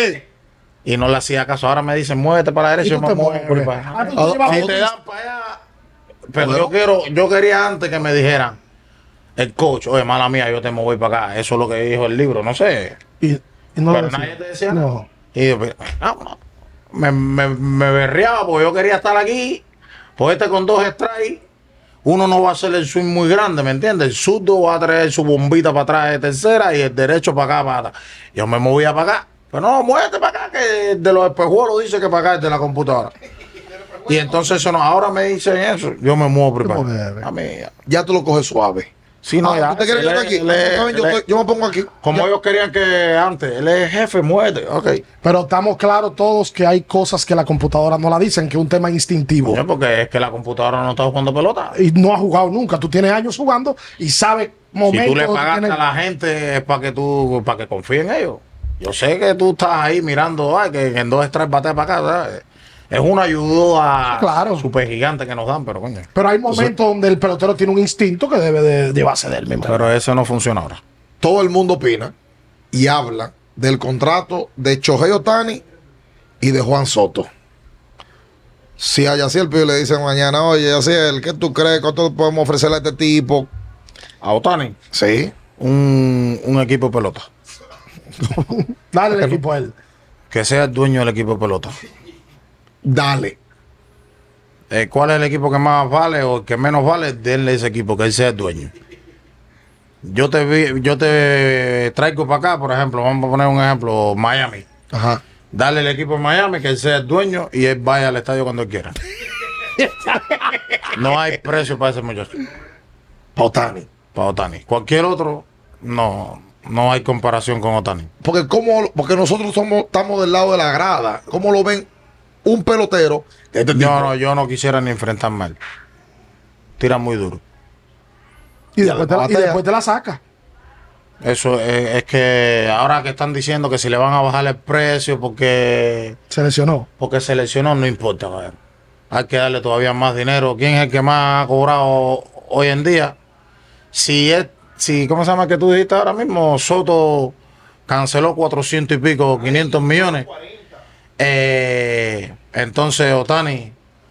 Y no le hacía caso. Ahora me dicen, muévete para la Y derecha, tú yo te me muevo por ahí mueves. para Ah, allá. tú te llevas Si fotos. te dan para allá. Pero yo quiero, yo quería antes que me dijeran, el coach, oye, mala mía, yo te me voy para acá. Eso es lo que dijo el libro, no sé. Y, y no Pero lo decía. nadie te decía nada. No. Y yo, pues, ah, no. me, me, me berreaba porque yo quería estar aquí. Pues este con dos strikes, uno no va a hacer el swing muy grande, ¿me entiendes? El zurdo va a traer su bombita para atrás de tercera y el derecho para acá, para atrás. Yo me movía para acá. Pero no, muévete para acá, que de los espejuelos dice que para acá es de la computadora. Y entonces eso no, ahora me dicen eso, yo me muevo primero. mueves. A mí, Ya tú lo coges suave. sí, no, Ah, ya, ¿tú te quieres él quedar es- aquí? él es- Está bien, yo, él es- estoy- yo me pongo aquí. como Ya. ellos querían que antes, él es jefe, muévete, ok. Pero estamos claros todos que hay cosas que la computadora no la dicen, que es un tema instintivo. Coño, porque es que la computadora no está jugando pelota. Y no ha jugado nunca. Tú tienes años jugando y sabes momentos. Si tú le que pagaste tienes- a la gente es para que tú, para que confíe en ellos. Yo sé que tú estás ahí mirando, ay, que en dos strikes batea para acá, ¿sabes? Es una ayuda Claro. súper gigante que nos dan, pero coño. Pero hay momentos donde el pelotero tiene un instinto que debe de llevarse de él mismo. Pero eso no funciona ahora. Todo el mundo opina y habla del contrato de Shohei Ohtani y de Juan Soto. Si a Yaciel Pío le dicen mañana, oye, Yaciel, ¿qué tú crees? ¿Cuánto podemos ofrecerle a este tipo? A Ohtani, Sí. un, un equipo de pelota. Dale el equipo a él. Que sea el dueño del equipo de pelota. Dale. Eh, ¿Cuál es el equipo que más vale o el que menos vale? Denle ese equipo, que él sea el dueño. Yo te vi, yo te traigo para acá, por ejemplo, vamos a poner un ejemplo, Miami. Ajá. Dale el equipo en Miami, que él sea el dueño y él vaya al estadio cuando él quiera. No hay precio para ese muchacho, Pa' Ohtani. para Ohtani. Cualquier otro, no, no hay comparación con Ohtani. Porque, como, porque nosotros somos, estamos del lado de la grada. ¿Cómo lo ven un pelotero de este tipo? Yo no, yo no quisiera ni enfrentarme a él. Tira muy duro. Y Ya, después, te la, y batea. después te la saca. Eso es, es que ahora que están diciendo que si le van a bajar el precio porque, Se lesionó. porque se lesionó, no importa, cabrón. Hay que darle todavía más dinero. ¿Quién es el que más ha cobrado hoy en día? Si es, si, ¿cómo se llama que tú dijiste ahora mismo? Soto canceló cuatrocientos y pico, quinientos millones. Eh, entonces, Ohtani,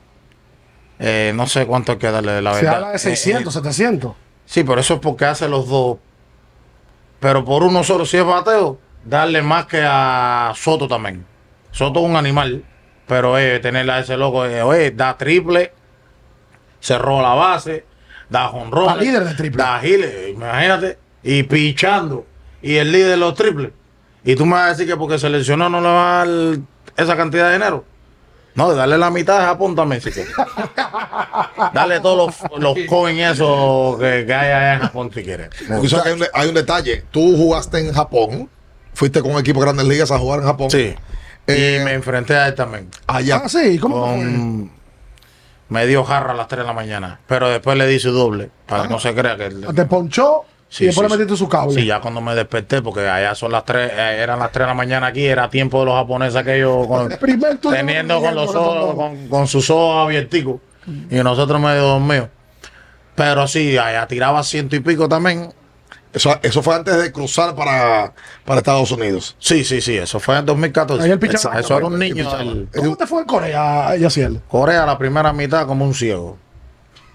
eh, no sé cuánto hay que darle, la Se verdad. habla de seiscientos, Eh, setecientos. Sí, pero eso es porque hace los dos. Pero por uno solo, si es bateo, darle más que a Soto también. Soto es un animal, pero eh, tenerle a ese loco, eh, oye, da triple, se roba la base, da jonrón. Da líder de triple. Da giles, imagínate, y pichando, y el líder de los triples. Y tú me vas a decir que porque se lesionó no le va a dar esa cantidad de dinero. No, de darle la mitad de Japón también, si quieres. Dale todos los, los coins esos que, que hay allá en Japón, si quieres. Porque sabes que hay, un, hay un detalle. Tú jugaste en Japón. Fuiste con un equipo de Grandes Ligas a jugar en Japón. Sí. Eh, y me enfrenté a él también. Allá. Ah, sí, ¿cómo fue? Con, me dio jarra a las tres de la mañana. Pero después le di su doble. Para que no se crea que. él- Te ponchó Sí, y después sí, le metiste su cable. Sí, ya cuando me desperté, porque allá son las tres, eh, eran las tres de la mañana aquí, era tiempo de los japoneses aquellos con, Primer turno teniendo de con los mierda, ojos, no. con, con sus ojos abierticos. Y nosotros medio dormidos. Pero sí, allá tiraba ciento y pico también. Eso, eso fue antes de cruzar para, para Estados Unidos. Sí, sí, sí, eso fue en dos mil catorce. Ahí él pichaba. Eso era un Ahí niño. pichaba. el- ¿Cómo te fue en Corea, Yaciel? Corea, la primera mitad, como un ciego.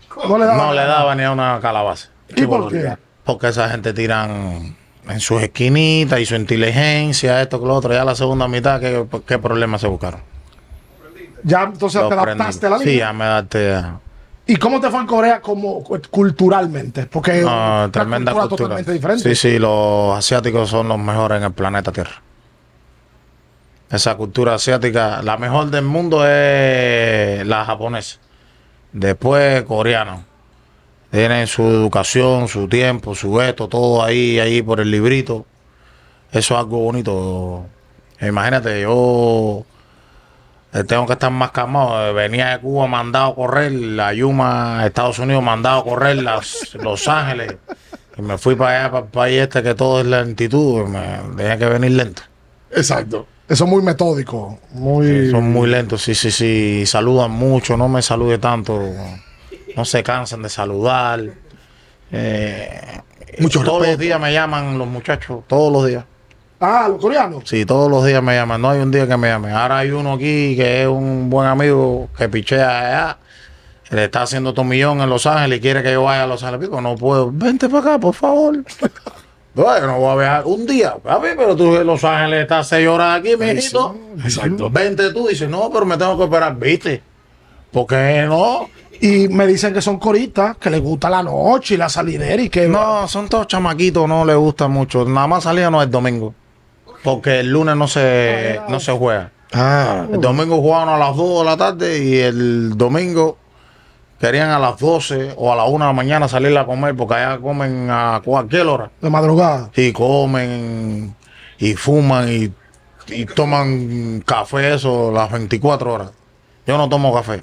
No le daba No le nada. daba ni a una calabaza. ¿Y por qué? Porque esa gente tiran en sus esquinitas y su inteligencia, esto que lo otro. Ya la segunda mitad, ¿qué, qué problemas se buscaron? Ya entonces Lo te adaptaste a la aprendí. Sí, línea. ya me adapté a... ¿Y cómo te fue en Corea como culturalmente? Porque es No, una tremenda cultura cultura. totalmente diferente. Sí, sí, los asiáticos son los mejores en el planeta Tierra. Esa cultura asiática, la mejor del mundo es la japonesa. Después coreano. Tienen su educación, su tiempo, su esto, todo ahí, ahí por el librito. Eso es algo bonito. Imagínate, yo eh, tengo que estar más calmado. Venía de Cuba, mandado a correr, la Yuma, Estados Unidos, mandado a correr, las, Los Ángeles. Y me fui para allá, para el país este, que todo es lentitud. Me tenía que venir lento. Exacto. Eso es muy metódico. Muy... Son muy lentos, sí, sí, sí. Saludan mucho, no me salude tanto. No se cansan de saludar. Eh, Mucho todos respeto. los días me llaman los muchachos, todos los días. Ah, los coreanos. Sí, todos los días me llaman. No hay un día que me llamen. Ahora hay uno aquí que es un buen amigo que pichea allá. Le está haciendo tu millón en Los Ángeles y quiere que yo vaya a Los Ángeles. Digo, no puedo. Vente para acá, por favor. No, yo no voy a viajar un día. Papi, pero tú en Los Ángeles estás seis horas aquí, mijito. Exacto. Vente tú. Dice, no, pero me tengo que esperar. ¿Viste? ¿Por qué no? Y me dicen que son coristas, que les gusta la noche y la salidera y que... No, son todos chamaquitos, no les gusta mucho. Nada más salíamos el domingo. Porque el lunes no se, no se juega. Ah, El domingo jugaban a las dos de la tarde y el domingo querían a las doce o a la una de la mañana salir a comer porque allá comen a cualquier hora. De madrugada. Y comen y fuman y, y toman café eso las veinticuatro horas. Yo no tomo café.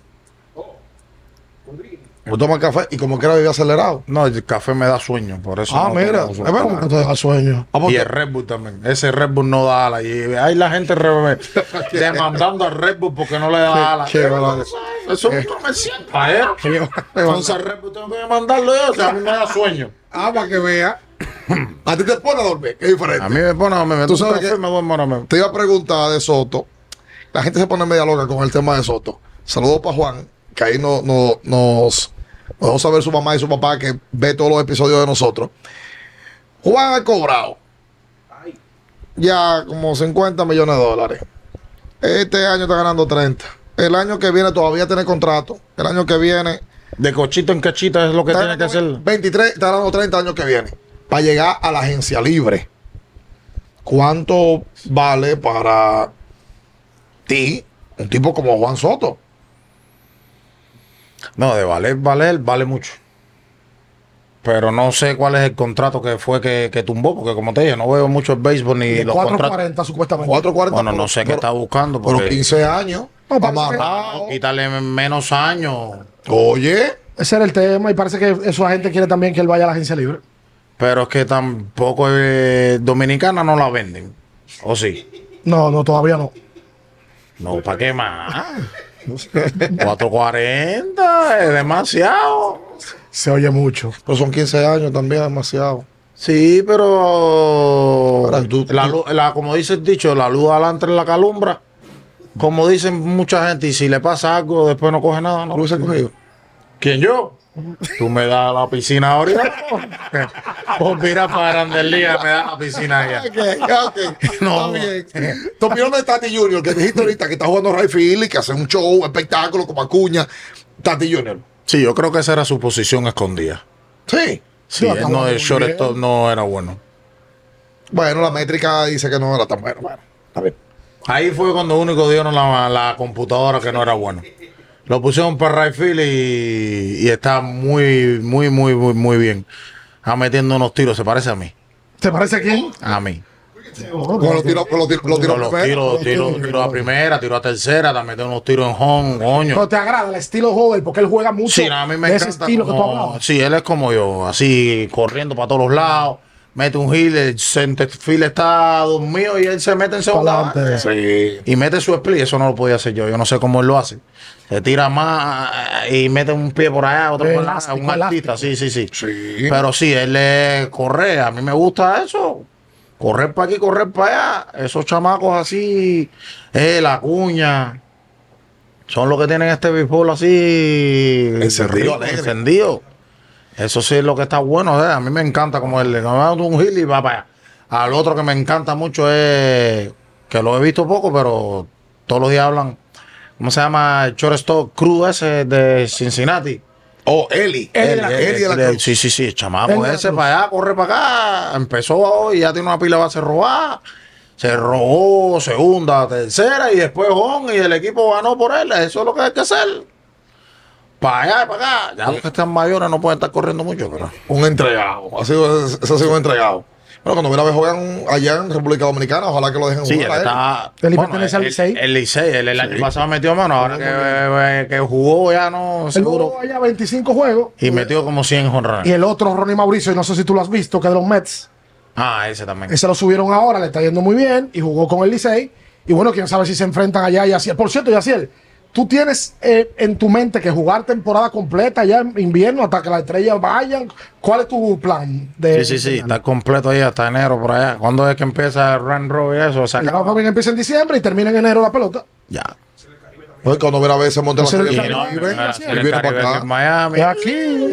yo tomo café y como quiera vivir acelerado. No, el café me da sueño, por eso. Ah, no mira, tomo es sueño. verdad. ¿Cómo que te deja sueño? Ah, porque- Y el Red Bull también. Ese Red Bull no da ala. Y hay la gente re- demandando al Red Bull porque no le da ala. qué verdad. Eso es un comercial para él. Entonces al Red Bull tengo que demandarlo yo. O sea, a mí me da sueño. Ah, para que vea. A ti te pone a dormir, que es diferente. A mí me pone, me meto Tú un sabes café que- y me duermo ahora mismo. Te iba a preguntar de Soto. La gente se pone media loca con el tema de Soto. Saludos para Juan, que ahí no, no, nos nos dejó saber su mamá y su papá que ve todos los episodios de nosotros. Juan ha cobrado ya como cincuenta millones de dólares. Este año está ganando treinta. El año que viene todavía tiene contrato. El año que viene De cochito en cachita es lo que está tiene que ganando hacer. veintitrés, está ganando treinta años que viene. Para llegar a la agencia libre. ¿Cuánto vale para ti un tipo como Juan Soto? No, de valer, valer, vale mucho. Pero no sé cuál es el contrato que fue que, que tumbó, porque como te dije, no veo mucho el béisbol ni De los cuatro contratos. cuarenta supuestamente. cuatro cuarenta. Bueno, no sé qué pero- está buscando. Pero Porque quince años. No, parece amarrado. no, quítale menos años. Oye, Ese era el tema y parece que esa gente quiere también que él vaya a la agencia libre. Pero es que tampoco eh, Dominicana no la venden. ¿O sí? No, no, todavía no. No, ¿para qué más? cuatro cuarenta es demasiado. Se oye mucho. pero son quince años también, demasiado. Sí, pero Ahora, tú- la, tú- luz- la- como dice el dicho, la luz adelante en la calumbra. Como dicen mucha gente, y si le pasa algo, después no coge nada, ¿Tú ¿no? lo hubiese cogido? ¿Quién yo? Tú me das la piscina ahorita. Pues mira para Grandes Ligas, me das la piscina allá. Ok, ok. No. Está bien. Tu opinión de Tati Junior, que dijiste ahorita que está jugando Ray Field y que hace un show, un espectáculo como Acuña. Tati Junior. Sí, yo creo que esa era su posición escondida. Sí. Sí, Sí, él está no, jugando el muy shortstop bien. no era bueno. Bueno, la métrica dice que no era tan bueno. Bueno, está bien. Ahí fue cuando único dieron la, la computadora que no era bueno. Lo pusieron para right field y, y está muy, muy, muy, muy, muy bien. Está metiendo unos tiros, se parece a mí. ¿Te parece quién? A mí. Con los tiros, con los tiros, los tiros Con los primero. tiros, tiros, tiros a primera, tiros a tercera, también metiendo unos tiros en home, coño. Pero te agrada el estilo joven porque él juega mucho Sí, no, a mí me de encanta. ese estilo que tú como- hablabas. sí, él es como yo, así corriendo para todos los lados. Mete un hill, el center field está dormido y él se mete en segunda. Pa'lante. base. Sí. Y mete su split, eso no lo podía hacer yo. Yo no sé cómo él lo hace. Se tira más y mete un pie por allá, otro por allá. Elástico, Un artista, elástico. sí, sí, sí, Sí. Pero sí, él es correr. A mí me gusta eso. Correr para aquí, correr para allá. Esos chamacos así, eh, la cuña. son los que tienen este béisbol así Encendido, rico, alegre. encendido. Eso sí es lo que está bueno. ¿eh? A mí me encanta como el de un hit y va para allá. Al otro que me encanta mucho es que lo he visto poco, pero todos los días hablan. ¿Cómo se llama? El shortstop Cruz ese de Cincinnati. Oh, Eli. Eli de Eli, la Eli de la El- el- Cruz. Sí, sí, sí, el chamaco Eli de la ese Cruz. para allá, corre para acá. Empezó hoy, ya tiene una pila de base robada. Se robó segunda, tercera y después home y el equipo ganó por él. Eso es lo que hay que hacer. Para allá y para acá. Ya los que están mayores no pueden estar corriendo mucho, pero. Un entregado. Ha sido, ese ha sido un entregado. Bueno, cuando viene a ver juegan allá en República Dominicana, ojalá que lo dejen Sí, él jugar a él. está. Él pertenece al el- Licey. El Licey, él el año Sí. pasado metió mano, ahora que, eh, que jugó ya no, Él seguro. jugó allá veinticinco juegos. Y metió como cien Y jonrones. el otro, Ronnie Mauricio, y no sé si tú lo has visto, que es de los Mets. Ah, ese también. Ese lo subieron ahora, le está yendo muy bien y jugó con el Licey. Y bueno, quién sabe si se enfrentan allá y así. Por cierto, Yaciel, tú tienes eh, en tu mente que jugar temporada completa ya en invierno hasta que las estrellas vayan. ¿Cuál es tu plan? De, Sí, sí, sí, está completo ahí hasta enero por allá. ¿Cuándo es que empieza el run row y eso? O sea, El Copa América empieza en diciembre y termina en enero la pelota. ya. Oye, cuando viene a ver se monta la Ese serie es del el Y no, Caribe, la y serie viene Caribe para en acá. Miami. Es aquí.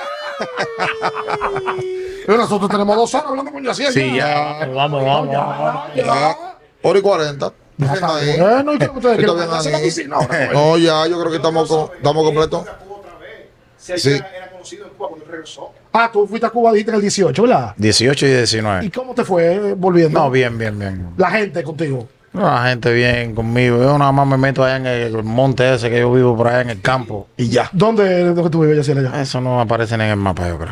Pero nosotros tenemos dos horas hablando con Yaciel. Sí, ya. Vamos, vamos, vamos. Ya, hora y cuarenta. Ya Bien está ahí. bueno, ¿y qué ustedes Está quieren? bien ¿Hacer la ahí. piscina ahora? No, ya, yo creo que estamos, con- estamos completos. Si Sí. era, era conocido en Cuba cuando él regresó. Ah, tú fuiste a Cuba, dijiste en el dieciocho, ¿verdad? dieciocho y ¿Y diecinueve. cómo te fue eh, volviendo? No, bien, bien, bien. La gente contigo. La gente bien conmigo. Yo nada más me meto allá en el monte ese que yo vivo por allá en el campo. Y ya. ¿Dónde es lo que tú vives, Yaciel, allá? Eso no aparece ni en el mapa, yo creo.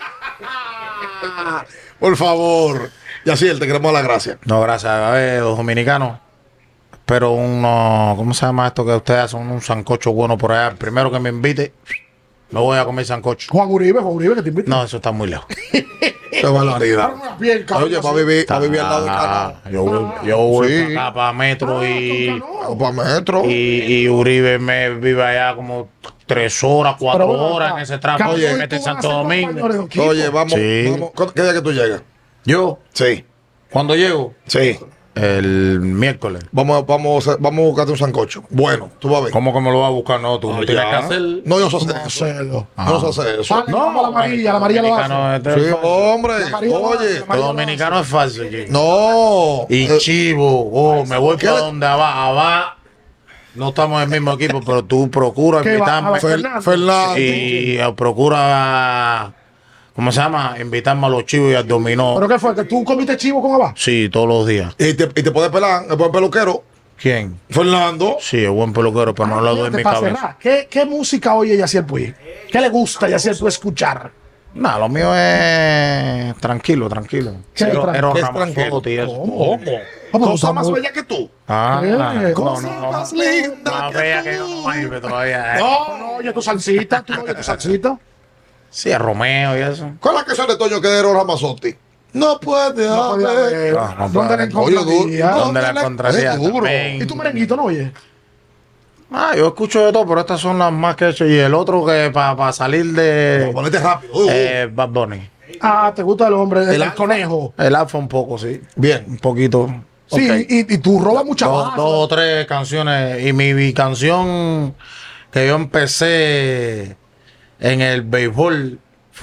Por favor. Yaciel, te queremos dar las gracias. No, gracias a ver, los dominicanos. Pero uno, ¿cómo se llama esto que ustedes hacen? Un sancocho bueno por allá. El primero que me invite, me voy a comer sancocho. Juan Uribe, Juan Uribe, que te invita. No, eso está muy lejos. Qué barbaridad. Bien, cabrón, Oye, va a así. vivir, va a vivir al lado de Ah, Cano. yo voy, yo voy Sí. para acá, para Metro y, Para metro. y, y Uribe me vive allá como tres horas, cuatro Pero, bueno, horas acá, en ese tráfico. Cano, Oye, ¿y me mete tú en vas a Santo ser Domingo. compañero de equipo? Oye, vamos, Sí. vamos. ¿Qué día que tú llegas? Yo, Sí. cuando llego, Sí. el miércoles. Vamos, a- vamos, a- vamos a buscarte un sancocho. Bueno, tú vas a ver. ¿Cómo que me lo va a buscar? No, tú Ah, no tienes ya. que hacer. No, yo sé hacer No, eso. hacerlo. Yo sé hacer eso. Vale, vamos a la amarilla, la amarilla lo dominicano hace. es de Sí, falso. hombre. La María lo hace, Oye. la María Los dominicanos es falso, chico. No. Y Eh, chivo, oh, me voy ¿Qué para le- donde va, va. No estamos en el mismo equipo, pero tú procuras ¿Qué va? invitarme. A Fer- Fernando. Fernando. Y eh, procura, ¿cómo se llama? Invitarme a los chivos y al dominó. ¿Pero qué fue? ¿Que tú comiste chivo con Abad? Sí, todos los días. Y te, y te puede pelar, el buen peluquero. ¿Quién? Fernando. Sí, el buen peluquero, pero no le doy Fíjate, mi para cabeza. cerrar, ¿Qué, ¿Qué música oye Yaciel Puig? ¿Qué le gusta Yaciel Puig escuchar? No, lo mío es tranquilo, tranquilo. ¿Qué Pero, tranquilo? pero ¿Qué es Ramazotti y eso. ¿Cómo? ¿Cómo Cosa está más muy- bella que tú. Ah, Eh, no, cosa no, no. más linda Más que bella tú. que yo no me todavía. eh. No, no oye tu salsita, tú no oyes tu salsita. Sí, a Romeo y eso. ¿Cuál es la canción de Toño Quedero Ramazotti? No puede No podía haber. haber. Ah, no ¿Dónde la puede. Oye, encontraría? duro. Donde la le- encontraría es duro. también. ¿Y tu merenguito no oye? Ah, yo escucho de todo, pero estas son las más que he hecho. Y el otro que para salir de Ponete rápido. Uh, uh. eh, Bad Bunny. Ah, te gusta el hombre, el, El el alfa. conejo. El alfa un poco, sí. Bien. Un poquito. Sí, Ok. y, y tú robas mucha dos, base. dos o tres canciones. Y mi, mi canción que yo empecé en el béisbol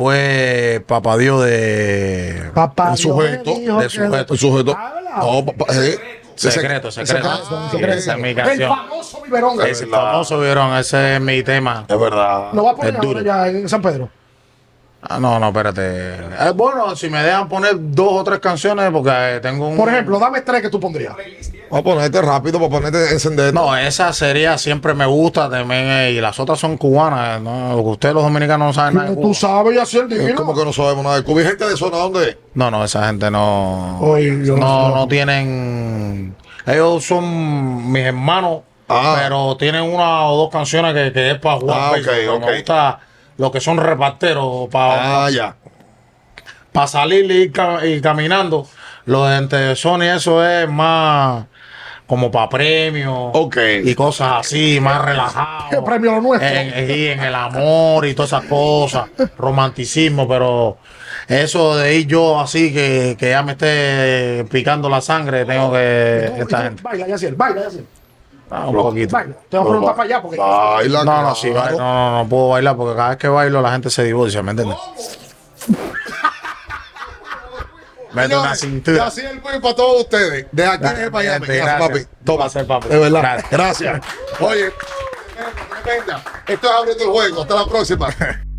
fue Papá Dios de Papá El Dios sujeto, me dijo de que- sujeto. El sujeto. Ah, ¿verdad? No, papá. eh, Secreto, ese- secreto. ese- Sí, esa es mi El canción. famoso biberón. Ese famoso vieron, ese es mi tema. Es verdad. Lo va a poner Es duro. ahora ya en San Pedro. Ah, no, no, espérate. Eh, bueno, si me dejan poner dos o tres canciones, porque eh, tengo un. Por ejemplo, dame tres que tú pondrías. Vamos a ponerte rápido para ponerte encender. No, esa sería siempre me gusta también. eh, y las otras son cubanas. ¿no? Ustedes los dominicanos no saben nada de Tú Cuba. sabes, Yaciel, Es divino. como que no sabemos nada de Cuba. ¿Y gente de zona dónde? No, no, esa gente no. Oye, yo no, no- no tienen. Ellos son mis hermanos, Ah. pero tienen una o dos canciones que, que es para jugar. Ah, ok, béisbol, pero ok. Me gusta lo que son reparteros para Ah, ya. para salir y ir ca- y caminando. Lo de entre Sony, eso es más como para premios Ok. y cosas así, más relajado. ¿Qué premio lo nuestro? En, en- y en el amor y todas esas cosas, romanticismo, pero eso de ir yo así que, que ya me esté picando la sangre, tengo que. Y tú- y Esta tú- gente. Baila, Yaciel, baila, Yaciel. Ah, un poquito. Baila. Tengo que preguntar para allá porque. Baila, No, no, claro. sí, bailo, no, no, no puedo bailar porque cada vez que bailo la gente se divorcia, ¿me entiendes? Mete una Señores, y cintura. así el cuento para todos ustedes. De aquí Gracias, en Miami. gente, Gracias, gracias. papi. Toma. Placer, papi. De verdad. Gracias. Gracias. Oye, tremenda. Esto es abriendo el juego. Hasta la próxima.